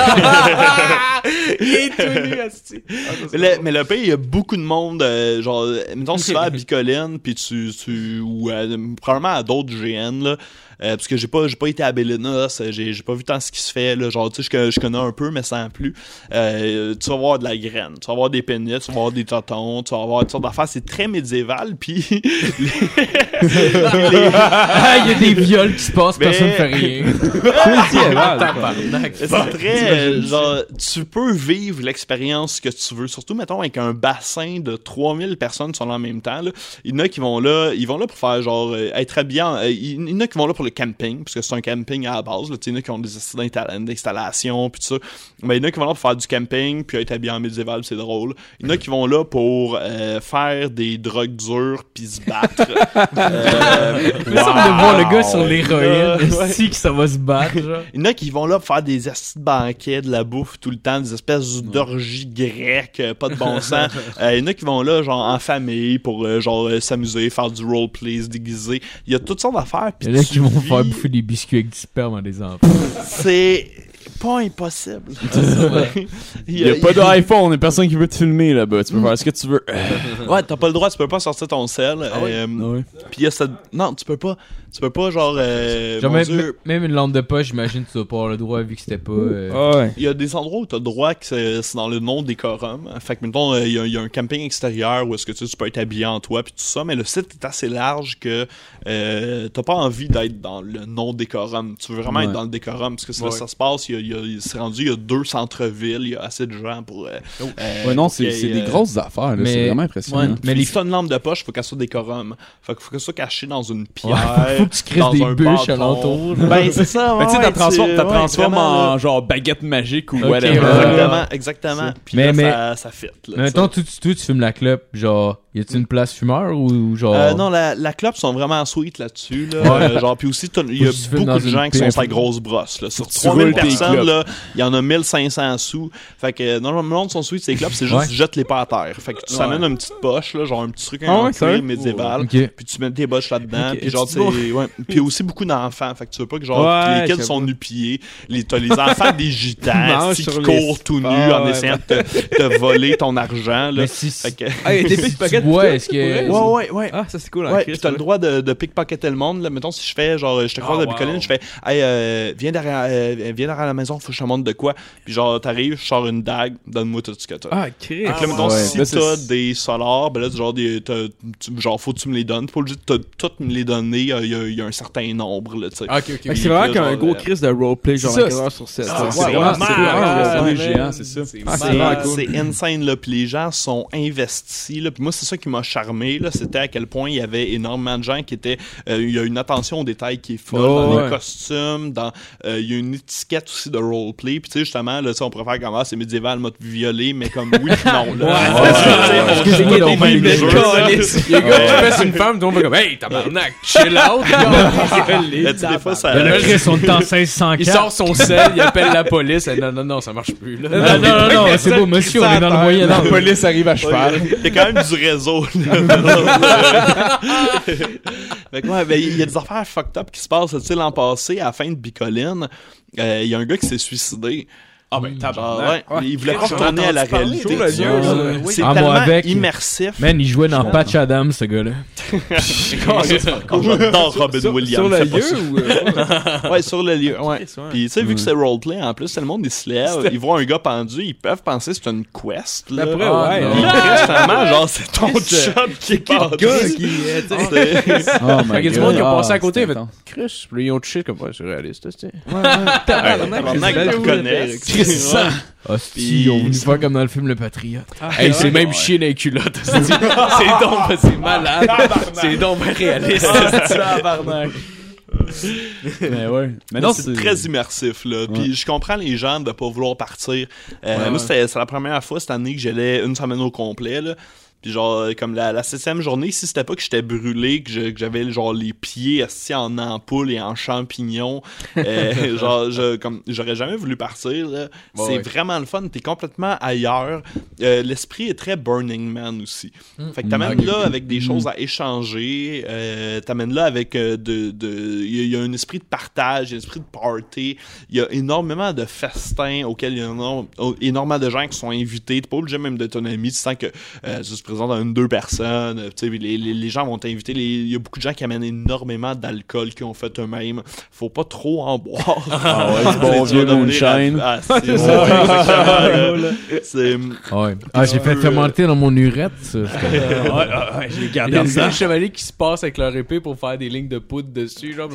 Il est tout nu, asti. Mais le, mais le pays, il y a beaucoup de monde, euh, genre, mettons, si tu vas à Bicoline, puis tu, tu, ou euh, probablement à d'autres G N, là, euh, parce que j'ai pas j'ai pas été à Bélénos, j'ai j'ai pas vu tant ce qui se fait là, genre tu sais je, je connais un peu mais sans plus. Euh, tu vas voir de la graine, tu vas voir des pénis, tu vas voir des totons, tu vas voir toutes sortes d'affaires, c'est très médiéval puis les... les... Ah, il y a des viols qui se passent, Mais- personne ne fait rien. C'est très euh, genre tu peux vivre l'expérience que tu veux, surtout mettons avec un bassin de trois mille personnes qui sont là en même temps là. Il y en a qui vont là, ils vont là pour faire genre euh, être habillés en- euh, il y en a qui vont là pour le camping parce que c'est un camping à la base là, tu sais, il y en a qui ont des essais d'installation puis tout ça. Mais il y en a qui vont là pour faire du camping puis être habillés en médiéval, c'est drôle. Il y en a qui vont là pour euh, faire des drogues dures puis se battre. euh, Il semble de voir le gars sur Ouais. l'héroïne, si que ça va se battre, genre. Il y en a qui vont là pour faire des assis de banquets, de la bouffe tout le temps, des espèces d'orgies grecques, euh, pas de bon sens. Euh, il y en a qui vont là, genre, en famille, pour, euh, genre, euh, s'amuser, faire du roleplay, se déguiser. Il y a toutes sortes d'affaires. Il y en a puis qui tu vont vis- faire bouffer des biscuits avec du sperme à des enfants. C'est pas impossible. Il y a pas d'iPhone, il y a personne qui veut te filmer là-bas. Tu peux faire ce que tu veux. Ouais, t'as pas le droit, tu peux pas sortir ton sel. euh, Ouais. Puis il y a cette... Non, tu peux pas. Tu peux pas, genre... euh, Genre, mon même, Dieu, même une lampe de poche, j'imagine que tu vas pas avoir le droit vu que c'était pas. euh, Ah ouais. il y a des endroits où t'as le droit que c'est c'est dans le nom décorum. Fait que, mettons, euh, il y, a- il y a un camping extérieur où est-ce que tu, sais, tu peux être habillé en toi puis tout ça, mais le site est assez large que euh, t'as pas envie d'être dans le non décorum. Tu veux vraiment Ouais. être dans le décorum parce que c'est là Ouais. que ça se passe. Il y a, il y a- c'est rendu, il y a deux centres-villes, il y a assez de gens pour... euh, euh, Ouais, non, pour c'est qu'il y c'est ait, des euh, grosses affaires, là. mais- C'est vraiment impressionnant. Ouais. Mais Mais les si t'as une lampe de poche, faut qu'elle soit décorum. Fait qu'il faut qu'elle soit cachée dans une pierre. Ouais, faut que tu crées dans des un bûches bâton. alentour. Ben, c'est ça, Mais tu sais, ouais, t'as transformes, tu- t'as ouais, transformes vraiment, en là. genre baguette magique ou Ok, whatever. ouais. Exactement, exactement. Puis Mais- là, mais- ça, ça fit. Là, Mais tu mettons, sais. toi, tu, toi, tu fumes la clope, genre, y a-tu une place fumeur ou genre. Euh, non, la, la clope sont vraiment sweet là-dessus. Là. Euh, genre, puis aussi, t'as- il y a Faut que tu fumes beaucoup dans de une gens qui sont pipe. sur la grosse brosse. Là. Sur tu trois mille roules tes personnes, clopes. là, il y en a mille cinq cents sous. Fait que, euh, normalement, le monde sont sweet, ces clopes, c'est juste, Ouais. jette-les pas à terre. Fait que tu t'amènes une petite poche, là, genre un petit truc Ah en ouais, cuir ça? médiéval. Ok. Puis tu mets tes boches là-dedans. Ok, Puis genre, c'est tu sais, ouais. Puis il y a aussi beaucoup d'enfants. Fait que tu veux pas que genre, Ouais, les kids je sont vois. nu-pieds. Les, t'as les enfants des Ils gitans mangent qui sur les courent tout nus Ah, en ouais, essayant de te, te voler ton argent. Là. Mais si. Fait que... Ah, il y a des si tu pickpockets. bois, pis tout, est-ce que- pour Ouais, vrai? ouais, ouais. Ah, ça c'est cool. Ouais, hein, pis Chris, t'as le ouais. droit de, de pickpocketer le monde. Là. Mettons, si je fais, genre, je te croise Oh, de Bicoline, wow. je fais, hey, euh, viens derrière, euh, viens derrière la maison, faut que je te montre de quoi. Puis genre, t'arrives, je sors une dague, donne-moi tout ce que t'as. Ah, Chris. Fait que là, mettons, ouais. si Là, c'est- t'as des solars, ben là, genre, des, t'as- tu- genre, faut que tu me les donnes. T'es pas obligé de te- toutes me les donner. Il y a, il y a- il y a un certain nombre, là, tu sais. Ah, ok, ok. Fait que Puis c'est vraiment là, comme un genre, gros euh, Chris de roleplay, genre c'est ça, vingt-quatre heures sur sept. Ah, ouais. c'est Ouais, vraiment ouais, malade. c'est cool. Ah, c'est ouais, des géants, c'est ça. Ah, c'est C'est vraiment cool. c'est insane, là. Puis les gens sont investis, là. Puis moi, c'est ça qui m'a charmé, là. C'était à quel point il y avait énormément de gens qui étaient. euh, il y a une attention aux détails qui est folle Oh, dans ouais. les costumes, dans. euh, il y a une étiquette aussi de roleplay. Puis tu sais, justement, là, tu sais, on pourrait faire comme ah, c'est médiéval, mode violé, mais comme oui, puis non, là. Ouais, Ouais, excusez-moi, on donc, joue il des est jeux. Il y a un gars qui fait une femme, tout le monde fait comme hey, tabarnak, chill out. Là, tu sais, des fois, ça. Il y en a Chris, on est en seize cent Il quatre. sort son sel, il appelle la police. Eh, Non, non, non, ça marche plus. Là. Non, non, non, non, c'est beau, monsieur, on est dans le moyen La âge. police arrive à cheval. Il y a quand même du réseau. là. Fait que, ouais, ben, il y a des affaires fucked up qui se passent. Tu sais, l'an passé, à la fin de Bicoline, euh, il y a un gars qui s'est suicidé. Ah, ben, Genre, tabarnak. ouais, il voulait pas J'en ai retourner à la entendu parler, réalité. sur le vieux, ça. Oui. C'est Ah, moi, tellement avec. immersif. Man, il jouait dans Patch Adams, ce gars-là. Quand j'adore Robin Sur- Williams. Sur le fais pas lieu ça. ou. euh, Ouais, sur le lieu. Ouais. Chris, ouais. Puis tu sais, vu que c'est roleplay, en plus, c'est le monde, ils se lèvent, ils voient un gars pendu, ils peuvent penser que c'est une quest. Là. Après, Ah, ouais. non. hein. Puis récemment, genre, c'est ton Chris, chum qui est pendu. Gars qui. euh, tu sais. C'est- Oh Fait qu'il y a du monde qui a passé à côté, et fait Chris, puis ils ont touché comme pas surréaliste, tu sais. Tabarnak, Tabarnak, c'est tu belle connais. couleur. Chris, ça. Ah, si, Puis- on voulait faire comme dans le film Le Patriote. Hey, c'est même chier dans les culottes. C'est c'est donc, c'est malade. C'est donc bien réaliste. Mais ouais. Mais Mais non, c'est très immersif, là. Puis je comprends les gens de pas vouloir partir. Euh, Ouais, moi, ouais. c'était c'est la première fois cette année que j'allais une semaine au complet, là. Puis genre, comme la, la septième journée, si c'était pas que j'étais brûlé, que je- que j'avais genre les pieds assis en ampoule et en champignons, euh, genre, je, comme, j'aurais jamais voulu partir, là. Ouais, c'est ouais. vraiment le fun, t'es complètement ailleurs. Euh, l'esprit est très Burning Man aussi. Fait que t'amènes ok, là ok. avec des choses à échanger, euh, t'amènes là avec euh, de... de il y, a- il y a un esprit de partage, il y a un esprit de party, il y a énormément de festins auxquels il y a énorme- énormément de gens qui sont invités, t'es pas obligé même de ton ami, tu sens que euh, c'est présente à une deux personnes. Tu sais, les, les, les gens vont t'inviter. Il y a beaucoup de gens qui amènent énormément d'alcool qu'ils ont fait eux-mêmes. Faut pas trop en boire. Ah ouais, du bon vieux moonshine. Ah, c'est ouais, exactement. C'est. Ouais. Ah, j'ai fait fermenter dans mon urette, ça. ouais, ouais, ouais, j'ai Il y a gardé des ça. chevaliers qui se passent avec leur épée pour faire des lignes de poudre dessus, genre.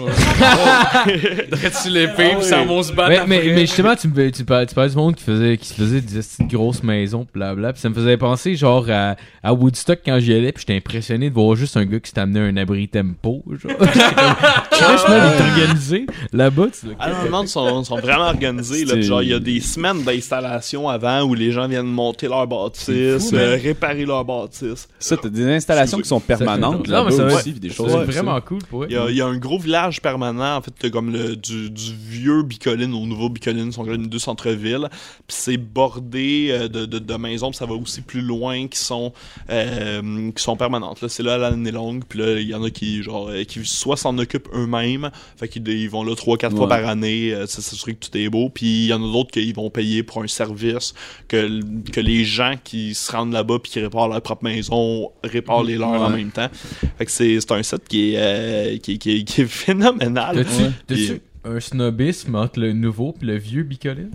Dresse-tu l'épée, pis ça on se bat. Mais, mais, mais justement, tu, me, tu, parlais, tu parlais du monde qui, faisait, qui se faisait des petites grosses maisons, blabla. Puis ça me faisait penser, genre, à, à Woodstock quand j'y allais. Puis j'étais impressionné de voir juste un gars qui s'était amené un abri tempo. Genre, franchement, il est organisé là-bas. Tu Ah non, le monde sont, sont vraiment organisés. Là, genre, il y a des semaines d'installation avant où les gens viennent monter leur bâtisse, fou, euh, réparer leur bâtisse. Ça, t'as des installations qui sont permanentes ça, non, là-bas mais ça va, aussi, puis des choses c'est comme vraiment ça. cool pour eux. Il y, a, il y a un gros village permanent, en fait, t'as comme le, du, du vieux Bicoline au nouveau Bicoline, sont comme deux centres-villes, puis c'est bordé euh, de, de, de maisons, puis ça va aussi plus loin, qui sont euh, qui sont permanentes. Là, c'est là l'année longue, puis là, il y en a qui, genre, euh, qui soit s'en occupent eux-mêmes, fait qu'ils ils vont là trois quatre ouais. fois par année, euh, c'est sûr que tout est beau, puis il y en a d'autres qui vont payer pour un service, que, que les gens qui se rendent là-bas puis qui réparent leur propre maison réparent les leurs ouais. en même temps. Fait que c'est, c'est un set qui est, euh, qui, qui, qui est phénoménal. T'as-tu, Ouais. t'as-tu Puis, un snobisme entre le nouveau et le vieux Bicoline?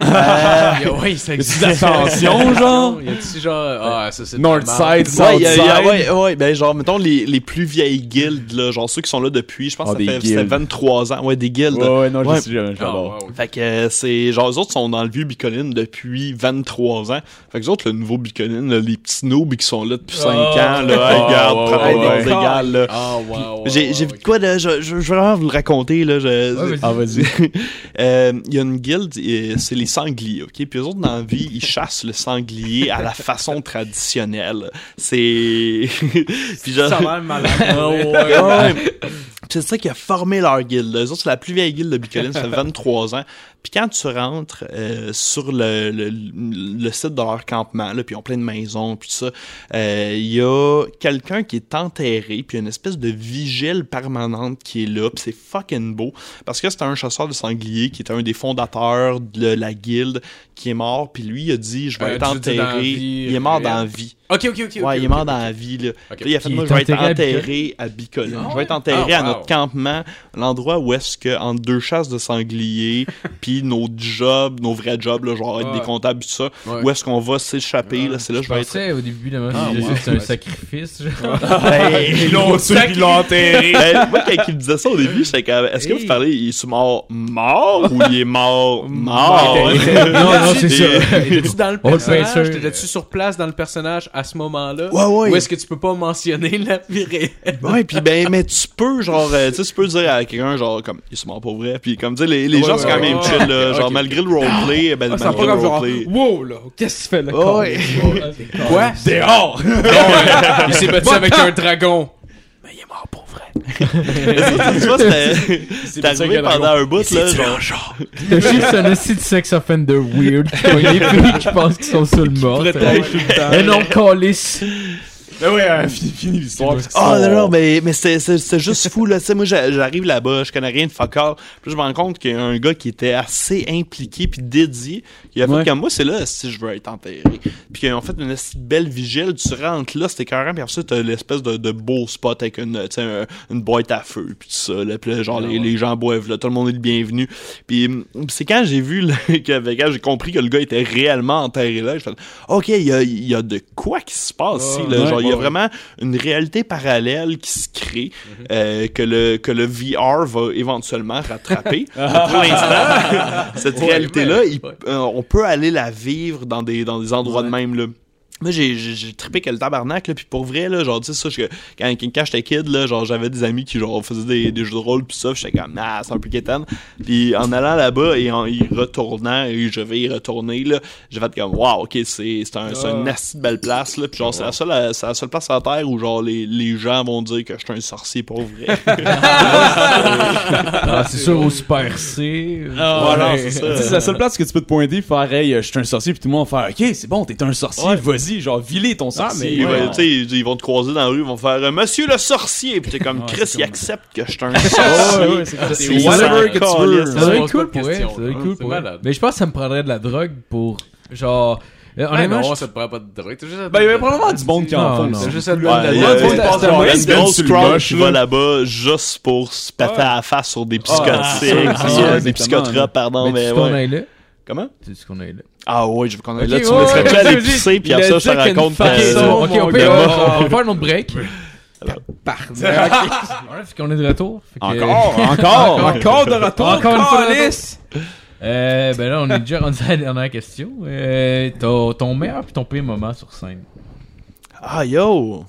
Oui, ça existe. Attention, genre. Il y a-tu genre. Ah, ça c'est. Northside, Ouais, il y a- il y a- Southside. ouais, ouais, ben genre, mettons les, les plus vieilles guildes, là, genre ceux qui sont là depuis, je pense Ah, que ça des fait c'était guildes. vingt-trois ans. Ouais, des guildes. Ouais, ouais, non, Ouais. je sais, j'adore. Fait que euh, c'est genre, eux autres sont dans le vieux Bicoline depuis vingt-trois ans. Fait que les autres, le nouveau Bicoline, là, les petits noobs qui sont là depuis cinq ans, là, Ah, hey, regarde, ouais, prends ouais, des ouais. doses égales, là. Ah, wow. J'ai, j'ai vu de quoi de, je, je, je vais vraiment vous le raconter, là. Je, Ouais, vas-y. Ah, vas-y. Euh, il y a une guilde, euh, c'est les sangliers, ok? Puis eux autres, dans la vie, ils chassent le sanglier à la façon traditionnelle. C'est... Puis genre... Ça a l'air malade. Ouais. C'est ça qui a formé leur guilde. Eux autres, c'est la plus vieille guilde de Bicoline, ça fait vingt-trois ans. Puis quand tu rentres euh, sur le, le, le site de leur campement, là, puis ils ont plein de maisons, puis tout ça, il euh, y a quelqu'un qui est enterré, puis une espèce de vigile permanente qui est là, puis c'est fucking beau, parce que c'était un chasseur de sangliers qui était un des fondateurs de la guilde, qui est mort, puis lui, il a dit, je vais Euh, être tu veux dire dans la enterré. vie Il est mort réelle? dans la vie. Ok, ok, ok. Ouais, ok, il est ok, mort ok. dans la vie, là. Ok. Là, il a fait, Il moi, est je vais être enterré à enterré à Bicoline. Ah Je vais être ouais? enterré Ah, à wow. notre campement, l'endroit où est-ce que, entre deux chasses de sangliers, puis nos jobs, nos vrais jobs, là, genre être Ouais. des comptables, tout ça, Ouais. où est-ce qu'on va s'échapper, là, c'est là, je Je vais être... pensais au début de moi, Ah, je wow. disais que c'est un Ouais. sacrifice. Genre. Ben, Ils l'ont tué, puis ils l'ont enterré. ben, moi, quand il me disait ça au début, j'étais comme, est-ce que Hey. vous parlez, il est mort mort ou il est mort mort? non, non, c'est ça. Étais-tu dans le On le personnage? peinture. T'étais-tu sur place dans le personnage à ce moment-là? Ouais, ouais. Ou est-ce que tu peux pas mentionner la vie réelle? Ouais, pis ben, mais tu peux, genre, euh, tu sais, tu peux dire à quelqu'un, genre, comme, il est sûrement pas vrai, pis comme, dire les, les Ouais, gens, ouais, c'est quand même ouais, chill, là, ok, genre, ok. malgré le roleplay, ben, Ah, c'est malgré pas le comme genre, roleplay. wow, là, qu'est-ce que tu fais là? Oh, ouais. Quoi? Dehors! Il s'est battu avec un dragon. Mais il est mort pour vrai. tu vois, c'était, c'est battu arrivé avec un pendant un bout, là, genre, Le chiffre, c'est un esti de sex offender weird. Qui pogne les filles qui pensent qu'ils sont sur le mort. Protège tout le temps. Et non, calice. Ben ouais, euh, fini, fini l'histoire. Ah non, non, mais, mais c'est, c'est, c'est juste fou, là. Tu sais, moi, j'a- j'arrive là-bas, je connais rien de fuck all. Puis je me rends compte qu'il y a un gars qui était assez impliqué puis dédié. Il a fait Ouais. comme moi, c'est là si je veux être enterré. Puis ils ont fait une assez belle vigile. Tu rentres là, c'était carrément. Puis après ça, t'as l'espèce de, de beau spot avec une, tu sais, un- une boîte à feu. Puis tout ça, là. Puis là, genre, les, les gens boivent, là. Tout le monde est le bienvenu. Puis hum, c'est quand j'ai vu, là, que, quand j'ai compris que le gars était réellement enterré là, j'ai fait, OK, il y a, il y a de quoi qui se passe ici, là. ouais, Genre, il y a ouais. vraiment une réalité parallèle qui se crée, euh, que le que le V R va éventuellement rattraper. Mais pour l'instant, cette Ouais, réalité-là, ouais, il- ouais. euh, on peut aller la vivre dans des dans des endroits de même là. Moi, j'ai, j'ai, j'ai trippé que le tabarnak, là, pis pour vrai, là, genre, tu sais, ça, je, quand, quand j'étais kid, là, genre, j'avais des amis qui, genre, faisaient des, des jeux de rôle, pis ça, pis j'étais comme, ah, c'est un peu quétaine. Pis en allant là-bas et en y retournant, et je vais y retourner, là, j'ai fait comme, wow, ok, c'est, c'est, un, c'est une assez belle place, là, pis genre, c'est la seule, c'est la seule place sur la Terre où, genre, les, les gens vont dire que je suis un sorcier pour vrai. Ah, c'est sûr, au Super C. Voilà, Ouais. c'est ça. Tu sais, c'est la seule place que tu peux te pointer, faire, hey, euh, je suis un sorcier, puis tout le monde va faire, ok, c'est bon, t'es un sorcier, vas-y, genre, viler ton sorcier. Ils, ouais. vont- tu sais, ils ils vont te croiser dans la rue, ils vont faire euh, Monsieur le sorcier, puis t'es comme Chris, il accepte que je suis un sorcier. ouais, ouais, c'est comme- C'est c'est whatever whatever que tu veux. Ça Ça doit pose être cool pas de pour elle. questions, Ça doit être hein, cool c'est pour elle. malade. Mais je pense que ça me prendrait de la drogue pour, genre, Euh, Ben honnêtement, non, je- ça te prend pas de drogue. T'as juste à te- Ben, il y avait probablement du monde qui en Non, font. non. T'as ça. juste à te Ouais, demander Il y de a la il y drogue. a- c'était il y a un une grosse sur le crowd moche, qui là. va là-bas juste pour se péter à la face sur des psychotiques, Ah, puis, c'est euh, ça, des exactement. psychotropes, pardon, mais mais tu qu'on ouais. aille là. Comment? Tu dis qu'on aille là. Ah ouais, je veux qu'on aille Ok, là. Tu ouais, me laisserais ouais, plus aller vas-y. pisser, puis Il après a ça, dit je te qu'il y a une raconte fucking que- sauce. Ok, mon on peut, gars. euh, on peut faire un autre break. Pardon. Ouais, fait qu'on est de retour. Fait que- Encore, encore. Encore de retour. Encore une fois de câlisse. Euh, ben là, on est déjà rendu à la dernière question. Euh, ton, ton meilleur puis ton pire moment sur scène. Ah yo!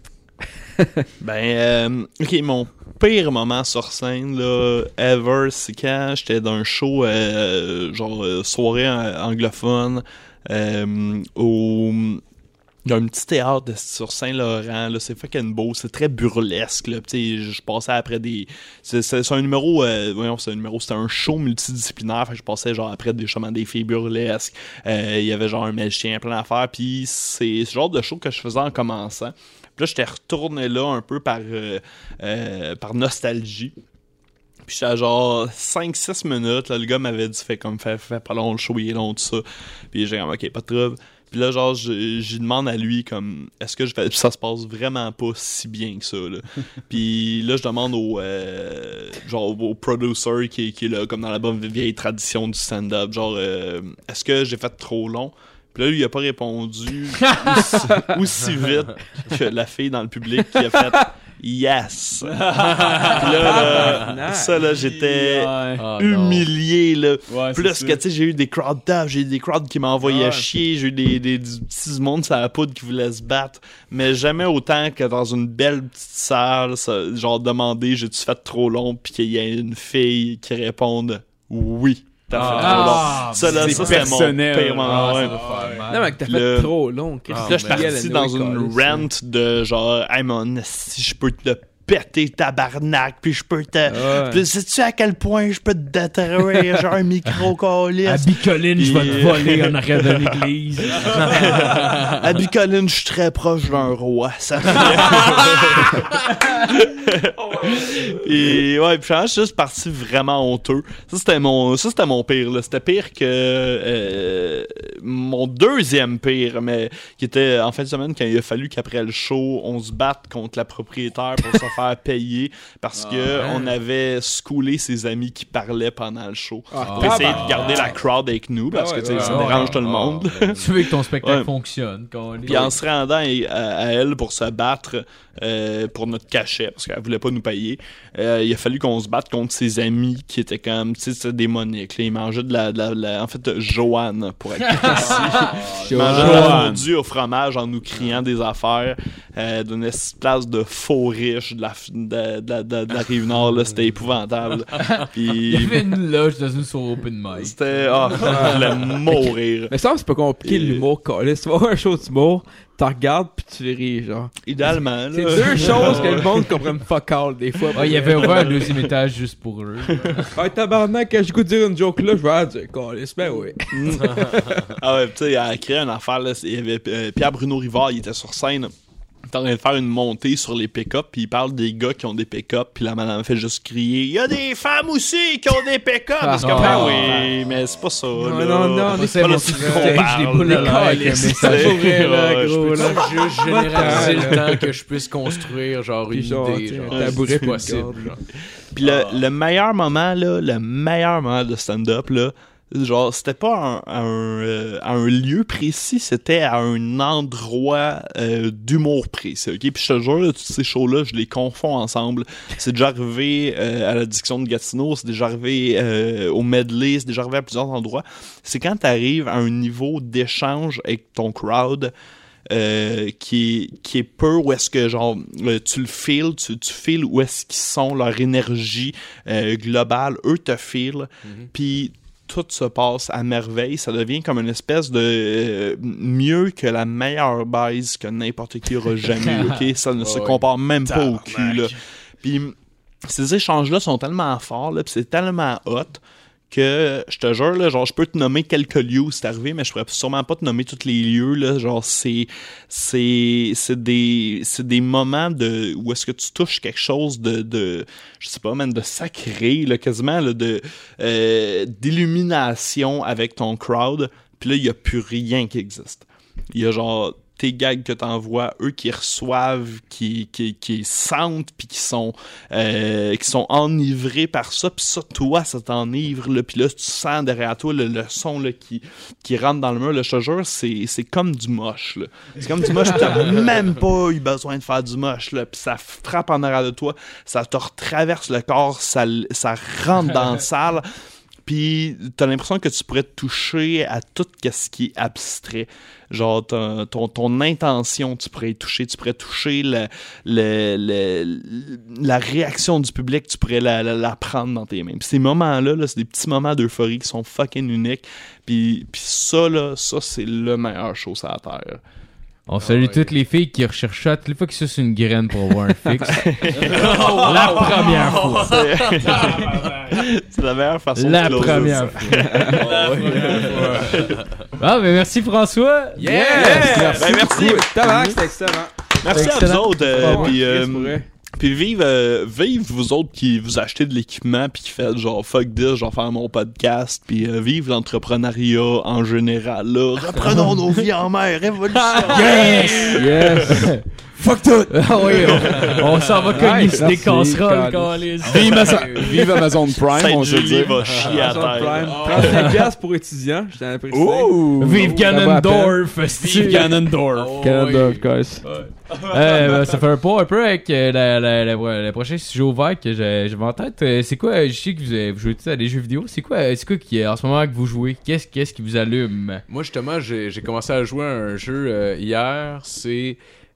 ben, euh, ok, mon pire moment sur scène, là, ever, c'est quand j'étais dans un show, euh, genre, euh, soirée an- anglophone, euh, au... Il y a un petit théâtre de- sur Saint-Laurent, là, c'est fucking beau, c'est très burlesque, là, tu sais, je passais après des... C'est, c'est, c'est un numéro, euh, voyons, c'est un numéro, c'était un show multidisciplinaire, fait que je passais genre après des chemins des filles burlesques, euh, il y avait genre un magicien, plein d'affaires, puis c'est ce genre de show que je faisais en commençant. Puis là, j'étais retourné là un peu par, euh, euh, par nostalgie. Puis j'étais à genre cinq six minutes, là, le gars m'avait dit, fait comme, fait, fait pas long, le show, il est long, tout ça. Puis j'ai comme, ok, pas de trouble. Puis là, genre, je, je lui demande à lui, comme, est-ce que je fais. Puis ça se passe vraiment pas si bien que ça, là. Puis là, je demande au. Euh, genre, au producer qui, qui est là, comme dans la bonne vieille tradition du stand-up, genre, euh, est-ce que j'ai fait trop long? Puis là, lui, il a pas répondu aussi, aussi vite que la fille dans le public qui a fait yes. Puis là, là, ça, là, j'étais Ah, non. humilié, là. Ouais, Plus c'est que, ça. tu sais, j'ai eu des crowd taps, j'ai eu des crowds qui m'envoyaient Ouais. chier, j'ai eu des, des, des petits mondes sur la poudre qui voulaient se battre, mais jamais autant que dans une belle petite salle, ça, genre demander j'ai-tu fait trop long, puis qu'il y ait une fille qui réponde oui. T'as fait trop long. Ah, Ça, là, c'est ça, c'était mon personnel. pire moment. Ah, ouais. ça va faire mal. Non, mais que t'as Le- fait trop long. Qu'est-ce Puis que là, je suis tu parti dans une rant de genre, hey man, si je peux te péter tabarnak, puis je peux te. Ouais. Puis sais-tu à quel point je peux te détruire, genre un micro-colis? À Bicoline, je vais te Puis- voler en arrière de l'église. À Bicoline, je suis très proche d'un roi. Ça fait. Et ouais, puis je suis juste parti vraiment honteux. Ça, c'était mon, ça, c'était mon pire, là. C'était pire que euh, mon deuxième pire, mais qui était en fin de semaine quand il a fallu qu'après le show, on se batte contre la propriétaire pour se faire payer parce que on avait schoolé ses amis qui parlaient pendant le show. Ah, Pour essayer tabarnak. de garder la crowd avec nous parce Ah que ouais, tu sais, ouais, ça ouais, dérange ouais. tout le monde. Tu veux que ton spectacle Ouais. fonctionne. qu'on- Puis en se rendant à, à- à elle pour se battre euh, pour notre cachet, parce qu'elle voulait pas nous payer, euh, il a fallu qu'on se batte contre ses amis qui étaient comme, tu sais, c'était démoniaques. Là. Ils mangeaient de la, de la, de la- en fait, Joanne, pour être précis. Ils mangeaient de la Joanne. fondue au fromage en nous criant des affaires euh, d'une place de faux riches de la, de, de, de, de la Rive-Nord. Là, c'était épouvantable. Il y Puis avait une loge dans une soirée open mic. c'était... Ah, je voulais mourir. Mais ça, c'est pas compliqué l'humour, câlisse. Tu vas voir un show d'humour, t'en regardes pis tu ris, genre. Idéalement, là. C'est deux choses que le monde comprenne fuck all des fois. Ah, il y avait ouvert un deuxième étage juste pour eux. Ah, tabarnak, quand je goûte dire une joke là, je vais dire, câlisse, ben oui. Ah ouais, tu sais, elle a créé une affaire, là. Il y avait euh, Pierre-Bruno Rivard, il était sur scène. Il est en train de faire une montée sur les pick-up, puis il parle des gars qui ont des pick-up, puis la madame fait juste crier « Il y a des femmes aussi qui ont des pick-up! Ah, Parce que, ben non. oui, mais c'est pas ça, Non, là. non, non, c'est c'est pas mon là petit qu'on stage, parle, des boules à là. l'air avec un C'est- message. Pour vrai, là, Ouais, je gros, peux- là. Juste généraliser le temps que je puisse construire genre Puis une genre, idée. tu sais, Genre, un tabouret c'est puis une possible. corde. genre. Puis le, le meilleur moment, là, le meilleur moment de stand-up, là, genre, c'était pas un, un, euh, à un lieu précis, c'était à un endroit euh, d'humour précis, ok? Puis je te jure, là, tous ces shows-là, je les confonds ensemble. C'est déjà arrivé euh, à la Diction de Gatineau, c'est déjà arrivé euh, au Medley, c'est déjà arrivé à plusieurs endroits. C'est quand t'arrives à un niveau d'échange avec ton crowd euh, qui, est, qui est peu où est-ce que genre euh, tu le feels, tu, tu feels où est-ce qu'ils sont, leur énergie euh, globale, eux te feel, puis tout se passe à merveille, ça devient comme une espèce de euh, mieux que la meilleure base que n'importe qui aura jamais, ok? Ça ne se ouais. compare même pas au cul, là. Puis ces échanges-là sont tellement forts, là, puis c'est tellement hot que, je te jure, là, genre, je peux te nommer quelques lieux où c'est arrivé, mais je pourrais sûrement pas te nommer tous les lieux, là, genre, c'est, c'est, c'est des, c'est des moments de, où est-ce que tu touches quelque chose de, de, je sais pas, même de sacré, là, quasiment, là, de, euh, d'illumination avec ton crowd. puis là, il y a plus rien qui existe. Il y a genre tes gags que t'envoies, eux qui reçoivent, qui, qui, qui sentent, puis qui sont euh, qui sont enivrés par ça, puis ça, toi, ça t'enivre, là, puis là, tu sens derrière toi le, le son là, qui, qui rentre dans le mur, là, je te jure, c'est, c'est comme du moche, là. C'est comme du moche, pis t'as même pas eu besoin de faire du moche, là, puis ça frappe en arrière de toi, ça te retraverse le corps, ça, ça rentre dans la salle, puis t'as l'impression que tu pourrais toucher à tout ce qui est abstrait. Genre, ton, ton, ton intention, tu pourrais y toucher. Tu pourrais toucher le, le, le, la réaction du public, tu pourrais la, la, la prendre dans tes mains. Puis ces moments-là, là, c'est des petits moments d'euphorie qui sont fucking uniques. Puis, puis ça, là, ça, c'est le meilleur show sur la Terre. On salue Ah ouais. toutes les filles qui recherchent ça, toutes les fois qu'ils sucent une graine pour avoir un fixe. La première fois. C'est la meilleure façon La de closer première ça. fois. Ah, mais merci François. Yes! Merci. Ben, merci. beaucoup. Tabarnak, c'était excellent. Merci à Excellent. vous autres. euh, Ah ouais, puis, euh, Chris, pour vrai. Puis vive, euh, vive vous autres qui vous achetez de l'équipement puis qui faites genre fuck this, genre faire mon podcast, puis euh, vive l'entrepreneuriat en général là. Reprenons nos vies en main, révolution. Yes! Yes! Fuck tout! Ah oui, on, on s'en va cogner Nice, sur des merci, casseroles, Carlis. câlisse. Vive, Amazon- vive Amazon Prime, on se Sainte-Julie dit. va chier à Amazon terre. Prime. trente-cinq piastres pour étudiants, je t'en ai appris ça. Ouh! Vive Ganondorf! Vive Ganondorf! Oh, Ganondorf, oui. guys. Euh, ben, ça fait un pas un peu avec euh, la, la, la, la prochaine sujet ouvert que j'ai- j'avais en tête. Euh, c'est quoi, je sais que vous, avez- vous jouez tous à des jeux vidéo. C'est quoi, euh, c'est quoi qui, en ce moment que vous jouez? Qu'est-ce, qu'est-ce qui vous allume? Moi, justement, j'ai, j'ai commencé à jouer à un jeu euh, hier. C'est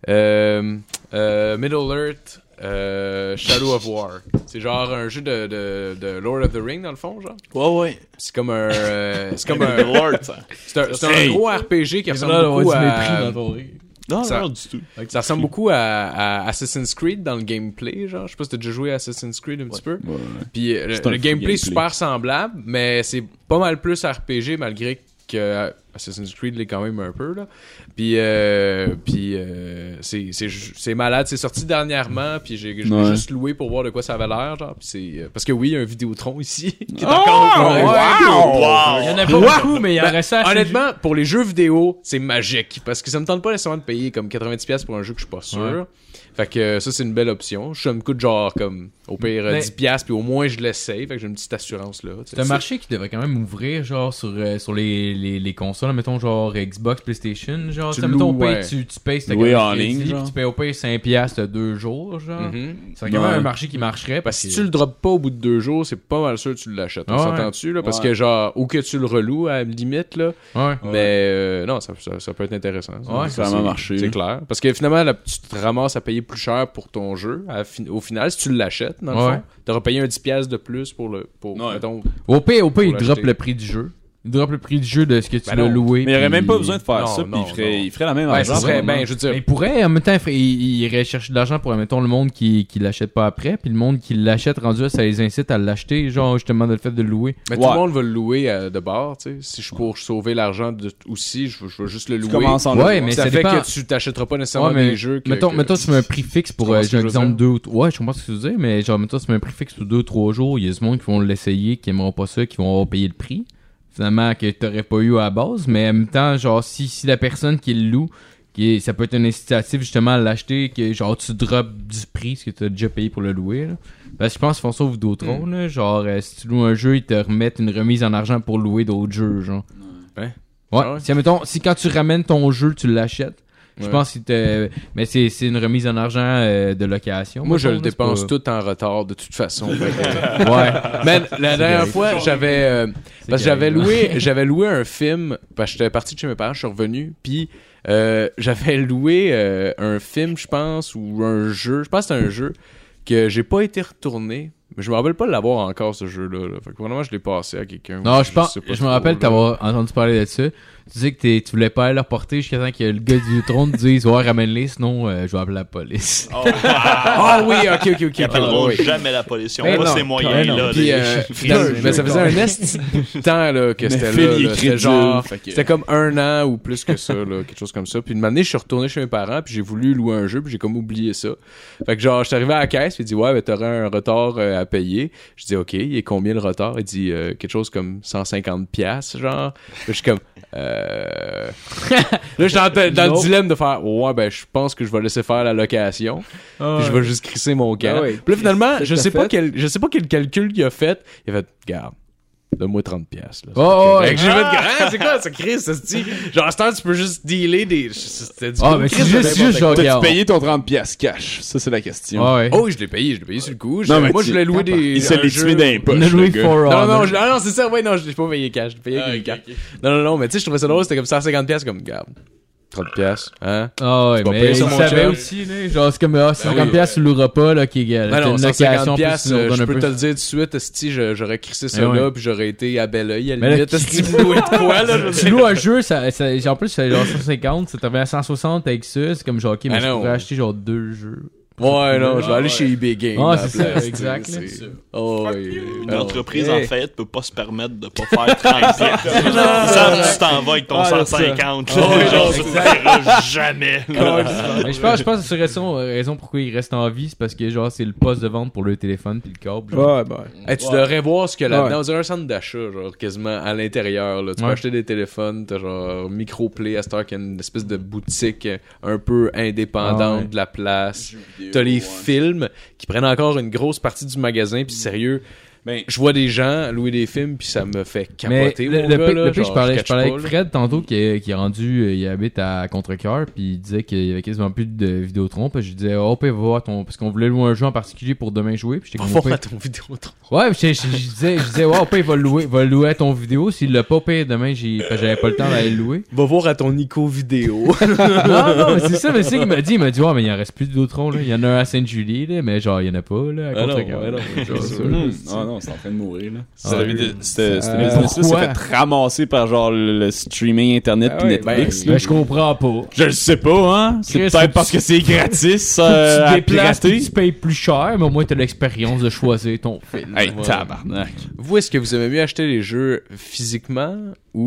euh, euh, Middle Earth euh, Shadow of War. C'est genre un jeu de, de, de Lord of the Rings, dans le fond, genre. Ouais ouais. C'est comme un... euh, c'est comme un... Lord, ça. C'est un, c'est un Hey. gros R P G qui ressemble Là, on beaucoup va du à... mépris dans ton rire. Non, Ça- non, du tout. Ça ressemble beaucoup à, à Assassin's Creed dans le gameplay, genre. Je sais pas si t'as déjà joué à Assassin's Creed un petit peu. Ouais, ouais. Puis euh, le, C'est un le fou gameplay gameplay. est super semblable, mais c'est pas mal plus R P G malgré que euh, Assassin's Creed l'est quand même un peu là. Puis euh, puis euh, c'est c'est c'est malade, c'est sorti dernièrement, puis j'ai je l'ai Ouais. juste loué pour voir de quoi ça avait l'air, genre. Puis c'est euh, parce que oui, il y a un Vidéotron ici qui est Oh, encore Ouais, wow! Il y en a pas beaucoup, mais il y en Ben, reste assez. honnêtement, pour les jeux vidéo, c'est magique. Parce que ça me tente pas nécessairement de payer comme quatre-vingt-dix dollars pour un jeu que je suis pas sûr. Ouais. Fait que euh, ça, c'est une belle option. Ça me coûte genre comme au pire euh, Mais- dix dollars, puis au moins je l'essaye. Fait que j'ai une petite assurance là. C'est un marché qui devrait quand même ouvrir, genre, sur, euh, sur les, les, les consoles, mettons, genre Xbox, PlayStation, genre, Tu tu sais, mettons, loues, paye, ouais. tu, tu payes, c'est Louer en ligne, genre. tu payes au pire cinq piastres de deux jours, genre. Mhm. C'est quand même Ouais. un marché qui marcherait. Parce que si tu le drops pas au bout de deux jours, c'est pas mal sûr que tu l'achètes. On Ouais. s'entend-tu là? Parce Ouais. que genre, ou que tu le reloues à la limite là. Ouais. Mais euh, non, ça, ça, ça peut être intéressant. Ça, Ouais, ça, ça a c'est- marché. C'est clair. Parce que finalement, là, tu te ramasses à payer plus cher pour ton jeu. à fin- au final, si tu l'achètes, dans le Ouais. fond, t'auras payé un dix piastres de plus pour le. Pour, Ouais. mettons, Au pire, au pire, il Pour drop l'acheter. le prix du jeu. Il drop le prix du jeu de ce que tu Ben l'as non. loué. Mais il aurait puis- même pas besoin de faire Non, ça, puis non, il ferait, non. il ferait la même ouais, argent. ça serait vraiment. bien, je veux dire. Mais il pourrait, en même temps, il, ferait- il, il irait chercher de l'argent pour, mettons, le monde qui, qui l'achète pas après, puis le monde qui l'achète rendu là, ça les incite à l'acheter, genre, justement, de le fait de le louer. Mais tout Ouais. le monde va le louer euh, de bord, tu sais. Si je pour sauver l'argent de- aussi, je veux, je veux juste le Tu louer. commences en Ouais, le- mais ça, ça fait dépend. que tu t'achèteras pas nécessairement Ouais, mais des jeux que, mettons, que- mettons, tu mets un prix fixe pour, Tu comprends euh, ce que j'ai je veux exemple, dire? deux ou trois. Ouais, je comprends ce que tu veux dire, mais genre, mettons, tu mets un prix fixe pour deux, trois jours, il y a du monde qui vont l'essayer, qui aimeront pas ça, qui vont avoir payé le prix. Finalement, que t'aurais pas eu à la base, mais en même temps, genre, si, si la personne qui le loue, qui est- ça peut être un incitatif justement à l'acheter, que genre, tu drops du prix, ce que t'as déjà payé pour le louer, là. Parce que je pense qu'ils font ça au Vidéotron, là. Genre, euh, si tu loues un jeu, ils te remettent une remise en argent pour louer d'autres jeux, genre. Ouais. Ouais. Ah ouais? Si, admettons, si quand tu ramènes ton jeu, tu l'achètes, je Ouais. pense que te... Mais c'est, c'est une remise en argent euh, de location. Moi, je mettons, le là, dépense c'est tout en retard, de toute façon. Fait que- pas- Ouais. Man, la dernière correct. fois, j'avais euh, parce que j'avais correct, loué, j'avais loué un film parce que j'étais parti de chez mes parents, je suis revenu, puis euh, j'avais loué euh, un film, je pense, ou un jeu, je pense que c'était un jeu que j'ai pas été retourné. Mais je me rappelle pas de l'avoir encore, ce jeu-là. Là. Fait que vraiment, je l'ai passé à quelqu'un. Non, ou je pense, sais pas je me trop, rappelle là. t'avoir entendu parler de ça. Tu disais que t'es- tu voulais pas aller le reporter jusqu'à temps que le gars du trône te dise, ouais, ramène-les, sinon, euh, je vais appeler la police. Oh, wow. Ah oui, ok, ok, ok. Ils appelleront oui. jamais la police. Ils ont Mais pas non, ces moyens-là. Puis, les- euh, les- finalement, les- ben, ça faisait un esti de temps là, que Mais c'était fais là. les là. C'était crédules, genre, fait que- c'était comme un an ou plus que ça, là, quelque chose comme ça. Puis une année, je suis retourné chez mes parents, puis j'ai voulu louer un jeu, puis j'ai comme oublié ça. Fait que genre, je suis arrivé à la caisse, puis il dit ouais, ben t'aurais un retard euh, à payer. Je dis ok, il est combien le retard? Il dit euh, quelque chose comme cent cinquante piastres, genre. Puis je suis comme euh, Euh... là, je suis dans, dans le dilemme de faire, ouais, ben, je pense que je vais laisser faire la location. Ah, Puis je vais juste crisser mon camp. Ah ouais. Puis là, finalement, C'est je ce sais que pas t'as quel, je sais pas quel calcul il a fait. Il a fait, garde. Donne-moi trente piastres. Là. Oh, Fait ouais. que j'ai fait, ah, c'est quoi, ça, Chris, ça se dit? Genre, à ce temps, tu peux juste dealer des. C'était du Ah, gros mais Chris c'est de juste, n'importe juste, genre, T'as-tu regarde. payé ton trente piastres cash? Ça, c'est la question. Ah, ouais. Oh, je l'ai payé, je l'ai payé sur le coup. Non, mais moi, tu- je voulais louer des. Il se un l'est jeu. tué dans les poches, On a le loué gars. For Non, non, Honor. non, je- ah, non, c'est ça, ouais, non, je l'ai pas payé cash, je l'ai payé avec une carte. Non, non, non, mais tu sais, je trouvais ça drôle, c'était comme cent cinquante piastres, comme, garde. trente piastres, hein? Ah ouais, vas mais payer il ça, mon savait chum. aussi, là. Genre, c'est comme, ah, cinquante oui. piastres, tu loueras pas, là, qui égale. Ben non, T'as cent une cinquante location, puis piastres, tu nous euh, redonnes je un peux peu. te le dire tout de suite, esti, je- j'aurais crissé ça Eh ouais. là, puis j'aurais été à bel oeil, à la Mais là, limite, tu- esti, vous louez de quoi, là? je veux Tu dire. loues un jeu, ça, ça, en plus, c'est genre cent cinquante, ça t'avait à cent soixante avec ça, c'est comme genre, ok, mais Ah je non. pourrais acheter genre deux jeux. Ouais, non, je vais Ah, aller ouais. chez eBay Games. Ah, à la c'est ça, place, exact, tu sais, là. c'est- Oh, ouais, Une non. entreprise Hey. en fait peut pas se permettre de pas faire trente piastres. Ça, tu t'en vas avec ton Ah, cent là, ça. cinquante. Ah, ouais, genre, non, tu verras jamais. Mais je pense, je pense que c'est raison, raison pourquoi il reste en vie, c'est parce que genre, c'est le poste de vente pour le téléphone puis le câble. genre. Ouais, ben. Hey, tu devrais voir ce qu'il y a là-dedans. Ouais. On dirait un centre d'achat, genre, quasiment à l'intérieur. Là. Tu peux Ouais. acheter des téléphones, t'as genre Microplay à cette heure qui a une espèce de boutique un peu indépendante Ah ouais. de la place. T'as les films qui prennent encore une grosse partie du magasin, puis sérieux. Ben, Je vois des gens louer des films, puis ça me fait Mais capoter. le, mon le gars, pire- là, le pire, genre, je parlais, je catch parlais pas, avec là. Fred tantôt qui est, qui est rendu, euh, il habite à Contrecoeur, puis il disait qu'il y avait quasiment plus de Vidéotron, puis je lui disais, oh, puis va voir ton, parce qu'on voulait louer un jeu en particulier pour demain jouer, puis j'étais Va comme, voir oh, à puis- ton vidéo. ouais, puis je, je, je disais, je disais, ouais, oh, puis il va le louer, il va le louer à ton vidéo, s'il l'a pas payé demain, j'ai, parce que j'avais pas le temps d'aller le louer. Va voir à ton Nico vidéo. non, non, mais c'est ça, mais c'est qu'il m'a dit, il m'a dit, ouais, mais il en reste plus de Vidéotron, là, il y en a un à Sainte-Julie, là, mais genre, il y en a pas, là, à Ah non, Contrecoeur. ouais, non, Genre, c'est ça, sûr. là. Hmm. Ah non, c'est en train de mourir, là. Ah, C'était- oui. C'était c'était Euh, business-là s'est pourquoi? fait ramasser par genre le, le streaming internet Ah pis ouais, Netflix. Ben, là. je comprends pas. Je le sais pas, hein. C'est Chris, peut-être faut parce que que c'est gratis, euh, tu à te déplaces, puis pirater. tu payes plus cher, mais au moins t'as l'expérience de choisir ton film. Hey, Ouais. tabarnak. Vous, est-ce que vous aimez mieux acheter les jeux physiquement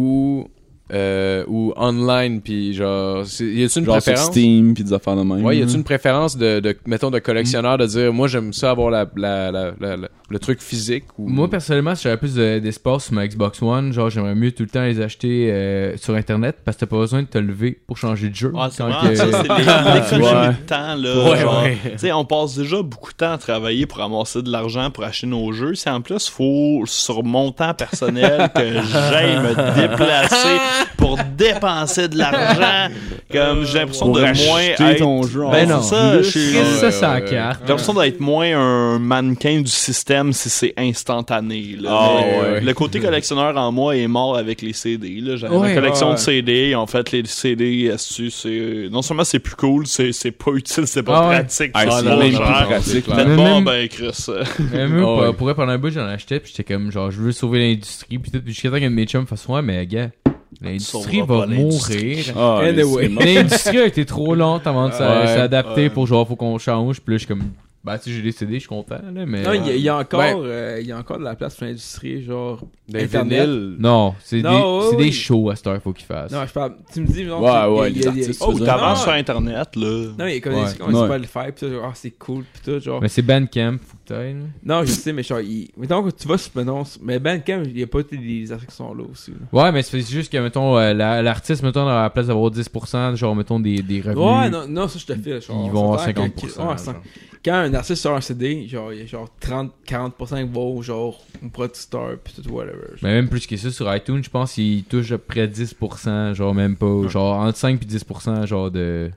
ou euh, ou online, puis genre, c'est- y a-t-il une Genre sur préférence? Steam pis des affaires de même. Ouais, y là. a-t-il une préférence de, de mettons, de collectionneur de dire, moi j'aime ça avoir la, la, la, la- la- le truc physique ou... Moi, personnellement, si j'avais plus de- d'espace sur ma Xbox One, genre, j'aimerais mieux tout le temps les acheter euh, sur Internet parce que t'as pas besoin de te lever pour changer de jeu. Ah, c'est Quand vraiment que- ça, c'est l'é- l'économie Ouais. de temps, là. Ouais, genre, ouais. tu sais, on passe déjà beaucoup de temps à travailler pour ramasser de l'argent pour acheter nos jeux. Si en plus, faut, sur mon temps personnel, que j'aille me déplacer pour dépenser de l'argent, comme j'ai l'impression Pour de acheter moins être... ton jeu en Ben Ben non, non, ça, je suis... Chris, ça, ouais, c'est en ouais. carte. J'ai l'impression d'être moins un mannequin du système si c'est instantané. Là. Ah, Mais, ouais. euh, Le côté collectionneur en moi est mort avec les C D. là. J'avais Ouais, une collection ouais. de C D. En fait, les C D, est-ce c'est non seulement c'est plus cool, c'est c'est pas utile, c'est pas Ah ouais. pratique. Ah, c'est c'est trop même cher. plus pratique. c'est clair. Faites Mais bon, même- ben Chris. euh, Mais moi, Ah pour, ouais. pour être pendant un bout, j'en achetais, puis j'étais comme, genre, je veux sauver l'industrie, puis tout, puis jusqu'à temps qu'un de mes chums fasse, ouais, mais gars, l'industrie sauveras va pas l'industrie. mourir. Ah, mais Anyway. c'est mort. L'industrie a été trop lente avant de s'a- Ouais, s'adapter ouais. pour genre, faut qu'on change, puis là, je suis comme, bah, tu sais, j'ai décidé, je suis content, là, mais. Non, il y, a- il y a encore, Ben- euh, il y a encore de la place pour l'industrie, genre. Des Internet. vinyles. Non, c'est Non, des, ouais, c'est ouais. des shows à cette heure, faut qu'ils fassent. Non, je parle. Tu me dis, non, Ouais, c'est- ouais, il y a- les il y a- artistes, Oh, tu t'avances non. sur Internet, là. Non, il y a comme Ouais. des on Ouais. pas le faire, pis ça, genre, ah, c'est cool, pis tout, genre. Mais c'est Bandcamp, faut que t'ailles, là. Non, je sais, mais genre, il... mettons que tu vas sur, mettons, mais Bandcamp, il y a pas tous les artistes qui sont là aussi, là. Ouais, mais c'est juste que, mettons, euh, la- l'artiste, mettons, à la place d'avoir dix pour cent, genre, mettons, des, des revenus. Ouais, non, non, ça, je te file, genre. Ils vont avoir ça a l'air cinquante que- pour cent. ouais, c'est- Quand un artiste sort un C D, genre, il y a genre trente à quarante pour cent qui vont, genre, au producteur, pis tout, whatever. Mais même plus que ça, sur iTunes, je pense qu'il touche à peu près dix pour cent, genre, même pas, genre, entre cinq et dix pour cent, genre, de.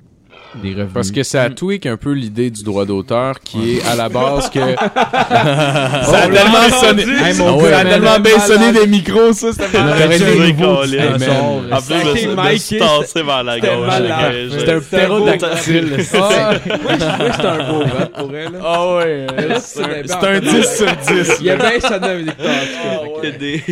Des revenus. Parce que ça tweak un peu l'idée du droit d'auteur qui est à la base que... Ça a tellement sonné, Hey, ça mon a gars, tellement man, bien malade. sonné des micros, ça, c'était On aurait Tu dit veux des nouveaux coller, petits man. dinosaures. En plus, je me suis- je me Mikey, suis tassé vers la c'était gauche. malade. ok, je- C'était un C'est un beau- ptérodactyle. Ah, moi, je trouvais que c'était un beau rap pour elle, là. Ah ouais, là, c'est c'est un, bien, c'est en un fait. dix sur dix. Il y a bien ça de victoire, Il y a des...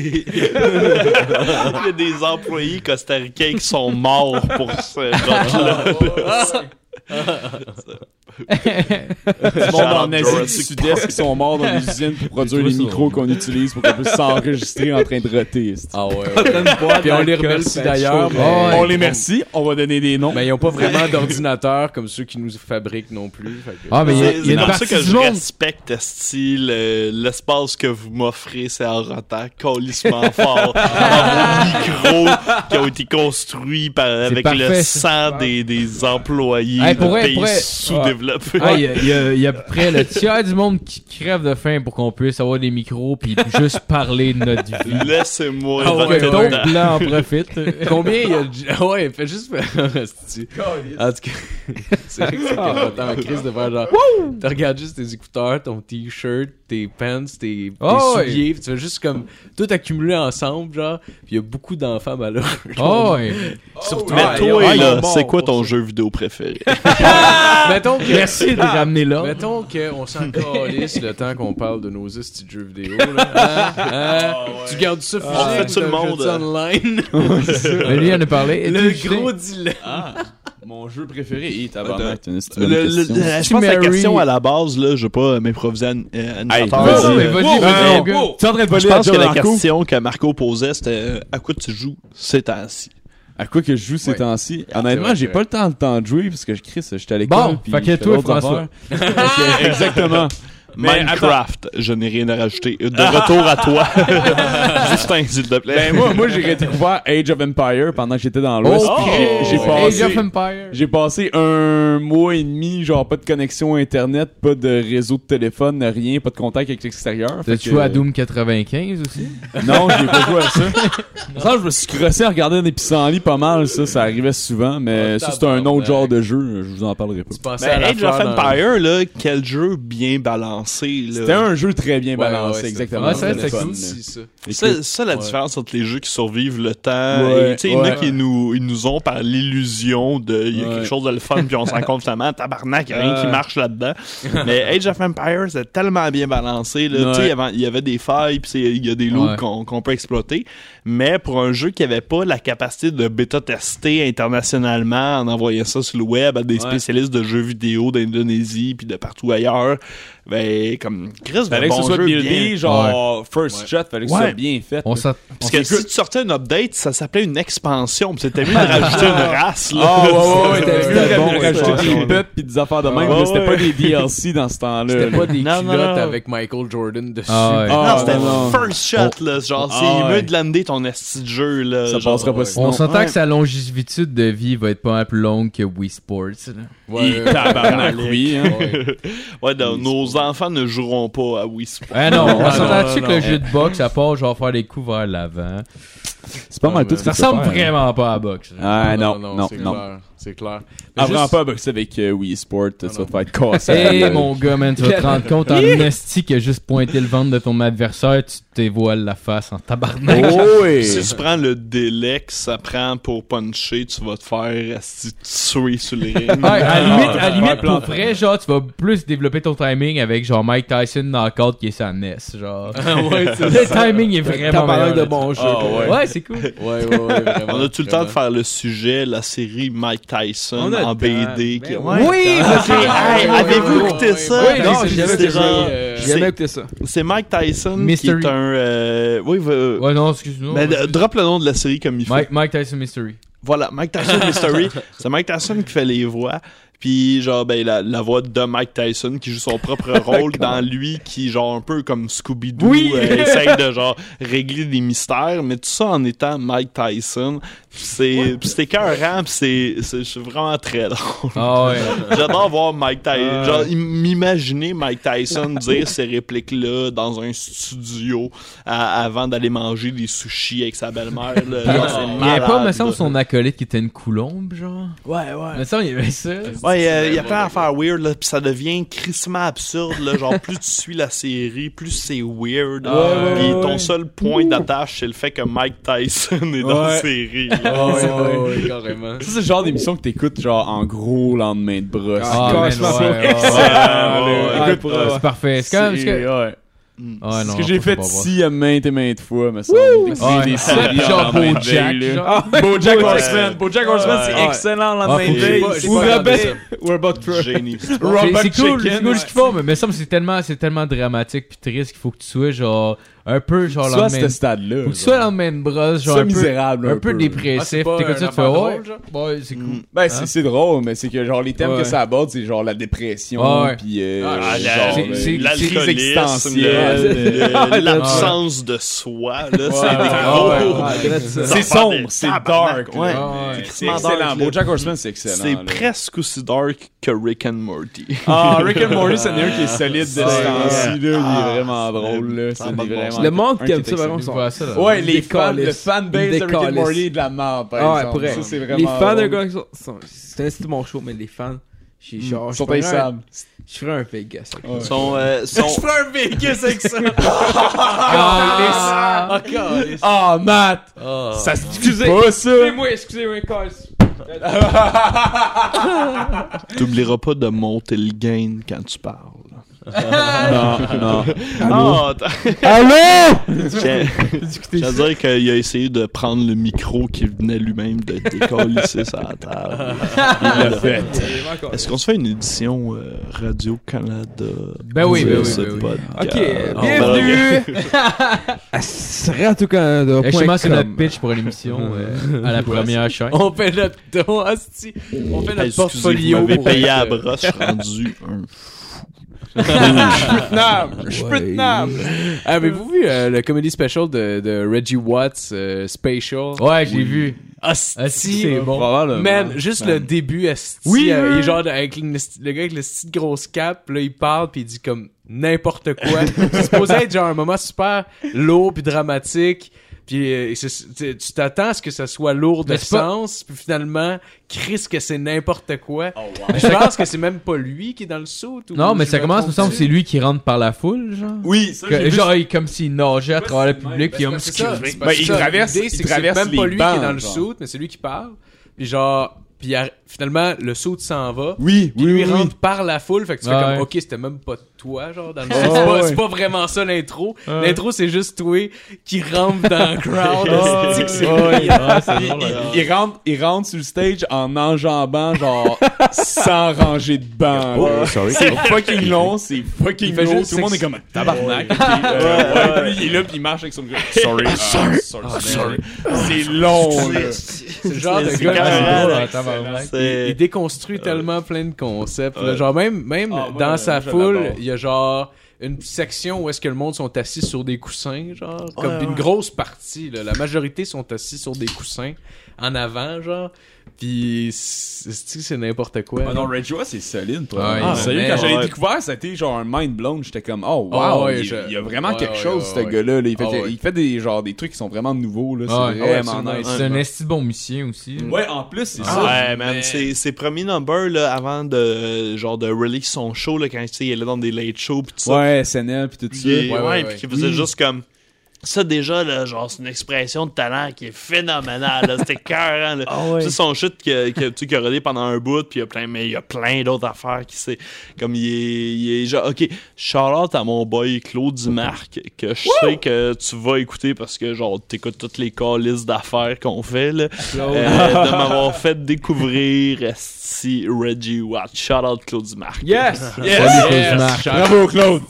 Il y a des employés costaricains qui sont morts pour ce rock-là. Du monde en Asie du Sud-Est qui sont morts dans les usines pour produire les micros qu'on utilise pour qu'on puisse s'enregistrer en train de roter. Ah ouais. ouais. Puis on les remercie d'ailleurs. Mais... Oh, on les remercie. On va donner des noms. Mais ils ont pas vraiment d'ordinateur comme ceux qui nous fabriquent non plus. Fait que... Ah, mais il y a, C'est il y a une comme partie ça que du je monde. respecte style euh, l'espace que vous m'offrez, c'est en rotant colissement fort. Dans vos micros qui ont été construits par, avec parfait, le ça. sang des, des employés Hey, de pour vrai, pays pour vrai. sous-développés. Ah, il y, a- il y a- il y a à peu près le tiers du monde qui crève de faim pour qu'on puisse avoir des micros puis juste parler de notre vie. Laissez-moi Ah ouais, roter Que ouais. d'autres dedans. blancs en profitent. Combien il y a de... Ouais, fais juste... Asti. En tout cas, c'est vrai que c'est capotant en crise de faire genre... Tu regardes juste tes écouteurs, ton t-shirt, tes pants, tes, tes Oh, ouais. souliers, pis tu vas juste comme tout accumuler ensemble, genre. Pis il y a beaucoup d'enfants malheureux. Oh, ouais. Surtout Mais à- toi, à- là, à- c'est quoi ton jeu vidéo préféré? Mettons que... Merci de ramener là. Mettons qu'on s'en calisse le temps qu'on parle de nos estis de jeux vidéo, là. Hein? Hein? Tu gardes ça physique, On fait tout le t'as monde, jeté ça online. Mais lui, il en a parlé. Le Tu gros sais. dilemme. Ah, mon jeu préféré. Hé, tabarnak, t'as une Le- le- question. je pense que la Mary- question à la base, là, je vais pas m'improviser an- euh, animateur. Hey, Oh, vas-y. mais vas-y, Wow, vas-y, wow, mon gars. wow. Tu es en train de Je voler pense à que la Marco? question que Marco posait, c'était euh, à quoi tu joues ces temps-ci? À quoi que je joue ces Ouais. temps-ci? C'est Honnêtement, vrai, j'ai c'est pas le temps, le temps de jouer parce que je crie ça. J'étais à l'école. Bon, puis fait que je fais toi, d'autres François. affaires. Exactement. Mais Minecraft, je n'ai rien à rajouter. De retour à toi. Justin, s'il te plaît. Ben moi, moi j'ai découvert Age of Empire pendant que j'étais dans l'Ouest. Oh, puis j'ai- j'ai Age passé, of Empire. j'ai passé un mois et demi, genre pas de connexion internet, pas de réseau de téléphone, rien, pas de contact avec l'extérieur. Fait T'as que- joué à Doom quatre-vingt-quinze aussi? Non, j'ai pas joué à ça. Ça, je me suis crossé à regarder des pissenlits pas mal, ça, ça arrivait souvent, mais Oh, ça c'est un autre tabarnak. genre de jeu, je vous en parlerai pas. Tu pensais Mais à la Age fleur of dans- Empire, là, quel jeu bien balancé. Là. C'était un jeu très bien Ouais, balancé, ouais, exactement. ouais, ça, C'était c'était fun, cool. mais- Si, ça. C'est ça la Ouais. différence entre les jeux qui survivent le temps. Ouais, et, tu sais, il y en a ouais. qui nous, ils nous ont par l'illusion de il y a Ouais. quelque chose de le fun, puis on se rend compte finalement, tabarnak, il y a rien qui Euh. marche là-dedans. Mais Age of Empires, c'est tellement bien balancé. Là. Ouais. Tu sais, il y avait- il y avait des failles, puis c'est- il y a des loops Ouais. qu'on qu'on peut exploiter. Mais pour un jeu qui avait pas la capacité de bêta-tester internationalement en envoyant ça sur le web à des Ouais. spécialistes de jeux vidéo d'Indonésie puis de partout ailleurs, ben, comme Chris, Fallait de que ce bon soit jeu buildé, bien. genre first shot, fallait que ce Ouais. soit bien fait. On s'att- on Parce que s'att- si tu sortais une update, ça s'appelait une expansion. Puis c'était mieux de rajouter une race. Là. Ah ouais, ouais, ouais, t'avais C'était vu bon, de rajouter ouais, des ouais. pets pis des affaires de même, Ouais, mais c'était ouais. pas des D L C dans ce temps-là. C'était là. pas des Non, non, culottes non. avec Michael Jordan dessus. Ah ouais. Non, Ah, c'était non. first shot, là. Genre, Ah, c'est ouais. mieux de lander ton esti de jeu, là. Ça genre, passera pas ouais. sinon. On s'entend Ouais. que sa longévité de vie va être pas mal plus longue que Wii Sports. là. Ouais, Et ouais. tabarnak, oui, hein. Ouais. Ouais, donc, nos enfants ne joueront pas à Wii Sports. Ah non, on non, s'entend-tu non, que le non. jeu de boxe, à part genre faire des coups vers l'avant, C'est pas mal tout ce ça que tu peux ressemble faire, hein. vraiment pas à la boxe. Ah non, non, c'est non. clair. C'est clair. Mais Ah, vraiment juste- pas boxer avec euh, Wii Sport, ça non. va te faire casser. Hey Euh, mon gars, man, tu vas te rendre compte en esti qui a juste pointé le ventre de ton adversaire, tu te dévoiles la face en tabarnak. Oh, oui. Si tu prends le délai que ça prend pour puncher, tu vas te faire esti, tuer sur les rings. Ouais, à la limite, à la Ah, limite ouais, pour plante. vrai, genre, tu vas plus développer ton timing avec genre Mike Tyson knockout qui est sa N E S, genre. ouais, c'est Le timing est vraiment Tabarnak meilleur. de bon jeu. Ah, quoi. ouais. Ouais, c'est cool. Ouais, ouais, ouais, vraiment. On a-tu le temps de vraiment. faire le sujet, la série Mike Tyson On a en le B D? temps. qui- Ben Ouais. Oui, Ok, parce que- hey, ouais, avez-vous ouais, écouté ouais, ça? ouais, non, C'est- j'ai c'est jamais genre- écouté, euh, J'ai jamais écouté ça. C'est Mike Tyson Mystery. qui est un... euh, Oui, va- Ouais, non, excuse-moi. ben, euh, drop le nom de la série comme il faut. Mike, Mike Tyson Mystery. Voilà, Mike Tyson Mystery. C'est Mike Tyson qui fait les voix. Puis genre ben la, la voix de Mike Tyson qui joue son propre rôle dans lui qui genre un peu comme Scooby-Doo Oui! euh, essaye de genre régler des mystères mais tout ça en étant Mike Tyson. Puis c'est puis c'est écœurant, puis c'est c'est c'est vraiment très drôle. Ah ouais. J'adore voir Mike Tyson, genre im- m'imaginer Mike Tyson dire ces répliques-là dans un studio à- avant d'aller manger des sushis avec sa belle-mère. là. Genre, c'est Il y avait pas, me malade, semble, là. son acolyte qui était une coulombe, genre. Ouais, ouais. Me semble, il y avait ça. Ouais, euh, il y a plein d'affaires weird, là, pis ça devient crissement absurde, là. Genre, plus tu suis la série, plus c'est weird. ouais, Pis ouais, ton ouais. seul point d'attache, c'est le fait que Mike Tyson est dans la Ouais. série. là. Ah, ouais, ouais, ouais, carrément. Ça, c'est le genre d'émission que t'écoutes, genre, en gros lendemain de brosse. Ah, man, Franchement, ouais, ouais, excellent, ouais. là. Ouais, Écoute, ouais, euh, c'est parfait. C'est quand même. c'est que- ouais. Mm. Ouais, Ce non, que non, j'ai faut fait pas voir. ici à maintes et maintes fois, me semble. D'écouter Ouais. des séries Genre en lendemain de BoJack, veille, là. genre. BoJack Ouais. Horseman. BoJack Horseman, c'est Ouais. excellent en Ah, lendemain faut de que je- veille. pas- j'ai Ou pas regardé Rebelle, ça. We're about to Génie. C'est c'est cool, c'est cool ouais. ce qu'ils font, mais, mais ça, c'est tellement, c'est tellement dramatique puis triste qu'il faut que tu sois genre un peu genre Soit à lendemain. ce stade-là. Faut que tu sois lendemain de brosse, genre Ça un peu, misérable, un un peu peu. dépressif. Ah, c'est T'es pas comme ça, un tu fais affaire ouais, drôle, genre? ouais, c'est cool. Mm. Ben, c'est, c'est drôle, mais c'est que genre les thèmes Ouais. que ça aborde, c'est genre la dépression, Ouais. puis euh, Ah, genre la- c'est- euh, c'est- crise L'alcoolisme, existentielle. le- le- l'absence de soi, là, c'est des gros. Ah, direct ça. C'est sombre, c'est Tabarnak, dark. ouais. là. Ouais. C'est crissement excellent. dark, là. BoJack Horseman, c'est excellent. C'est là. presque aussi dark que Rick and Morty. Ah, Rick and Morty, c'est un qui est solide de ce Ouais. temps-ci, là. Il est Ah, vraiment drôle, là. ça C'est a pas de bon vraiment. sens. Le monde un qui aime est ça, vraiment, excellent. sont- Ouais, ça, là. Ouais, les Des fans, le calices. fanbase de Des Rick and calices. Morty est de la merde, par Ah ouais, exemple. pour vrai. Ça, c'est vraiment Les fans de drôle. gars sont, sont- c'est un style mon show, mais les fans, j'ai Ils genre, je sont ferais un- insables. je ferais un Vegas. avec Ouais. ça. Sont, euh, sont... Je ferais un Vegas avec ça. Ah. Ah, calice. Ah, Matt! Ah. Ça se dit Excusez. pas, ça! Excusez-moi, excusez-moi, calice. T'oublieras pas de monter le gain quand tu parles. Non, non. Ah, t'as- Allô? J'ai j'ai à dire qu'il a essayé de prendre le micro qui venait lui-même de décalisser sur la table. Il l'a fait. Est-ce qu'on se fait une édition euh, Radio-Canada? Ben oui, de ben oui, ce ben oui. podcast? Ok, Ah, bienvenue à Radio-Canada. Justement, c'est notre pitch pour l'émission euh, à la première chaîne. On fait notre don, hostie. On fait Hey, notre excusez, portfolio. vous m'avez pour payé à être, la euh, brosse, je suis rendu un... Je peux te nam! Avez-vous vu euh, le comedy special de, de Reggie Watts, euh, Spatial? Ouais, j'ai vu. Asti, Ah, si, c'est bon. Probablement. Man, juste le début, asti, Oui, euh, oui. il est genre de- avec le, le gars avec le style grosse cap, là il parle puis il dit comme n'importe quoi. C'est supposé être genre un moment super lourd puis dramatique. Puis euh, c'est- tu tu t'attends à ce que ça soit lourd de Mais c'est pas- sens, puis finalement, Chris que c'est n'importe quoi. Je pense que c'est même pas lui qui est dans le saut. ou Non, mais je ça commence, il me semble, trompe-tu? c'est lui qui rentre par la foule, genre. Oui, ça, Que- j'ai vu genre, il- comme s'il nageait à travers le c'est public, puis Ben, il c'est ça, excuse. c'est parce Ben, que il ça, traverse- l'idée, il c'est que c'est traverse même pas les lui qui est bancs, dans le genre. suit, mais c'est lui qui parle. Puis genre, puis il a- finalement le suit s'en va. Oui, Puis oui, lui oui. rentre par la foule, fait que tu fais Ouais. comme ok, c'était même pas toi genre dans le Ouais, suit. C'est pas, ouais. c'est pas vraiment ça l'intro. Ouais. L'intro c'est juste toi qui rentre dans le crowd. Ouais, esti que c'est ouais, weird. ouais, c'est Il, drôle, ouais. il- il rentre, il rentre sur le stage en enjambant genre sans ranger de banc. là. C'est fucking long, c'est fucking Il fait long. juste Tout le monde est sex- comme tabarnak. ok, euh, ouais, puis lui, il est là puis il marche avec son gars. Sorry, ah, sorry, sorry. C'est long. là. C'est le genre de C'est gars qui carrément, drôle, là, en tabarnak. c'est- Il, il déconstruit tellement plein de concepts. là. Ouais. Genre même même Ah, moi, dans moi, sa je foule, l'adore. il y a genre une section où est-ce que le monde sont assis sur des coussins, genre comme Ouais, une ouais. grosse partie. Là. La majorité sont assis sur des coussins en avant, genre. Puis c'est c'est n'importe quoi. Ah non, Reggie Watts, c'est solide. Toi. Ouais, Ah, il- sérieux, mais- quand je l'ai ouais. découvert, ça a été genre un mind blown. J'étais comme, oh wow, Ah ouais, il, je- il y a vraiment ouais, quelque ouais, chose, ouais, ce ouais. gars-là. là. Il fait, Ah ouais. il fait des genre des trucs qui sont vraiment nouveaux. Là. C'est Ouais, vraiment absolument. nice. C'est un esti de bon musicien aussi. là. Ouais, en plus, c'est Ah, ça. Ouais, man, mais- ses, ses premiers numbers, là, avant de, genre, de release son show, là, quand, tu sais, il allait dans des late shows pis tout ça. Ouais, S N L puis tout ça. Puis, Ouais, ouais, ouais, pis ouais. qu'il faisait juste comme... Ça, déjà, là, genre, c'est une expression de talent qui est phénoménale, là. C'était cœur, là. Tu sais, son shit qui a, qui a, tu sais, qui a rodé pendant un bout, puis il y a plein, mais il y a plein d'autres affaires qui c'est... Comme, il est, il est genre... OK, shout-out à mon boy Claude Dumarc, que je sais que tu vas écouter parce que, genre, t'écoutes toutes les calices d'affaires qu'on fait, là. Euh, de m'avoir fait découvrir esti Reggie Watts. Shout-out Claude Dumarc. Yes! Salut, Claude Dumarc. Bravo, Claude.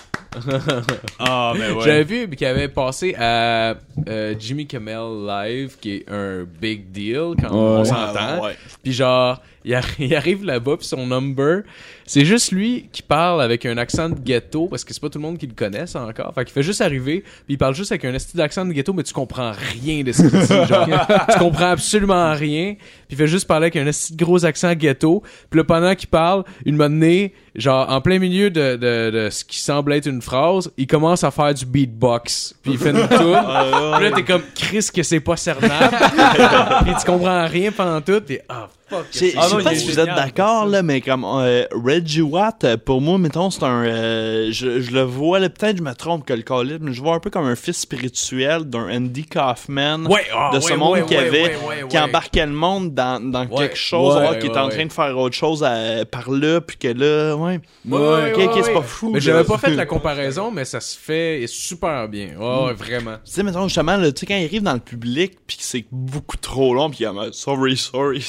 Ah, mais ouais. J'avais vu qu'il avait passé à euh, Jimmy Kimmel Live, qui est un big deal quand on Ouais. s'entend. Ouais. Puis genre, il, arri- il arrive là-bas, puis son number, c'est juste lui qui parle avec un accent de ghetto, parce que c'est pas tout le monde qui le connaît, ça, encore. Fait qu'il fait juste arriver, puis il parle juste avec un esti d'accent de ghetto, mais tu comprends rien de ce qu'il dit. Genre, tu comprends absolument rien. Puis il fait juste parler avec un esti de gros accent ghetto. Puis là, pendant qu'il parle, une moment donné, genre, en plein milieu de, de, de ce qui semble être une phrase, il commence à faire du beatbox. Puis il fait une toune. Puis là, t'es comme, Chris, que c'est pas cernable. Puis tu comprends rien pendant tout. Puis, ah, fuck. Je sais Ah non, pas il est si vous génial, êtes d'accord, là, mais comme euh, Reggie Watt, euh, pour moi, mettons, c'est un... euh, je, je le vois, là, peut-être je me trompe que le calibre, mais je vois un peu comme un fils spirituel d'un Andy Kaufman. Ouais, ah, de ouais, ce monde ouais, qui ouais, avait, ouais, ouais, qui ouais. embarquait le monde dans, dans Ouais, quelque chose, ouais, alors qu'il ouais, est en ouais. train de faire autre chose à- par là, puis que là, ouais. Ouais, ouais, ok, ouais, ok, c'est ouais. pas fou. Mais là. j'avais pas fait la comparaison, mais ça se fait super bien. Ouais, ouais, vraiment. Tu sais, mettons, justement, là, tu sais, quand il arrive dans le public, puis que c'est beaucoup trop long, puis il y a sorry, sorry, sorry. Ouais.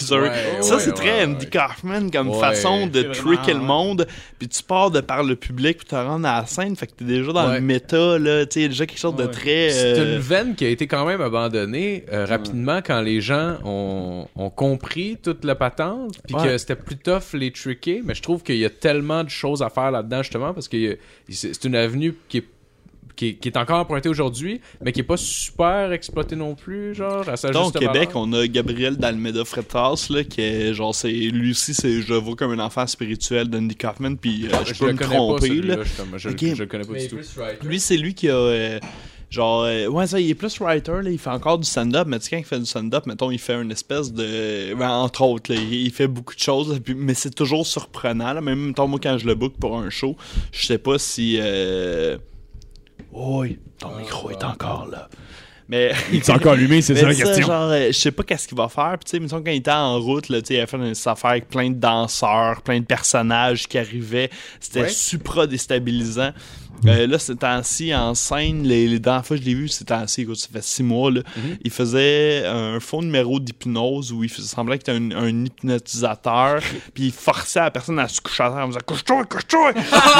ça, ouais, c'est ouais, très ouais. Andy Kaufman comme Ouais, façon de c'est tricker le vraiment, monde, puis tu pars de par le public, puis tu rentres à la scène, fait que t'es déjà dans Ouais. le méta, là, tu sais, il y a déjà quelque chose de Ouais. très... C'est euh, une veine qui a été quand même abandonnée euh, rapidement quand les gens ont, ont compris toute la patente, puis Ouais. que c'était plus tough les tricker, mais je trouve qu'il y a tellement de choses à faire là-dedans justement parce que y a- c'est c'est une avenue qui est Qui est, qui est encore empruntée aujourd'hui, mais qui est pas super exploitée non plus, genre, à sa Donc, juste au Québec, valeur. on a Gabriel d'Almeida Freitas, là, qui est, genre, c'est, lui aussi, c'est, je le vois comme un enfant spirituel d'Andy Kaufman, puis euh, je Je peux le me connais tromper, pas, celui-là, là. justement. Je, Ok. je, je le connais pas Mais du tout. plus right. Lui, c'est lui qui a, euh, genre, euh, ouais, ça, il est plus writer, là, il fait encore du stand-up, mais tu sais, quand il fait du stand-up, mettons, il fait une espèce de, ben, entre autres, là, il, il fait beaucoup de choses, puis- mais c'est toujours surprenant, là, même, mettons, moi, quand je le book pour un show, je sais pas si, euh... oh, oui, ton micro est encore là. Mais... Il est encore allumé, c'est Mais ça la ça, question. genre, euh, je sais pas qu'est-ce qu'il va faire. Puis, tu sais, mettons, quand il était en route, là, tu sais, il a fait une affaire avec plein de danseurs, plein de personnages qui arrivaient. C'était Ouais. supra déstabilisant. Euh, là, ces temps-ci, en scène, les, les dernières fois que je l'ai vu, ces temps-ci, écoute, ça fait six mois, là, Mm-hmm. il faisait un faux numéro d'hypnose où il faisait semblant qu'il était un, un hypnotisateur, puis il forçait la personne à se coucher à terre en disant « Couche-toi, couche-toi! »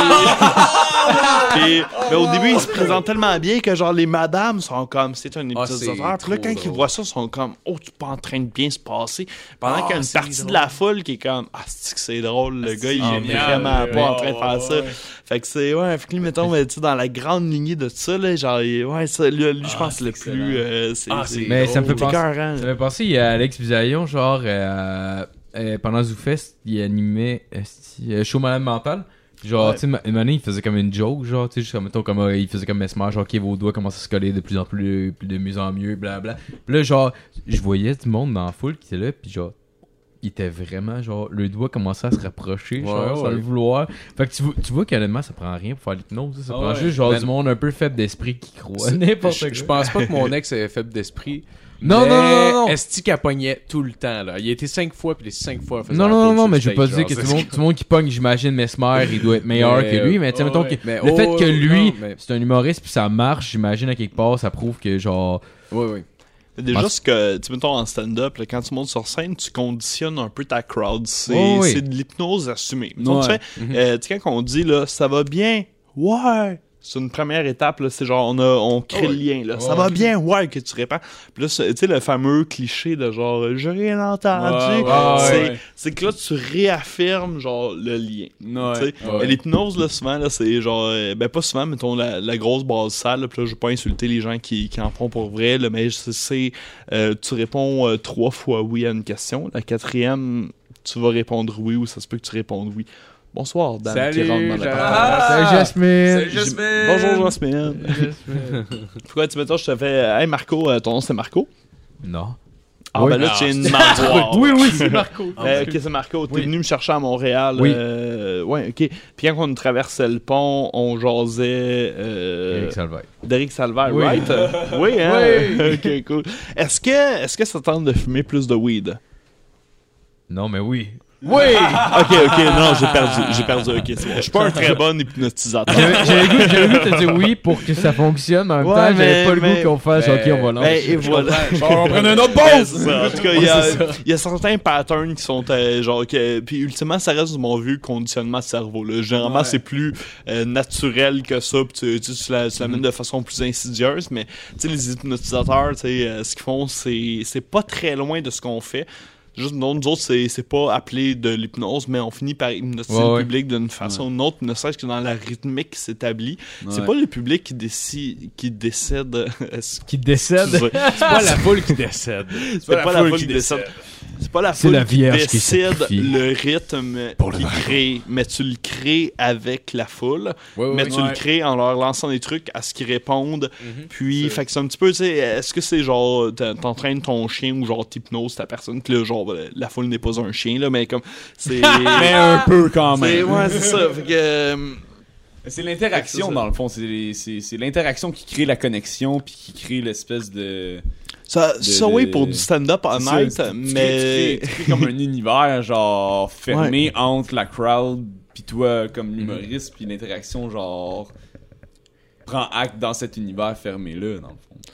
Puis, mais au début, il se présente tellement bien que genre les madames sont comme c'est un Ah, hypnotisateur. c'est Puis là, trop quand ils drôle. voient ça, ils sont comme oh, tu es pas en train de bien se passer. Pendant Ah, qu'il y a une c'est partie drôle. de la foule qui est comme ah, c'est que c'est drôle, le gars, il est génial, vraiment ouais, pas en ouais, train de faire ouais, ça. ouais. Fait que c'est ouais, fait que lui, mettons, mais, tu sais, dans la grande lignée de ça, là, genre, il- ouais, ça, lui, lui, je Ah, pense que c'est le excellent. plus. euh, c'est, Ah, c'est, c'est Mais ça me fait c'est penser- écœurant, Ça là. fait penser, il y a Alex Bisaillon, genre, euh, euh, pendant ZooFest, il animait esti, euh, Show Malade Mental. Genre, Ouais. tu sais, ma- une année, il faisait comme une joke, genre, tu sais, juste comme, mettons, comme, euh, il faisait comme Mesmer, genre, ok, vos doigts commencent à se coller de plus en plus, plus de mieux en mieux, blablabla. Puis là, genre, je voyais du monde dans la foule qui était là, puis genre, il était vraiment, genre, le doigt commençait à se rapprocher, genre, Ouais, sans ouais. le vouloir. Fait que tu, vois- tu vois qu'honnêtement, ça prend rien pour faire l'hypnose, ça, ça Ah prend ouais. juste, genre, Ben- du monde un peu faible d'esprit qui croit C'est- n'importe je, quoi. je pense pas que mon ex est faible d'esprit. Non, mais non, non, non. Esti qu'elle pognait tout le temps, là. Il a été cinq fois, puis les cinq fois, elle faisait Non, la non, non, poule non, sur mais le je veux pas stage, dire que genre, tout le monde, tout le monde qui pogne, j'imagine, Mesmer, il doit être meilleur Mais, que lui, euh, mais tu sais, ouais, mettons ouais. que Mais, le fait oh, que lui, non, mais- c'est un humoriste puis ça marche, j'imagine, à quelque part, ça prouve que, genre, Oui, oui. Déjà, Ah, ce que, tu sais, mettons, en stand-up, là, quand tu montes sur scène, tu conditionnes un peu ta crowd. C'est, Oh, oui. c'est de l'hypnose assumée. Mettons, Ouais. tu sais, euh, tu sais, quand on dit, là, ça va bien, ouais. C'est une première étape, là, c'est genre, on, a, on crée Oh, le lien, là. Ça ouais. va bien, ouais, que tu répands. Puis là, c'est- tu sais, le fameux cliché de genre, euh, j'ai rien entendu. Ouais, ouais, c'est, ouais. c'est que là, tu réaffirmes, genre, le lien. Ouais. Tu sais, Ouais. et l'hypnose, là, souvent, là, c'est genre, euh, ben pas souvent, mettons, la, la grosse base sale, là, puis là, je veux pas insulter les gens qui, qui en font pour vrai, là, mais c'est, c'est, euh, tu réponds euh, trois fois oui à une question. La quatrième, tu vas répondre oui ou ça se peut que tu répondes oui. Bonsoir, Dan. Salut, qui rentre dans la Jean- table. Ah! salut Jasmine! Salut, Jasmine! Bonjour, Jasmine. Pourquoi tu mettons, je te fais, hey Marco, euh, ton nom c'est Marco? Non. Ah, Oui. ben là, tu viens de m'avoir. Oui, oui, c'est Marco. Euh, ok, c'est Marco. T'es Oui. venu me chercher à Montréal. Oui. euh, ouais, ok. Puis quand on traversait le pont, on jasait euh, Eric Salvaire. d'Éric Salvaire, Oui. right? Euh, oui, hein? Ok, cool. Est-ce que, est-ce que ça tente de fumer plus de weed? Non, mais oui. Oui! Ok, ok, non, j'ai perdu. J'ai perdu, ok, c'est bon. Je suis pas un très bon hypnotisateur. J'avais j'avais le goût j'avais le goût de te dire oui pour que ça fonctionne, mais en même Ouais, temps, j'avais mais- pas le mais- goût qu'on fasse, mais- ok, on va Ben, lancer. et voilà. on prenne un autre Ouais, pause! c'est ça. En tout cas, il y a, il y a certains patterns qui sont euh, genre que puis ultimement ça reste de mon vu conditionnement de cerveau là. Généralement Ouais. c'est plus euh, naturel que ça, puis tu tu, tu la- tu l'amènes de façon plus insidieuse, mais tu sais les hypnotisateurs, tu sais euh, ce qu'ils font c'est c'est pas très loin de ce qu'on fait. Juste, non, nous autres, c'est, c'est pas appelé de l'hypnose, mais on finit par hypnotiser Ouais, le ouais. public d'une façon ou d'une autre, ne serait-ce que dans la rythmique qui s'établit. C'est Ouais. pas le public qui décide, qui décède. Est-ce Qui décède. Excusez. C'est pas la foule qui décède. C'est pas, la foule qui décide. C'est pas la C'est foule la qui Vierge qui décide sacrifie. le rythme qui crée, mais tu le crées avec la foule, Ouais, ouais, mais ouais. tu le crées en leur lançant des trucs à ce qu'ils répondent. Mhm. Puis, fait que c'est un petit peu, tu sais, est-ce que c'est genre, t'en- t'entraînes ton chien ou genre t'hypnoses ta personne, que là, genre, la foule n'est pas un chien, là, mais comme, c'est... Mais un peu quand c'est- même. ouais, c'est ça. Fait que... euh, C'est l'interaction, C'est ça. dans le fond. C'est, les- c'est, c'est l'interaction qui crée la connexion, puis qui crée l'espèce de... Ça, ça de- oui, pour du stand-up C'est ça, honnête, tu- tu crées- mais... Tu crées, tu crées comme un univers, genre, fermé entre la crowd, puis toi, comme l'humoriste, puis l'interaction, genre, prend acte dans cet univers fermé-là, dans le fond.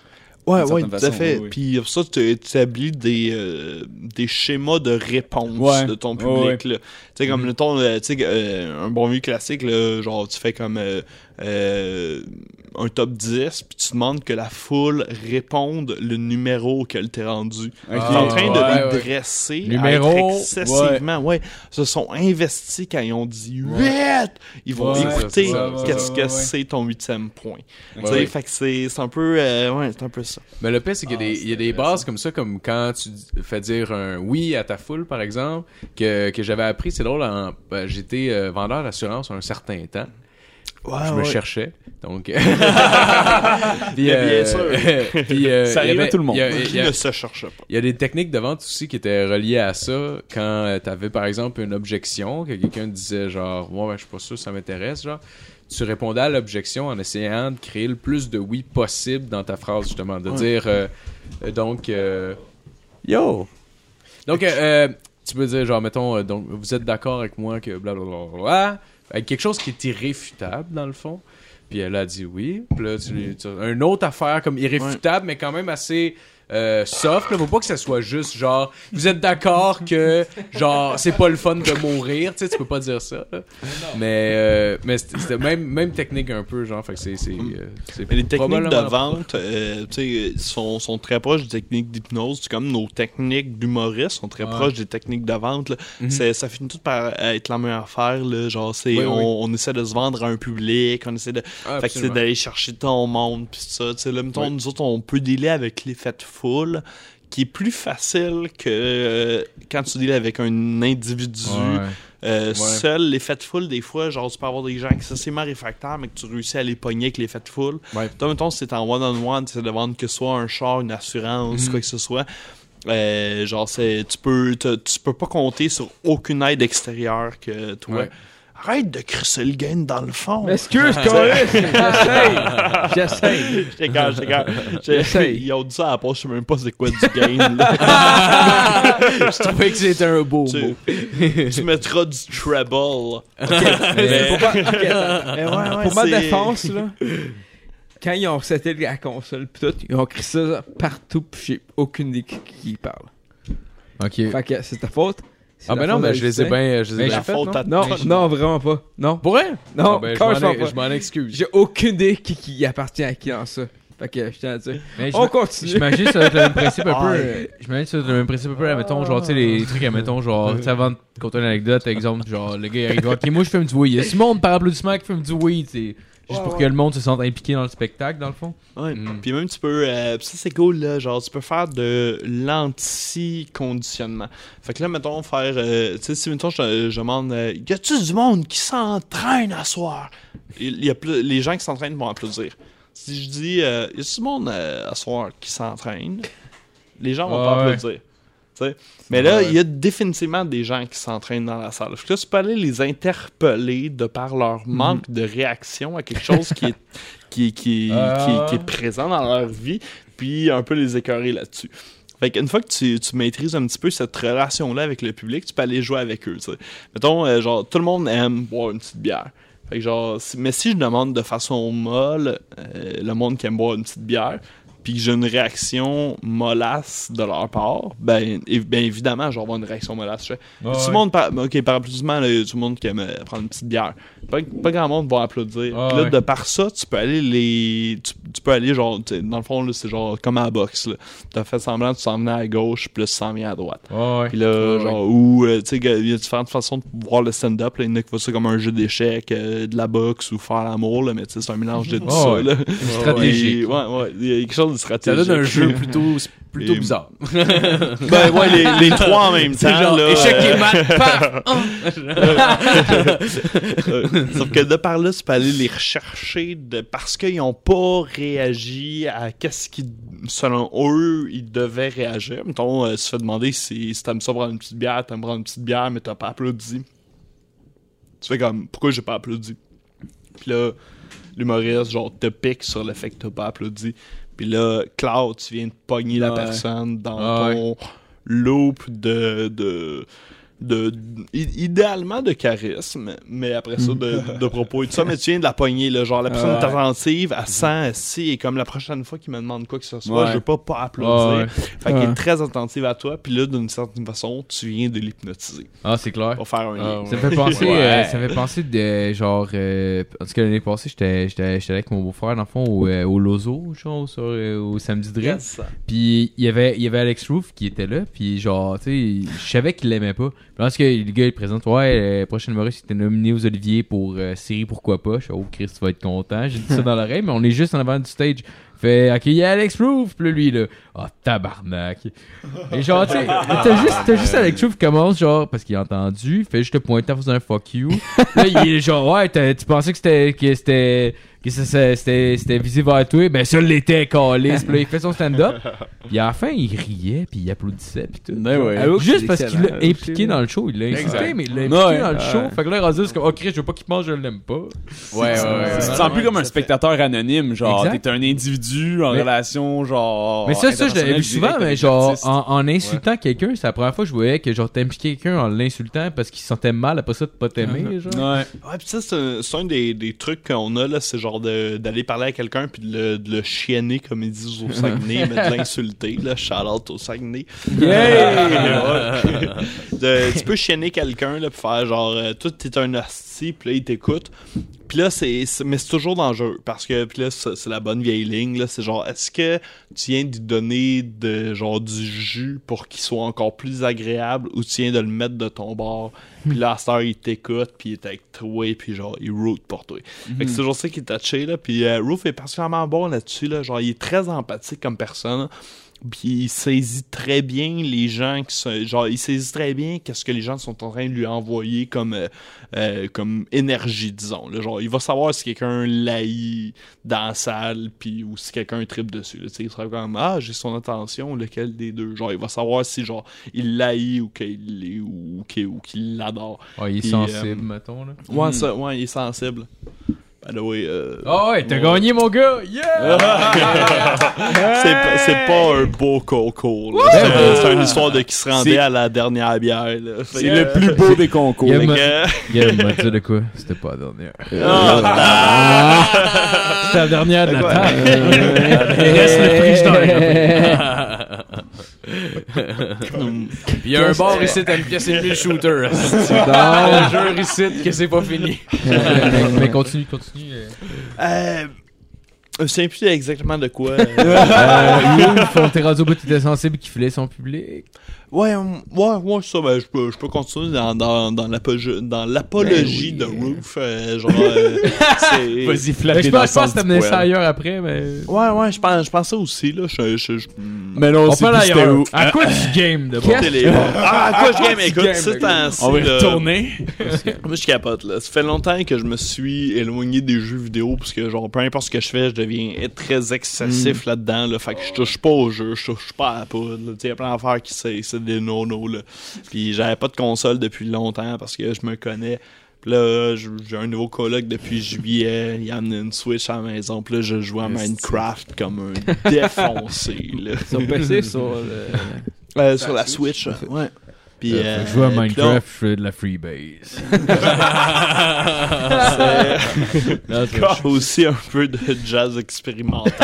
Ouais, d'une ouais, certaine tout à façon, fait. oui, oui. Puis pour ça, tu établis des, euh, des schémas de réponse Ouais. de ton Ouais, public. là. Tu sais, comme, mettons, euh, tu sais, euh, un bon vieux classique, là, genre, tu fais comme euh, euh, un top dix, puis tu demandes que la foule réponde le numéro auquel t'es rendu. Ok. Tu es en train de Ouais, les ouais. dresser Numéro, à être excessivement. Ouais. se sont investis quand ils ont dit huit. Ils vont Ouais, écouter c'est ça, ouais, qu'est-ce ouais, que ouais. c'est ton huitième point. Ouais, Tu sais, ouais. fait que c'est c'est un peu, euh, ouais, c'est un peu ça. Mais le pire, c'est qu'il y a Ah, des, il y a c'est des bases comme ça, comme quand tu d- fais dire un oui à ta foule, par exemple, que, que j'avais appris, c'est drôle, en, ben, j'étais euh, vendeur d'assurance un certain temps. Ouais, je me ouais. cherchais, donc... puis, Bien sûr. puis, euh, Ça il y arrive à avait- tout le monde. il y a- il Qui y a- ne se cherche pas. Il y a des techniques de vente aussi qui étaient reliées à ça. Quand tu avais, par exemple, une objection, que quelqu'un disait genre, ouais, ouais, je suis pas sûr, ça m'intéresse, genre, tu répondais à l'objection en essayant de créer le plus de oui possible dans ta phrase, justement. De Ouais. dire, euh, euh, donc, euh, Yo! donc, euh, euh, tu peux dire, genre, mettons, euh, donc, vous êtes d'accord avec moi que blablabla, avec quelque chose qui est irréfutable, dans le fond. Puis elle a dit oui. Puis là, tu, tu, une autre affaire comme irréfutable, mais quand même assez euh, soft. Là. Faut pas que ça soit juste genre, vous êtes d'accord que genre c'est pas le fun de mourir. Tu sais, tu peux pas dire ça. Là. Mais euh, mais c'était c'était même même technique un peu genre. Fait que c'est c'est euh, c'est Mais les techniques de probablement- vente, euh, tu sais, sont, sont très proches des techniques d'hypnose. C'est comme nos techniques d'humoriste sont très Ouais. proches des techniques de vente. Là. Mhm. C'est- ça finit tout par être la même affaire. Là. Genre, c'est, Oui, on, oui. on essaie de se vendre à un public, on essaie de. Ah, fait que c'est absolument. d'aller chercher ton monde, pis ça. Tu sais, là, mettons, Oui. nous autres, on peut dealer avec l'effet de foule, qui est plus facile que euh, quand tu deals avec un individu. Ouais. Euh, Ouais. Seul l'effet de foule, des fois, genre, tu peux avoir des gens qui sont assez réfractaires, mais que tu réussis à les pogner avec l'effet de foule. Ouais. Toi, mettons, si t'es en one-on-one, tu essaies de vendre que ce soit un char, une assurance, Mhm. quoi que ce soit. Euh, genre, c'est, tu peux, te- tu peux pas compter sur aucune aide extérieure que toi. Ouais. Arrête de crisser le gain dans le fond. M'excuse, Coris! J'essaye! J'essaye! J'étais quand, j'étais quand. J'essaye. Ils ont dit ça à la pause, je sais même pas c'est quoi du gain. là. Je trouvais que c'était un beau tu, mot. tu mettras du treble. Mais faut pas- ok, attends. Mais ouais, ouais, Pour ma c'est- défense, là, quand ils ont reseté la console pis tout, ils ont écrit ça partout pis j'ai aucune idée qui, qui parle. Ok. Fait que c'est ta faute. C'est Ah la ben non, faute mais à je les ai Justin. bien, je les ai Mais bien La faites, faute non? à Non, toi. non, vraiment pas. Non. Pour vrai? Non, Ah ben, je quand m'en je m'en ai- pas. je m'en excuse. J'ai aucune idée qui, qui appartient à qui dans ça. Fait que je tiens à dire. Mais On j'ima- continue. J'imagine que ça doit être le même principe un peu. Ouais. euh, J'imagine que ça doit être le même principe un peu, admettons, genre, tu sais, les trucs, admettons, genre, tu sais, avant de compter une anecdote, exemple, genre, le gars, il arrive, ok, moi, je fume du weed. Il y a Simone par applaudissement qui fume du weed, c'est juste Ouais, pour ouais. que le monde se sente impliqué dans le spectacle, dans le fond. Ouais. Mm. Puis même tu peux, euh, pis ça c'est cool là, genre tu peux faire de l'anti-conditionnement. Fait que là mettons faire, euh, tu sais si mettons je, je demande, euh, y a-tu du monde qui s'entraîne à soir? Il y a plus, les gens qui s'entraînent vont applaudir. Si je dis, euh, y a-tu du monde euh, à soir qui s'entraîne? Les gens vont Ouais, pas ouais. applaudir. Tu sais. Mais là, Ouais. il y a définitivement des gens qui s'entraînent dans la salle. Fait que là, tu peux aller les interpeller de par leur manque de réaction à quelque chose qui est, qui, qui, Ah. qui, qui est présent dans leur vie, puis un peu les écœurer là-dessus. Fait qu'une fois que tu, tu maîtrises un petit peu cette relation-là avec le public, tu peux aller jouer avec eux, tu sais. Mettons, euh, genre, tout le monde aime boire une petite bière. Fait que genre, si- mais si je demande de façon molle, euh, le monde qui aime boire une petite bière, puis que j'ai une réaction mollasse de leur part, ben, év- ben évidemment, je vais avoir une réaction mollasse. Je fais, Ouais, tout le ouais. monde, par, ok, par applaudissement, là, tout le monde qui aime euh, prendre une petite bière. Pas, pas grand monde va applaudir. Ouais, Puis là, ouais. de par ça, tu peux aller les. Tu, tu peux aller, genre, tu sais, dans le fond, là, c'est genre comme à la boxe. Là. T'as fait semblant, tu s'en venais à gauche, puis là, tu s'en viens à droite. Ouais, ouais. Puis là, genre, ou, euh, tu sais, il y a différentes façons de voir le stand-up. là. Il y en a qui voient ça comme un jeu d'échecs, euh, de la boxe ou faire l'amour, là, mais tu sais, c'est un mélange de tout Oh, ça. ouais. Là. Stratégique. Et- ouais, ouais, il y a quelque chose de Ça stratégique. donne un jeu plutôt, plutôt Et- bizarre. Ben ouais, les, les trois en même C'est temps. genre là, échec euh, et mat, paf! Euh, Sauf que de par là, tu peux aller les rechercher de, parce qu'ils n'ont pas réagi à qu'est-ce qui, selon eux, ils devaient réagir. Mettons, euh, tu te fais demander si, si t'aimes ça prendre une petite bière, t'aimes prendre une petite bière, mais t'as pas applaudi. Tu fais comme, pourquoi j'ai pas applaudi? Puis là, l'humoriste, genre, te pique sur le fait que t'as pas applaudi. Puis là, Claude, tu viens de pogner la Ouais. personne dans Ah ton loop de... de de, de i- idéalement de charisme, mais après ça, de, de propos et tout ça, mais tu viens de la poignée, là, genre, la personne Ouais. est attentive, elle sent, si, et comme la prochaine fois qu'il me demande quoi que ce soit, Ouais. je veux pas pas applaudir. Ouais, ouais. Fait qu'elle Ouais. est très attentive à toi, puis là, d'une certaine façon, tu viens de l'hypnotiser. Ah, c'est clair. Pour faire un lien. Ah, ouais. Ça me fait penser, Ouais. euh, ça me fait penser de genre, euh, en tout cas l'année passée, j'étais, j'étais, j'étais avec mon beau-frère dans le fond au, euh, au Lozo, genre sur, euh, au samedi de Drill. Yes. Puis il y avait, il y avait Alex Roof qui était là, puis genre, tu sais, je savais qu'il l'aimait pas. Puis lorsque le gars il présente, ouais, le prochain humoriste était nominé aux Olivier pour euh, série Pourquoi pas. Je suis, oh Chris, tu vas être content. J'ai dit ça dans l'oreille, mais on est juste en avant du stage. Fait, ok, il y a Alex Roof, puis là, lui, là, ah, tabarnak. Et genre, tu sais, t'as juste, t'as juste Alex Roof qui commence, genre, parce qu'il a entendu, il fait juste te pointer en faisant un fuck you. Là, il est genre, ouais, t'as- tu pensais que c'était, que c'était, que ça, ça- c'était, c'était visé vers toi, ben ça l'était, calice. Puis là, il fait son stand-up, puis à la fin, il riait, puis il applaudissait, puis tout. Ben ouais. Avoue que Juste c'est parce qu'il excellent, l'a impliqué aussi, dans le show, il l'a Exact. insulté, mais il l'a impliqué Ouais. dans le show. Ouais. Fait que là, rendu, c'est comme, oh Chris, je veux pas qu'il pense, je l'aime pas. Ouais, ouais, ouais. Tu te ouais. sens plus comme un spectateur anonyme, genre Exact. t'es un individu en Mais- relation, genre. Mais ça, ça, je l'avais vu interpersonnelle souvent, directe mais avec genre, l'artiste. en, en insultant quelqu'un, c'est la première fois que je voyais que genre t'impliquais quelqu'un en l'insultant parce qu'il se sentait mal après ça de pas t'aimer, genre. Ouais. Ouais, pis ça, c'est un, c'est un des, des trucs qu'on a, là, c'est genre de- d'aller parler à quelqu'un puis de le, de le chienner, comme ils disent au Saguenay, mais de l'insulter, là, shout-out au Saguenay. Ouais. De- tu peux chienner quelqu'un, là, pis faire genre, euh, toi, t'es un hostie, pis là, il t'écoute. Pis là, c'est, c'est- mais c'est toujours dangereux, parce que, pis là, c'est, c'est la bonne vieille ligne, là, c'est genre, est-ce que tu viens de lui donner de, genre, du jus pour qu'il soit encore plus agréable, ou tu viens de le mettre de ton bord, pis là, à cette heure, il t'écoute, pis il est avec toi, pis genre, il root pour toi. Fait que c'est toujours ça qui est touché, là, pis euh, Roof est particulièrement bon là-dessus, là, genre, il est très empathique comme personne. Puis il saisit très bien les gens qui sont, genre il saisit très bien qu'est-ce que les gens sont en train de lui envoyer comme euh, euh, comme énergie, disons là. Genre il va savoir si quelqu'un l'haït dans la salle puis ou si quelqu'un tripe dessus là. Tu sais, il sera comme ah j'ai son attention, lequel des deux. Genre il va savoir si genre il l'haït ou qu'il est ou qu'il ou qu'il l'adore. Ouais, il est Puis, sensible, euh, mettons, là. Ouais ça, ouais il est sensible. By the way, euh, Ah ouais, t'as ouais. gagné, mon gars! Yeah! c'est, pas- c'est pas un beau concours. là. C'est, c'est une histoire de qui se rendait C'est- à la dernière bière. Là. Fait C'est que- le plus beau des concours. Il y a Fait ma- que- Gab m'a dit de quoi? C'était pas la dernière. Ah, C'était la dernière de la Ouais. table. Il reste le freestyle. Puis il y a un bar ici, t'as une pièce et demi shooter. Un jeu ici que c'est pas fini. mais, mais continue, continue. euh. euh, je sais plus exactement de quoi. euh. Euh, Ouf, on t'est rendu au bout, t'étais sensible qu'il filait son public. ouais, hum, ouais, ouais, ça, ben, je peux, je peux continuer dans, dans, dans, l'apoge- dans l'apologie de Roof. euh, genre, euh, c'est... Vas-y, Mais flatter je dans le pense pas sens que du t'amenais ça poil. ailleurs après, mais. Ouais, ouais, je pense, je pense ça aussi, là. Je, je, je... Mais non, On c'est peut plus aller c'était ailleurs. où? À quoi tu game de bon? Télé- Ah, à quoi je game? Écoute, game, c'est le gars. temps-ci, On va y là. retourner. Moi, je capote, là. Ça fait longtemps que je me suis éloigné des jeux vidéo, parce que, genre, peu importe ce que je fais, je deviens très excessif là-dedans, là. Fait que je touche pas au jeu, je touche pas à la poudre, là. Tu sais, y a plein d'affaires qui c'est, c'est des no-no, là. Puis j'avais pas de console depuis longtemps, parce que je me connais. Puis là, j- j'ai un nouveau coloc depuis juillet, il a amené une Switch à la maison, puis là, je joue à Minecraft comme un défoncé, là. Sur P C, sur le... Euh, sur la Switch, ouais. Puis, Euh, euh, je joue à puis là, Minecraft, je fais de la freebase. c'est- Encore aussi un peu de jazz expérimental.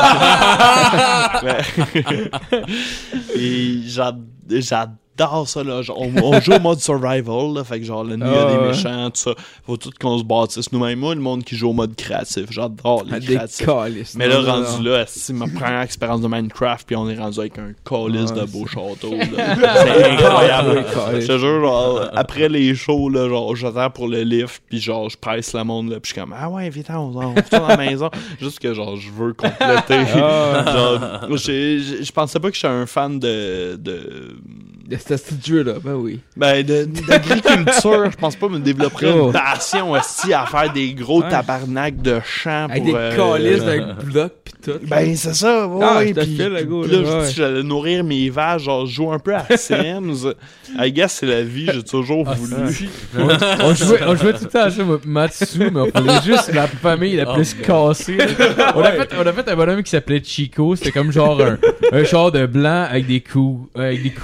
Ouais. Et j'ad- j'adore ça, là. Genre, on, on joue au mode survival, là. Fait que genre, la nuit, il y a Ah, des ouais. méchants, tout ça. Faut tout qu'on se bâtisse nous-mêmes. Moi, le monde qui joue au mode créatif. J'adore les Ah, des créatifs. calices. Mais là, Non, non, rendu non. là, c'est ma première expérience de Minecraft, puis on est rendu avec un calice Ouais, de c'est- beaux châteaux, là. C'est incroyable. calice. Je te jure, genre, après les shows, là, genre, j'attends pour le lift, puis genre, je presse le monde, là, puis je suis comme, ah ouais, vite, on, on retourne à la maison. Juste que, genre, je veux compléter. Ah. Genre, j'ai- j'ai- je pensais pas que j'étais un fan de, de, De ce petit jeu-là, ben oui. ben, de- d'agriculture. Je pense pas me développer Oh. une passion aussi à faire des gros Ouais. tabarnaks de champs Avec pour, des euh, calices avec blocs pis tout. Ben, c'est ça, ouais. Ah, je te puis- file, le puis gars, là, là, je- ouais. j'allais nourrir mes vaches, genre, je joue un peu à Sims. I guess c'est la vie, j'ai toujours Ah, voulu. on, on jouait, on jouait tout le temps à ça, moi, pis Matsu, mais on faisait juste la famille la plus cassée. là. On, a fait, on a fait un bonhomme qui s'appelait Chico, c'était comme genre un, un genre de blanc avec des cou, avec des couris qui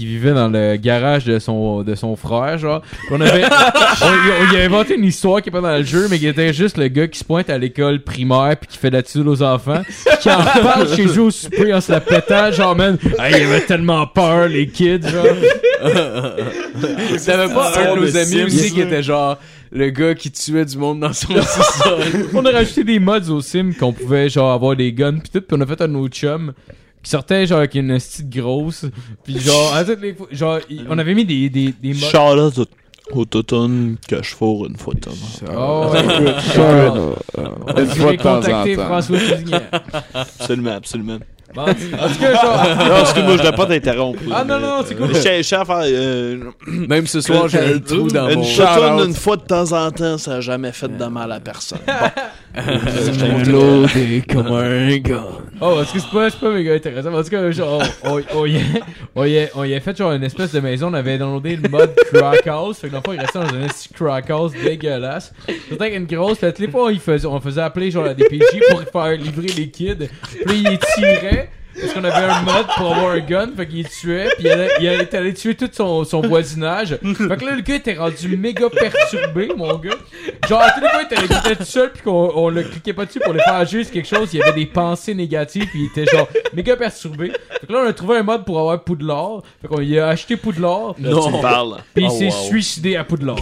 qui vivait dans le garage de son, de son frère, genre. Puis on avait, on, on, il a inventé une histoire qui est pas dans le jeu, mais qui était juste le gars qui se pointe à l'école primaire puis qui fait de l'attitude aux enfants, qui en parle chez eux au souper en se la pétant, genre, man, hey, il avait tellement peur, les kids, genre. T'avais pas un de nos amis aussi qui était genre le gars qui tuait du monde dans son sous-sol. On a rajouté des mods au sim qu'on pouvait genre avoir des guns pis tout, pis on a fait un autre chum qui sortait genre avec une petite grosse, pis genre à toutes les fois, genre il- on avait mis des des des mods. Shout-out au- au toton que je fourre une fois de temps. Oh, ouais. Une Une fois de temps en contacter temps. François Tousignan. Absolument, absolument. Bon, en tout cas, genre. Non, excuse-moi, je voulais pas t'interrompre. Ah non, non, c'est cool. Je tiens- je tiens à faire. euh, Même ce soir, j'ai un trou dans Une mon... shout-out une fois de temps en temps, ça a jamais fait de mal à personne. Bon. Loadé comme un gun. Oh, est-ce que c'est pas, c'est pas méga intéressant? En tout cas, genre, on, on, on, y a, on, y a, on y a fait genre une espèce de maison, on avait downloadé le mode Crack House, fait que dans le fond, il restait dans un petit Crack House dégueulasse. C'était avec une grosse, fait que les fois, il faisait, on faisait appeler genre la D P J pour faire livrer les kids, puis il tirait. Parce qu'on avait un mode pour avoir un gun, fait qu'il tuait, pis il allait, il allait, il allait tuer tout son, son voisinage. Fait que là, le gars était rendu méga perturbé, mon gars. Genre, à tous les fois, il était, il était tout seul, pis qu'on on le cliquait pas dessus pour le faire juste quelque chose, il y avait des pensées négatives, pis il était genre méga perturbé. Fait que là, on a trouvé un mode pour avoir Poudlard. Fait qu'on lui a acheté Poudlard, Là, tu me parles. pis il Oh, s'est wow. suicidé à Poudlard.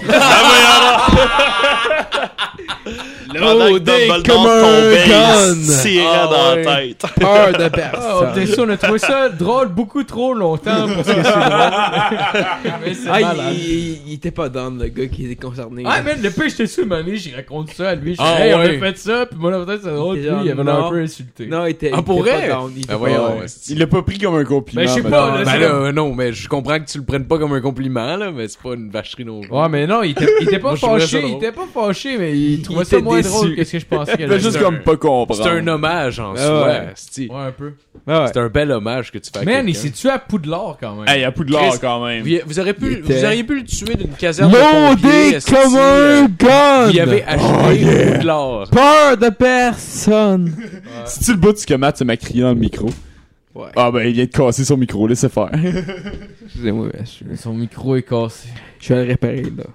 Pendant que Dumbledore tombait, il se tirait Ah, dans ouais. la tête. Peur de Ah, personne. bien sûr, on a trouvé ça drôle beaucoup trop longtemps parce que c'est drôle. Mais c'est Ah, malade. il, il, il était pas down, le gars qui était concerné. Ah, man, le pire, j'étais sur Mané, j'y raconte ça à lui. Je Ah, dis, hey, on ouais. a fait ça, pis moi, là, peut-être, c'est drôle, Il pis était lui, il genre, avait l'air non. un peu insulté. Non, il était, Ah, il pour était vrai? pas down. Il était Ah, pas voyons. down. ouais. Il l'a pas pris comme un compliment. Ben, je sais mettons. pas, là, Ben c'est- là, euh, non, mais je comprends que tu le prennes pas comme un compliment, là, mais c'est pas une vacherie non plus. Ouais, mais non, il était, il était pas Moi, je trouvais ça fâché, il drôle. était pas fâché, mais il trouvait il ça était moins déçu. drôle que ce que je pensais Il qu'elle fait allait juste dire. comme pas comprendre. C'est un hommage en Ah, soi, ouais. c'ti. Ouais, un peu. Ah ouais. C'est un bel hommage que tu fais à Man, il quelqu'un. s'est tué à Poudlard quand même. Hey, à Poudlard Chris, quand même. Vous, vous, auriez pu, Il était- vous auriez pu le tuer d'une caserne de pompiers. Loadé esti, comme euh, un gun! Vous y avez acheté Poudlard. Peur de personne! C'est-tu le bout de ce que Matt m'a crié dans le micro? Ouais. Ah ben, il vient de casser son micro, laissez faire. Excusez-moi, je, Son micro est cassé. je vais le réparer, là.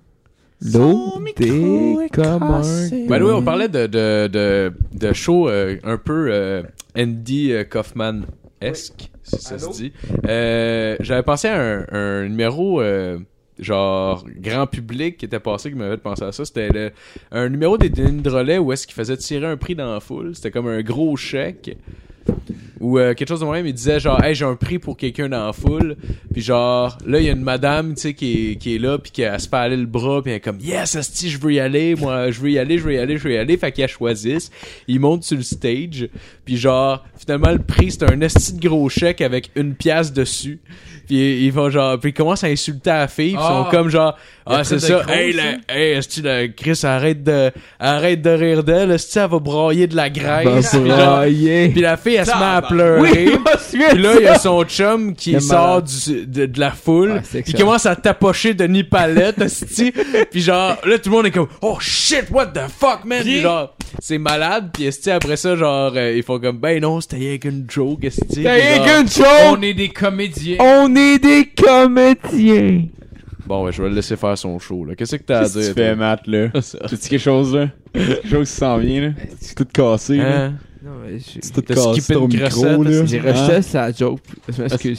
Loadé comme un gun. Ben oui, on parlait de, de, de, de show euh, un peu euh, Andy euh, Kaufman-esque, si ça se dit. Euh, J'avais pensé à un, un numéro euh, genre grand public qui était passé qui m'avait fait penser à ça. C'était le- un numéro des Denis de relais où est-ce qu'il faisait tirer un prix dans la foule. C'était comme un gros chèque. Ou euh, quelque chose de même, il disait genre hey, j'ai un prix pour quelqu'un dans la foule, puis genre là il y a une madame tu sais qui est qui est là puis qui elle se fait aller le bras puis elle est comme yes asti je veux y aller, moi je veux y aller, je veux y aller, je veux y aller, fait qu'elle choisisse, il monte sur le stage, puis genre finalement le prix c'est un esti de gros chèque avec une pièce dessus. Puis ils vont genre puis ils commencent à insulter la fille, puis ils sont Ah. comme genre Il y a ah c'est très de ça, gros, hey ça. la hey esti la Chris arrête de arrête de rire d'elle, esti elle va broyer de la graisse. Puis genre, brailler. puis la fille, elle se met à pleurer. Oui, moi, je Puis là, il y a son chum qui C'est sort malade. du, de, de la foule. Ah, c'est Puis il excellent. commence à tapocher Denis Palette, esti. Puis genre, là, tout le monde est comme, oh shit, what the fuck, man. Puis genre, c'est malade. Puis esti, après ça, genre, euh, ils font comme, ben non, c'était rien qu'une joke, esti. Puis T'as genre, qu'une chose! On est des comédiens. On est des comédiens! Bon, ouais, je vais le laisser faire son show, là. Qu'est-ce que t'as à Qu'est-ce que dire? tu fais, toi? Matt, là? T'as-tu quelque chose, là? Quelque chose qui s'en vient, là? C'est tout cassé, là? Hein? Non, mais j'ai- C'est tout T'as cassé skippé ton une micro, grossette, là? j'ai Hein? rejeté sa joke. Je m'excuse.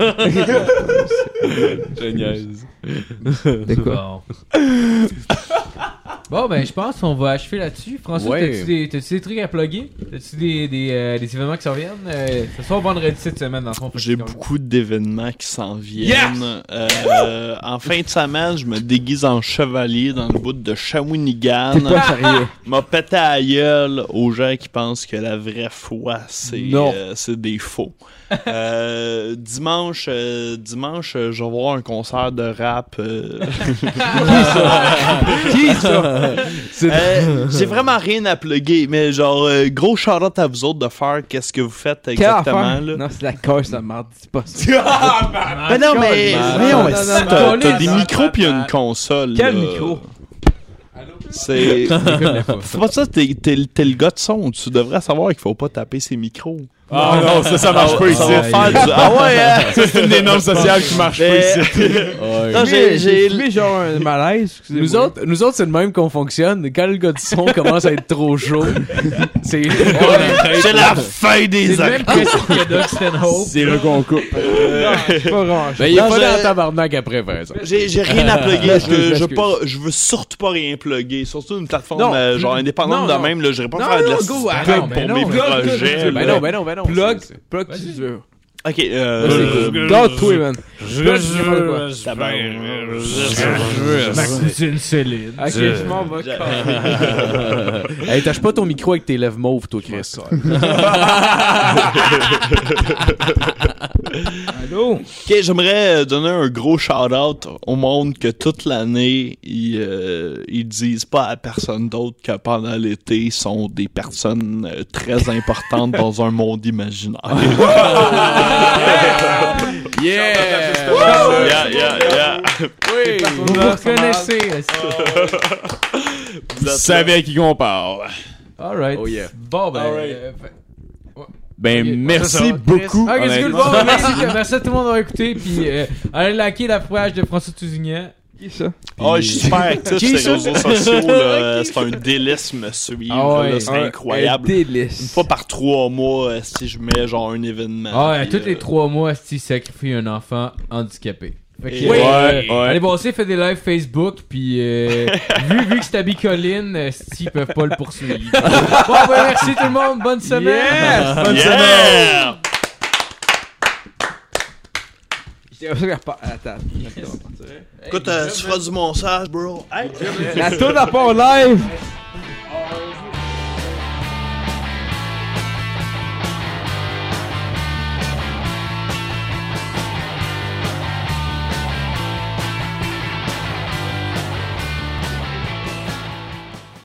Génial. De quoi? Bon. Bon, ben, je pense qu'on va achever là-dessus. François, Ouais. t'as-tu des, t'as-tu des trucs à plugger? T'as-tu des, des, euh, des événements qui s'en viennent? Euh, ce soir, vendredi cette semaine, dans le fond. J'ai beaucoup d'événements qui s'en viennent. Euh, en fin de semaine, je me déguise en chevalier dans le bout de Shawinigan. T'es pas sérieux. M'a pété à la gueule aux gens qui pensent que la vraie foi, c'est Non. euh, c'est des faux. Euh, dimanche, euh, dimanche, euh, je vais voir un concert de rap. euh, Qui ça? Euh, j'ai vraiment rien à plugger, mais genre, euh, gros shout-out à vous autres de faire qu'est-ce que vous faites Quelle exactement. affaire? Là. Non, c'est la coche, ça marde. Dis pas ça. Ben non, mais, Non, voyons, non, mais non, si non, t'as non, t'as non, des non, micros pis une console. Quel là. micro? C'est. C'est pas ça, t'es, t'es, t'es le gars de son. Tu devrais savoir qu'il faut pas taper ses micros. Ah non, ça, ça marche pas ici. Ça va faire du... Ah ouais, hein? Ça, c'est une des normes sociales qui marche pas Mais- ici. Non, j'ai... j'ai... Mais genre un malaise. Nous autres, nous autres, c'est le même qu'on fonctionne. Quand le gars du son commence à être trop chaud, c'est C'est la fin des C'est le même actes. principe que Doug Stanhope. C'est là qu'on coupe. C'est pas vraiment. Ben, il est Non, pas je- dans le tabarnak après, par exemple. J'ai, j'ai rien à plugger. Je, Excuse, je, veux excuse. pas, je veux surtout pas rien plugger. Surtout une plateforme Non. euh, genre indépendante Non, de non. même. Là, j'irai pas Non, faire de la non, go, pub attends, pour ben non. mes Plug, plug, projets. plug, Ben là. non, ben non, ben non. Plug, c'est- c'est- plug si tu veux. Ok, euh... Vas-y, garde-toi, man. Je Plug, tu veux quoi. Ma cousine Céline. Ok, je m'en vais. Hey, tâche pas ton micro avec tes lèvres mauves, toi, Chris. Allô? Ok, j'aimerais euh, donner un gros shout-out au monde que toute l'année, ils, euh, ils disent pas à personne d'autre que pendant l'été, ils sont des personnes euh, très importantes dans un monde imaginaire. Yeah! yeah, yeah, yeah. Oui! Vous vous reconnaissez. Vous savez à qui qu'on parle. Alright. Oh yeah. Bon, ben. Alright. euh, fait- Ben, Ok, merci c'est ça. beaucoup. Ok, c'est cool. honnêtement. Bon, merci, merci à tout le monde d'avoir écouté. Puis, euh, allez liker la page de François Tousignan. Qui ça? Oh, je suis super actif Qui sur ça? les réseaux sociaux. Là. C'est un délice me suivre. Ah ouais. là, c'est Un- incroyable. un délice. Une fois par trois mois, euh, si je mets genre un événement. Ah, ouais, puis, tous les euh, trois mois, Asti sacrifie un enfant handicapé. Fait que, Oui. euh, Ouais, ouais. Allez bosser, fait des lives Facebook, puis euh, vu, vu que c'est à Bicoline, Asti, ils peuvent pas le poursuivre. Bon, ben merci tout le monde, bonne semaine! Yes! Bonne Yeah! semaine! J'étais sûr qu'elle repart. Attends. Écoute, euh, tu feras du montage, bro. Hey! La tourne à part live!